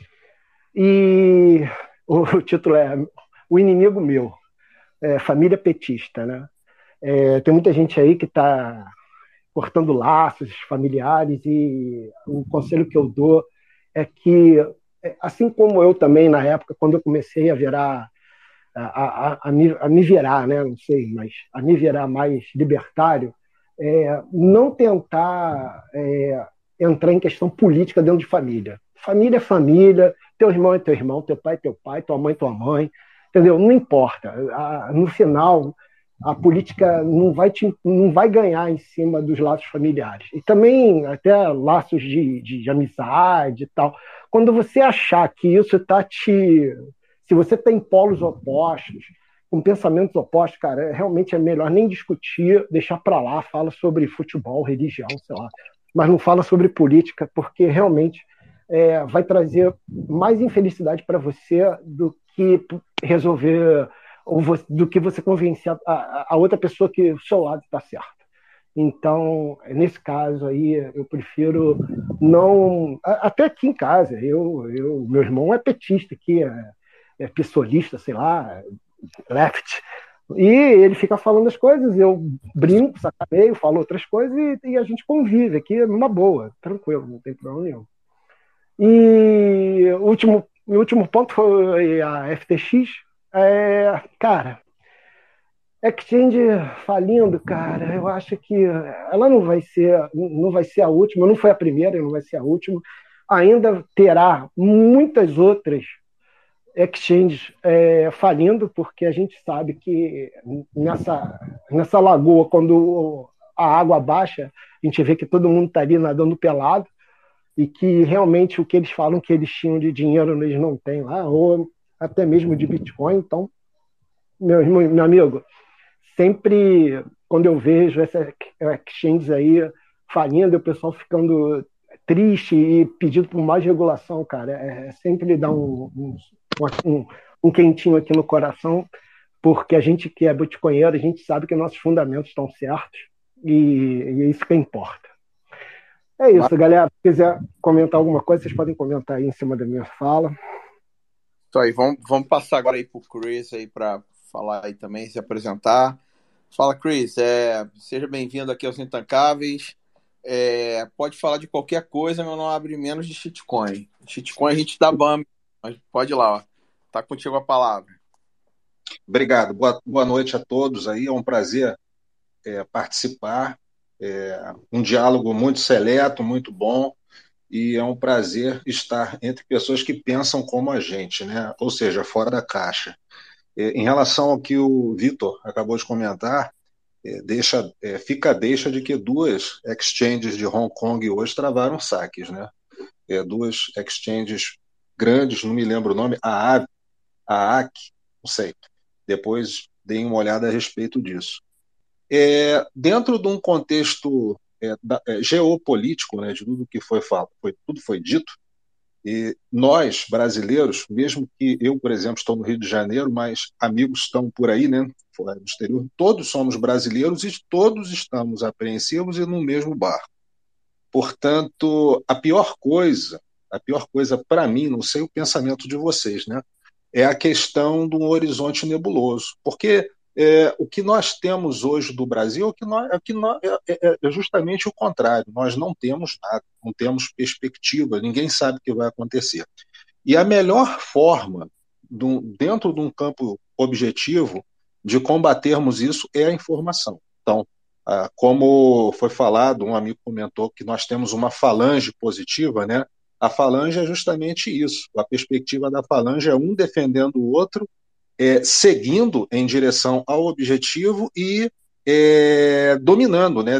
e o título é O Inimigo Meu, Família Petista, né? Tem muita gente aí que está cortando laços familiares, e o conselho que eu dou é que, assim como eu também, na época, quando eu comecei a virar, a me virar, né? Não sei, mas a me virar mais libertário, não tentar entrar em questão política dentro de família. Família é família, teu irmão é teu irmão, teu pai é teu pai, tua mãe é tua mãe, entendeu? Não importa. No final, a política não vai ganhar em cima dos laços familiares. E também até laços de amizade e tal. Quando você achar que isso está te... Se você tem polos opostos, com pensamentos opostos, cara, realmente é melhor nem discutir, deixar para lá, fala sobre futebol, religião, sei lá, mas não fala sobre política, porque realmente vai trazer mais infelicidade para você do que resolver, do que você convencer a outra pessoa que o seu lado está certo. Então, nesse caso aí, eu prefiro não... Até aqui em casa, meu irmão é petista aqui, é pissolista, sei lá, left. E ele fica falando as coisas, eu brinco, sacaneio, falo outras coisas e a gente convive aqui numa boa, tranquilo, não tem problema nenhum. E o último ponto foi a FTX. Cara, Exchange falindo, cara, eu acho que ela não vai ser a última, não foi a primeira, não vai ser a última. Ainda terá muitas outras exchanges falindo, porque a gente sabe que nessa lagoa, quando a água baixa, a gente vê que todo mundo está ali nadando pelado e que realmente o que eles falam que eles tinham de dinheiro eles não têm lá, ou até mesmo de Bitcoin. Então, meu amigo, sempre quando eu vejo essas exchanges aí falindo, o pessoal ficando triste e pedindo por mais regulação, cara, sempre dá um quentinho aqui no coração, porque a gente que é bitcoinheiro, a gente sabe que nossos fundamentos estão certos e é isso que importa. É isso, galera. Se quiser comentar alguma coisa, vocês podem comentar aí em cima da minha fala.
Então aí, vamos passar agora aí pro Chris aí para falar aí também, se apresentar. Fala, Chris, seja bem-vindo aqui aos Intancáveis. Pode falar de qualquer coisa, mas não abre menos de shitcoin. Shitcoin a gente dá BAM, mas pode ir lá, ó. Tá contigo a palavra.
Obrigado. Boa noite a todos aí. É um prazer participar. Um diálogo muito seleto, muito bom, e é um prazer estar entre pessoas que pensam como a gente, né? Ou seja, fora da caixa. Em relação ao que o Vitor acabou de comentar, fica a deixa de que duas exchanges de Hong Kong hoje travaram saques, né? Duas exchanges grandes, não me lembro o nome, a AC, não sei. Depois deem uma olhada a respeito disso. Dentro de um contexto geopolítico, né, de tudo que tudo foi dito, e nós, brasileiros, mesmo que eu, por exemplo, estou no Rio de Janeiro, mas amigos estão por aí, né, fora do exterior, todos somos brasileiros e todos estamos apreensivos e no mesmo barco. Portanto, a pior coisa para mim, não sei o pensamento de vocês, né, é a questão de um horizonte nebuloso, porque o que nós temos hoje do Brasil é justamente o contrário. Nós não temos nada, não temos perspectiva, ninguém sabe o que vai acontecer. E a melhor forma, dentro de um campo objetivo, de combatermos isso é a informação. Então, como foi falado, um amigo comentou que nós temos uma falange positiva, né? A falange é justamente isso. A perspectiva da falange é um defendendo o outro, seguindo em direção ao objetivo e dominando, né,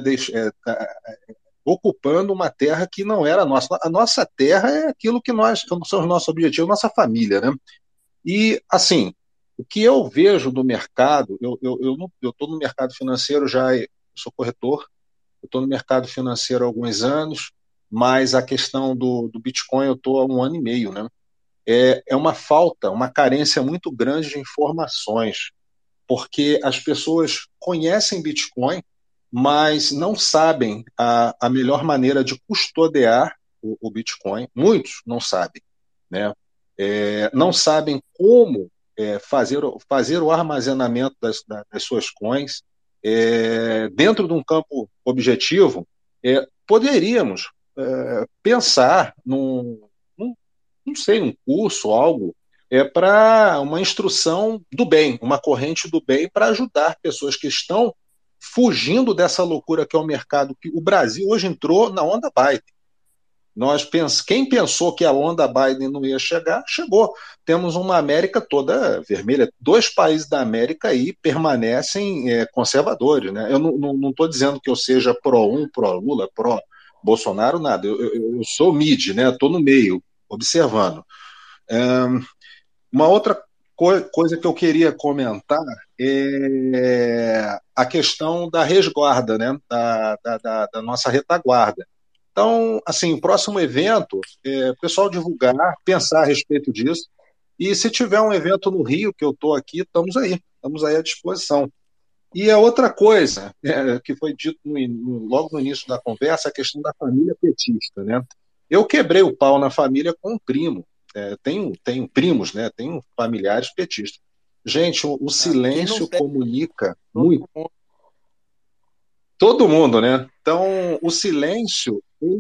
ocupando uma terra que não era nossa. A nossa terra é aquilo que são os nossos objetivos, nossa família, né? E, assim, o que eu vejo do mercado, eu estou no mercado financeiro já, eu sou corretor, eu estou no mercado financeiro há alguns anos, mas a questão do Bitcoin eu estou há 1 ano e meio, né? É uma falta, uma carência muito grande de informações, porque as pessoas conhecem Bitcoin, mas não sabem a melhor maneira de custodiar o Bitcoin. Muitos não sabem, né? Não sabem como fazer o armazenamento das suas coins. Dentro de um campo objetivo, poderíamos pensar não sei, um curso, algo, para uma instrução do bem, uma corrente do bem para ajudar pessoas que estão fugindo dessa loucura que é o mercado, que o Brasil hoje entrou na onda Biden. Quem pensou que a onda Biden não ia chegar, chegou. Temos uma América toda vermelha. 2 países da América aí permanecem conservadores. Né? Eu não estou dizendo que eu seja pró-um, pró-Lula, pró-Bolsonaro, nada. Eu sou mid, né? Estou no meio, observando. Uma outra coisa que eu queria comentar é a questão da resguarda, né? da nossa retaguarda. Então, assim, o próximo evento, o pessoal divulgar, pensar a respeito disso. E se tiver um evento no Rio, que eu estou aqui, estamos aí à disposição. E a outra coisa que foi dito logo no início da conversa, a questão da família petista, né? Eu quebrei o pau na família com um primo. Tenho primos, né? Tenho familiares petistas. Gente, o
Quem não
silêncio
tem,
comunica
todo
muito.
mundo.
Todo mundo, né? Então, o silêncio,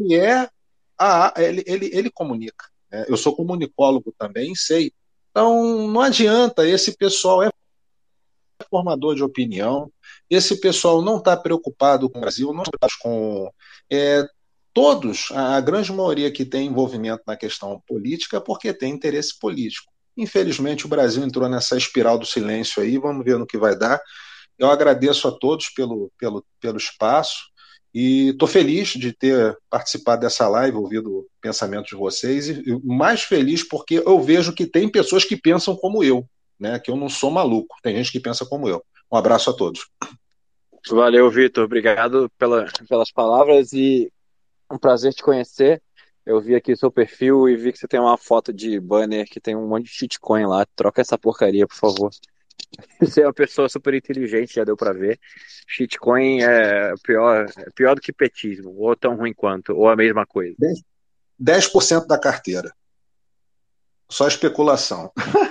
ele comunica. Né? Eu sou comunicólogo também, sei. Então, não adianta, esse pessoal é formador de opinião, esse pessoal não está preocupado com o Brasil, não está preocupado com todos, a grande maioria que tem envolvimento na questão política é porque tem interesse político. Infelizmente, o Brasil entrou nessa espiral do silêncio aí, vamos ver no que vai dar. Eu agradeço a todos pelo espaço e estou feliz de ter participado dessa live, ouvido o pensamento de vocês, e mais feliz porque eu vejo que tem pessoas que pensam como eu, né? Que eu não sou maluco, tem gente que pensa como eu. Um abraço a todos.
Valeu, Vitor. Obrigado pelas palavras e um prazer te conhecer. Eu vi aqui o seu perfil e vi que você tem uma foto de banner que tem um monte de shitcoin lá. Troca essa porcaria, por favor. Você é uma pessoa super inteligente, já deu pra ver. Shitcoin é pior do que petismo, ou tão ruim quanto, ou a mesma coisa.
10% da carteira. Só especulação.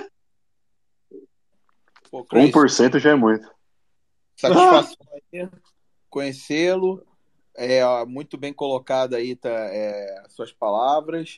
Pô, Cleison,
1% já é muito.
satisfação aí, conhecê-lo. Muito bem colocado aí as suas palavras.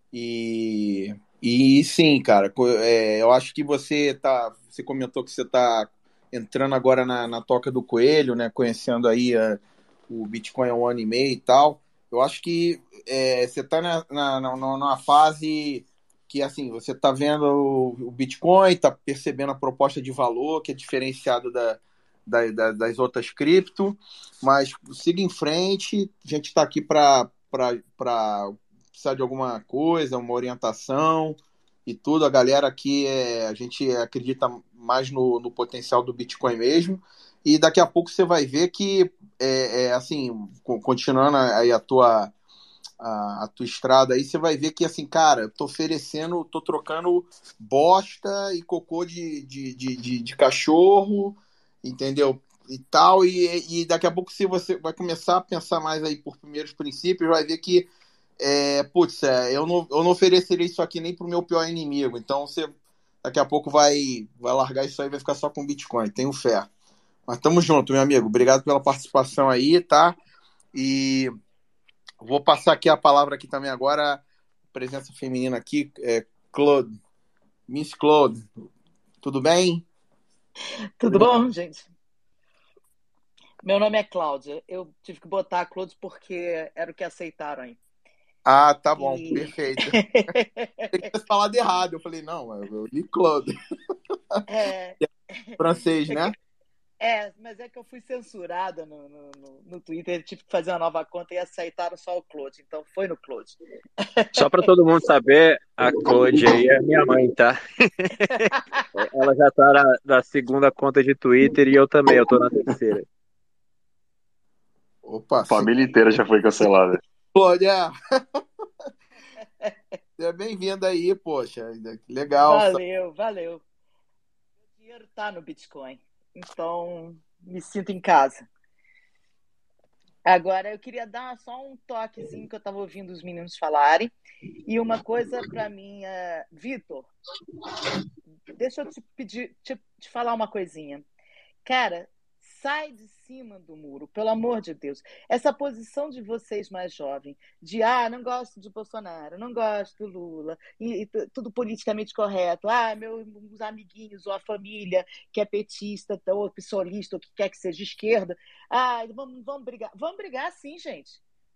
E sim, cara, eu acho que você comentou que você está entrando agora na toca do coelho, né? Conhecendo aí o Bitcoin há 1 ano e meio e tal. Eu acho que você está numa fase que, assim, você está vendo o Bitcoin, está percebendo a proposta de valor, que é diferenciado das outras cripto, mas siga em frente, a gente está aqui para precisar de alguma coisa, uma orientação e tudo. A galera aqui, a gente acredita mais no potencial do Bitcoin mesmo. E daqui a pouco você vai ver que, assim, continuando aí a tua estrada aí, você vai ver que, assim, cara, eu tô trocando bosta e cocô de cachorro, entendeu? E tal, e daqui a pouco, se você vai começar a pensar mais aí por primeiros princípios, vai ver que eu não ofereceria isso aqui nem pro meu pior inimigo. Então você daqui a pouco vai largar isso aí e vai ficar só com Bitcoin. Tenho fé. Mas tamo junto, meu amigo. Obrigado pela participação aí, tá? E vou passar aqui a palavra aqui também agora. Presença feminina aqui, Claude. Miss Claude. Tudo bem?
Tudo bom, gente? Meu nome é Cláudia. Eu tive que botar a Claude porque era o que aceitaram aí.
Ah, tá bom, perfeito. Tem que ter falado errado. Eu falei, não, eu li Claude. Francês, né?
Mas é que eu fui censurada no Twitter, tive que fazer uma nova conta e aceitaram só o Claude, então foi no Claude.
Só para todo mundo saber, a Claude aí é minha mãe, tá? Ela já tá na segunda conta de Twitter e eu também, eu tô na terceira.
Opa,
a família inteira já foi cancelada.
Claude, seja bem-vindo aí, poxa, legal.
Valeu. O dinheiro tá no Bitcoin, então me sinto em casa. Agora, eu queria dar só um toquezinho que eu estava ouvindo os meninos falarem. E uma coisa para mim, Vitor, deixa eu te falar uma coisinha. Cara, sai de cima do muro, pelo amor de Deus. Essa posição de vocês mais jovens, de não gosto de Bolsonaro, não gosto do Lula, e tudo politicamente correto. Meus amiguinhos ou a família que é petista ou psolista ou que quer que seja esquerda. Vamos brigar. Vamos brigar sim, gente.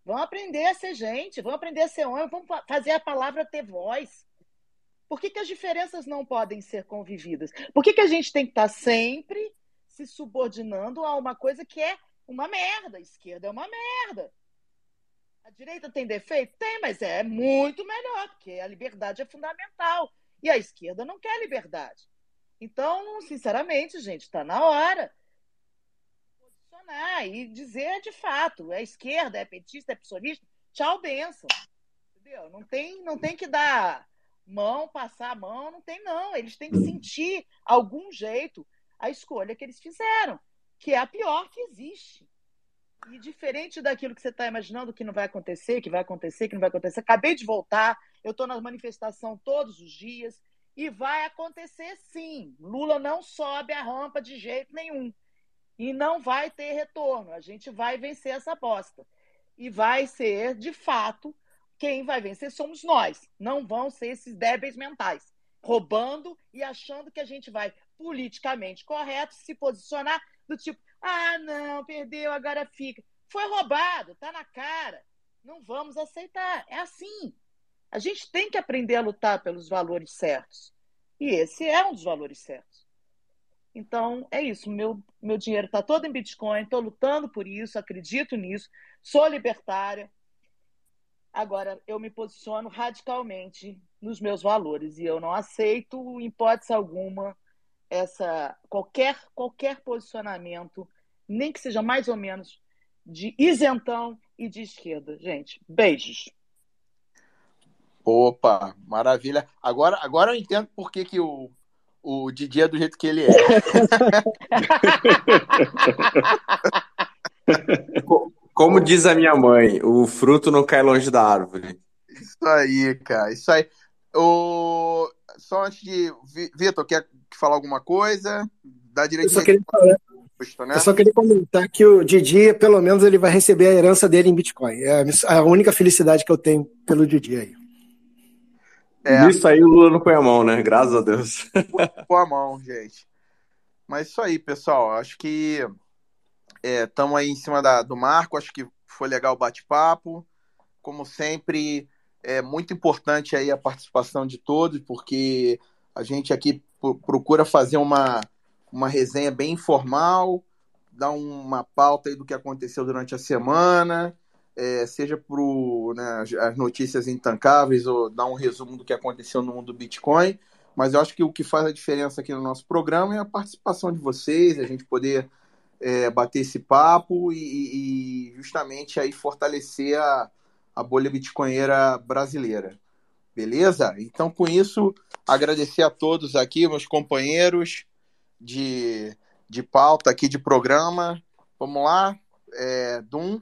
Vamos aprender a ser gente, vamos aprender a ser homem, vamos fazer a palavra ter voz. Por que as diferenças não podem ser convividas? Por que a gente tem que estar sempre se subordinando a uma coisa que é uma merda? A esquerda é uma merda. A direita tem defeito? Tem, mas é muito melhor, porque a liberdade é fundamental. E a esquerda não quer liberdade. Então, sinceramente, gente, está na hora de posicionar e dizer de fato, é esquerda, é petista, é psolista, tchau, bênção. Entendeu? Não tem que dar mão, passar a mão, não tem não. Eles têm que sentir algum jeito a escolha que eles fizeram, que é a pior que existe. E diferente daquilo que você está imaginando que não vai acontecer, que vai acontecer, que não vai acontecer. Acabei de voltar, eu estou na manifestação todos os dias e vai acontecer sim. Lula não sobe a rampa de jeito nenhum. E não vai ter retorno. A gente vai vencer essa bosta. E vai ser, de fato, quem vai vencer somos nós. Não vão ser esses débeis mentais, roubando e achando que a gente vai politicamente correto se posicionar do tipo, ah, não, perdeu, agora fica. Foi roubado, tá na cara. Não vamos aceitar. É assim. A gente tem que aprender a lutar pelos valores certos. E esse é um dos valores certos. Então, é isso. Meu dinheiro está todo em Bitcoin, estou lutando por isso, acredito nisso, sou libertária. Agora, eu me posiciono radicalmente nos meus valores e eu não aceito, em hipótese alguma, qualquer posicionamento, nem que seja mais ou menos de isentão e de esquerda. Gente, beijos.
Opa, maravilha. Agora eu entendo por que o Didi é do jeito que ele é.
Como diz a minha mãe, o fruto não cai longe da árvore.
Isso aí, cara. Isso aí. Só antes de... Vitor, quer falar alguma coisa? Dá direito
Eu só queria falar. Eu só queria comentar que o Didi, pelo menos, ele vai receber a herança dele em Bitcoin. É a única felicidade que eu tenho pelo Didi aí.
Nisso aí o Lula não põe a mão, né? Graças a Deus.
Põe a mão, gente. Mas isso aí, pessoal. Acho que estamos aí em cima do marco. Acho que foi legal o bate-papo. Como sempre, é muito importante aí a participação de todos, porque a gente aqui procura fazer uma resenha bem informal, dar uma pauta aí do que aconteceu durante a semana, seja as notícias intancáveis ou dar um resumo do que aconteceu no mundo do Bitcoin. Mas eu acho que o que faz a diferença aqui no nosso programa é a participação de vocês, a gente poder bater esse papo e justamente aí fortalecer a bolha bitcoinheira brasileira. Beleza? Então, com isso, agradecer a todos aqui, meus companheiros de pauta aqui de programa. Vamos lá? Dum.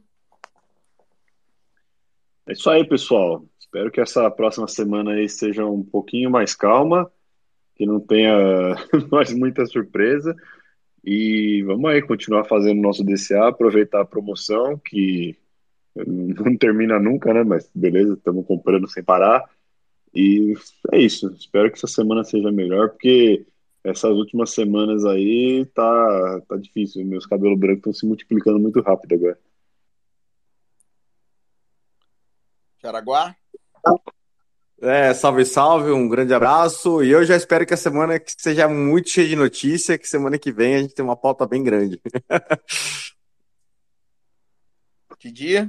É isso aí, pessoal. Espero que essa próxima semana aí seja um pouquinho mais calma, que não tenha mais muita surpresa. E vamos aí continuar fazendo nosso DCA, aproveitar a promoção, que não termina nunca, né? Mas beleza, estamos comprando sem parar. E é isso. Espero que essa semana seja melhor, porque essas últimas semanas aí tá difícil. Meus cabelos brancos estão se multiplicando muito rápido agora.
Jaraguá?
Salve, salve, um grande abraço. E eu já espero que a semana seja muito cheia de notícia, que semana que vem a gente tem uma pauta bem grande.
Didi?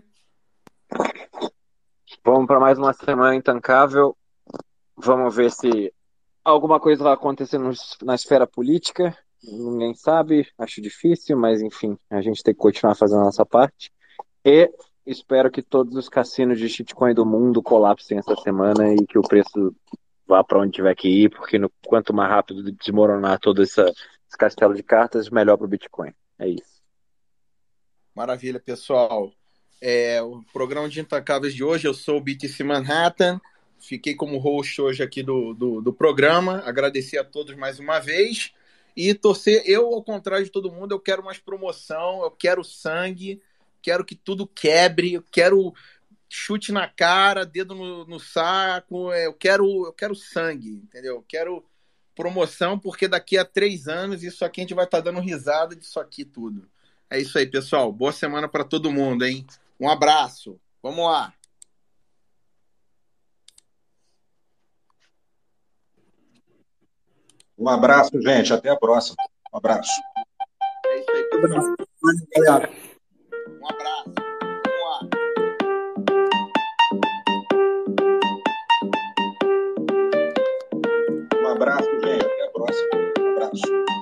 Vamos para mais uma semana intancável. Vamos ver se alguma coisa vai acontecer na esfera política. Ninguém sabe, acho difícil, mas enfim, a gente tem que continuar fazendo a nossa parte. E espero que todos os cassinos de shitcoin do mundo colapsem essa semana e que o preço vá para onde tiver que ir, porque quanto mais rápido desmoronar todo esse castelo de cartas, melhor para o Bitcoin. É isso.
Maravilha, pessoal. O programa de Intancáveis de hoje, eu sou o BTC Manhattan, fiquei como host hoje aqui do programa, agradecer a todos mais uma vez e torcer. Eu, ao contrário de todo mundo, eu quero mais promoção, eu quero sangue, quero que tudo quebre, eu quero chute na cara, dedo no saco, eu quero sangue, entendeu? Eu quero promoção, porque daqui a 3 anos isso aqui a gente vai estar dando risada disso aqui tudo. É isso aí, pessoal. Boa semana para todo mundo, hein? Um abraço. Vamos lá.
Um abraço, gente. Até a próxima. Um abraço.
É isso aí, pessoal.
Galera.
Um abraço. Vamos lá.
Um abraço, gente. Até a próxima. Um abraço.